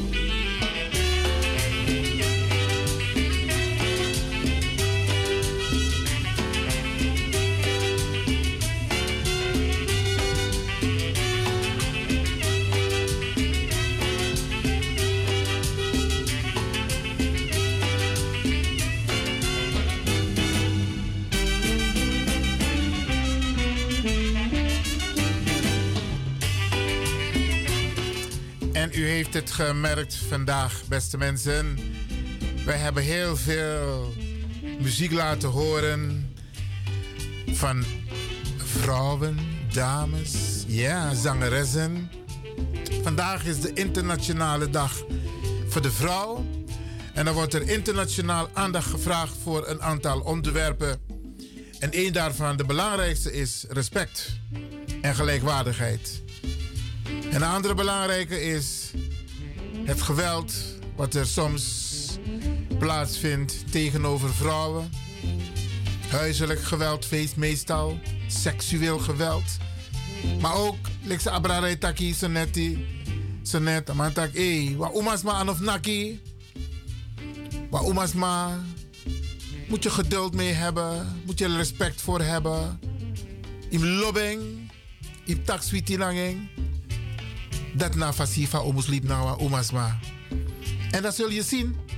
U heeft het gemerkt vandaag, beste mensen. Wij hebben heel veel muziek laten horen van vrouwen, dames, ja, zangeressen. Vandaag is de internationale dag voor de vrouw. En dan wordt er internationaal aandacht gevraagd voor een aantal onderwerpen. En één daarvan, de belangrijkste, is respect en gelijkwaardigheid. En een andere belangrijke is het geweld wat er soms plaatsvindt tegenover vrouwen. Huiselijk geweld meestal, seksueel geweld. Maar ook, like abrare taki soneti, sonet, amantak, eh, wa umasma anof naki. Wa umasma, moet je geduld mee hebben, moet je respect voor hebben. Im lobbing, im takswitinanging. Dat na fasifa omusliep na wa umasma. En dat zul je zien.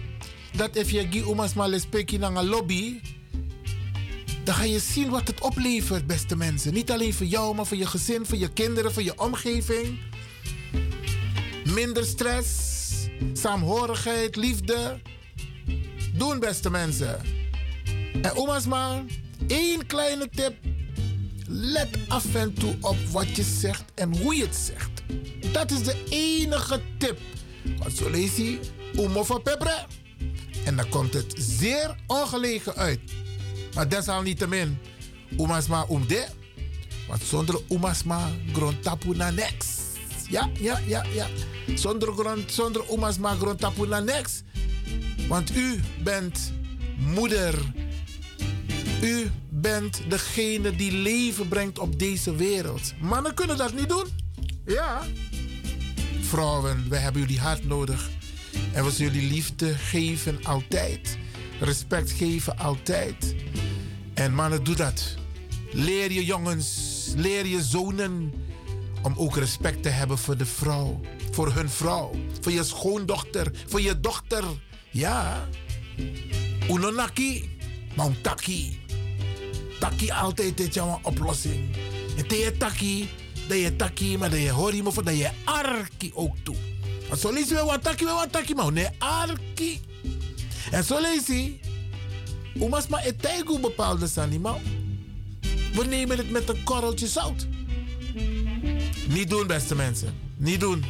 dat if je gi umas maar lespeki naar een lobby, dan ga je zien wat het oplevert, beste mensen. Niet alleen voor jou, maar voor je gezin, voor je kinderen, voor je omgeving. Minder stress, saamhorigheid, liefde. Doen, beste mensen. En oma's maar, één kleine tip. Let af en toe op wat je zegt en hoe je het zegt. Dat is de enige tip. Want zo lees je Umofa Pebre. En dan komt het zeer ongelegen uit. Maar desalniettemin, Umasma Umde. Want zonder Umasma grondtapu na niks. Ja, ja, ja, ja. Zonder, grond, zonder Umasma grondtapu na niks. Want u bent moeder. U bent degene die leven brengt op deze wereld. Mannen kunnen dat niet doen. Ja. Vrouwen, we hebben jullie hart nodig. En we zullen jullie liefde geven altijd. Respect geven altijd. En mannen, doe dat. Leer je jongens, leer je zonen om ook respect te hebben voor de vrouw. Voor hun vrouw. Voor je schoondochter. Voor je dochter. Ja. Unonaki. Maar taki. Taki altijd dit jouw oplossing. En tegen je taki, dat je taki, maar dat je hoort me voor dat je arki ook toe. En zo lees je wat taki, wat taki, maar nee arki. En zo lees je, hoe mas maar het tijgo bepaalde zijn, maar we nemen het met een korreltje zout. Niet doen, beste mensen. Niet doen.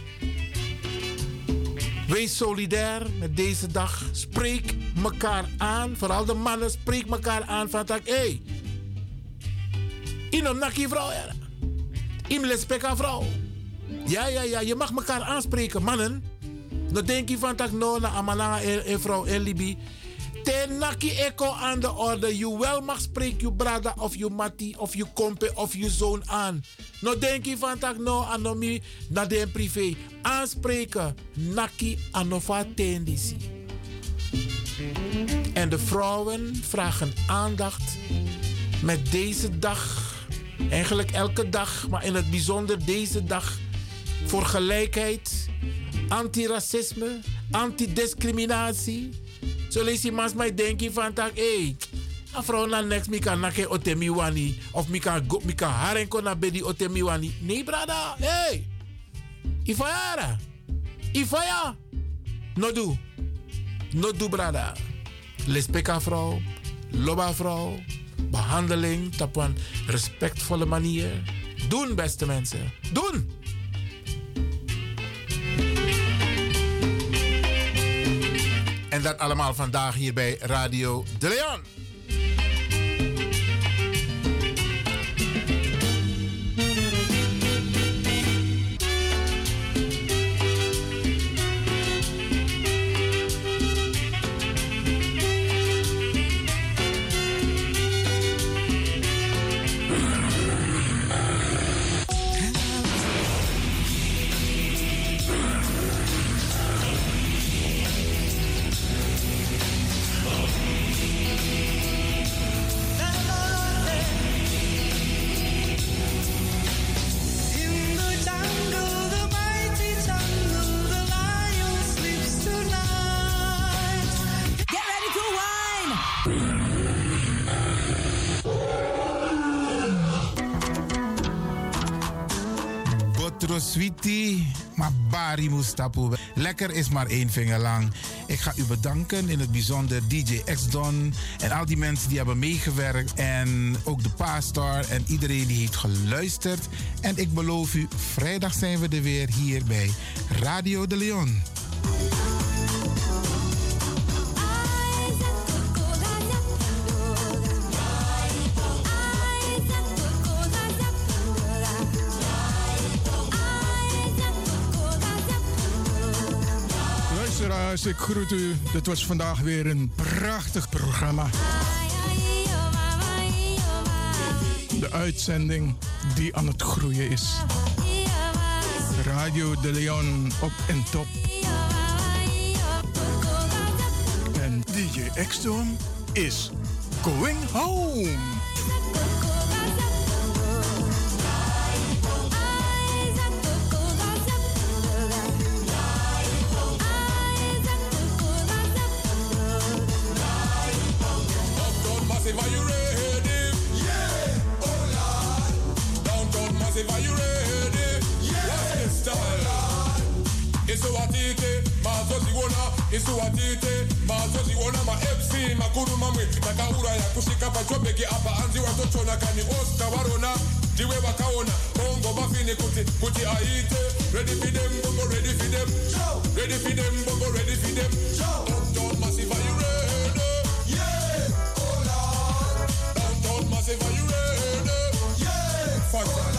Wees solidair met deze dag. Spreek elkaar aan. Vooral de mannen, spreek elkaar aan van tak. Hé, hey, inom naki vrouw. Im lespeka vrouw. Ja, ja, ja. Je mag elkaar aanspreken, mannen. Dan denk je van tak no na amalanga en vrouw en libi. Ten naki eko aan de orde. Je wel mag spreken je brada of je mati of je kompe of je zoon aan. No denk je van tak no anomi na den privé. Aanspreken. Naki anova tendisi. En de vrouwen vragen aandacht met deze dag. Eigenlijk elke dag, maar in het bijzonder deze dag. Voor gelijkheid, antiracisme, antidiscriminatie. Zo lees je maar mij denken van tak, hé, hey, een vrouw na niks, mi kan nake otemiwani. Of mi kan go, mi kan harenko na bedi otemiwani. Nee, brada, hé. Hey. Ifayara. Ifaya. No do. No do, brada. Lespeka vrouw, loba vrouw, behandeling op een respectvolle manier. Doen, beste mensen. Doen. En dat allemaal vandaag hier bij Radio De Leon. Sweetie, maar Bari Mustapu. Lekker is maar één vinger lang. Ik ga u bedanken, in het bijzonder D J X-Don en al die mensen die hebben meegewerkt. En ook de Pastor en iedereen die heeft geluisterd. En ik beloof u, vrijdag zijn we er weer hier bij Radio De Leon. Ik groet u. Dit was vandaag weer een prachtig programma. De uitzending die aan het groeien is. Radio De Leon op en top. En D J X-Don is going home. isuwatite mazoziona ma-fc makuru mamwe takauraya kusvika pachobheki apa anzi watotona kani oscar varona ndiwe vakaona bongo mafini kuti kuti aite ready for them bongo ready for them ready for them bongo ready for them downtown massive are you ready yeah oh lord downtown massive are you ready yeah fuck that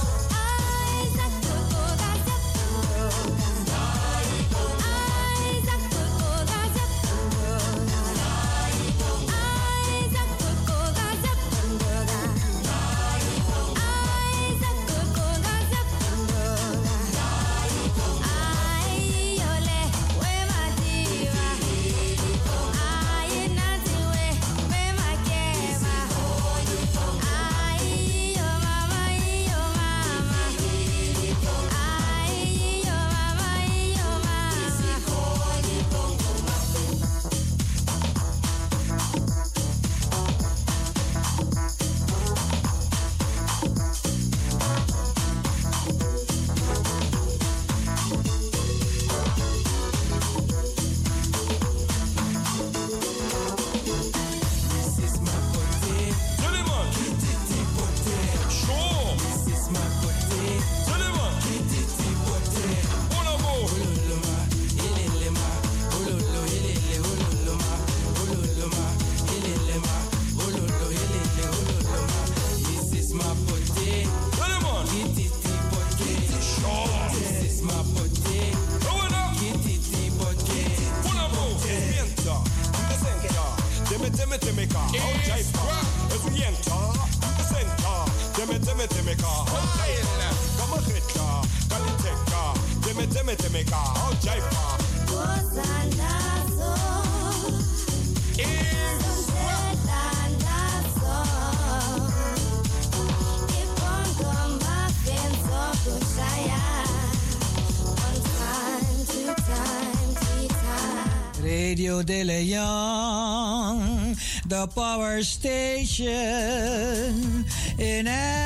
Radio De Leon, the power station in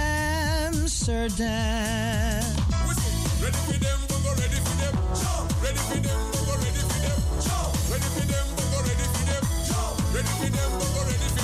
Amsterdam. Ready for them, bongo ready for them. Ready for them, bongo ready for them. Ready for them, bongo ready for them. Ready for them, bongo ready for them.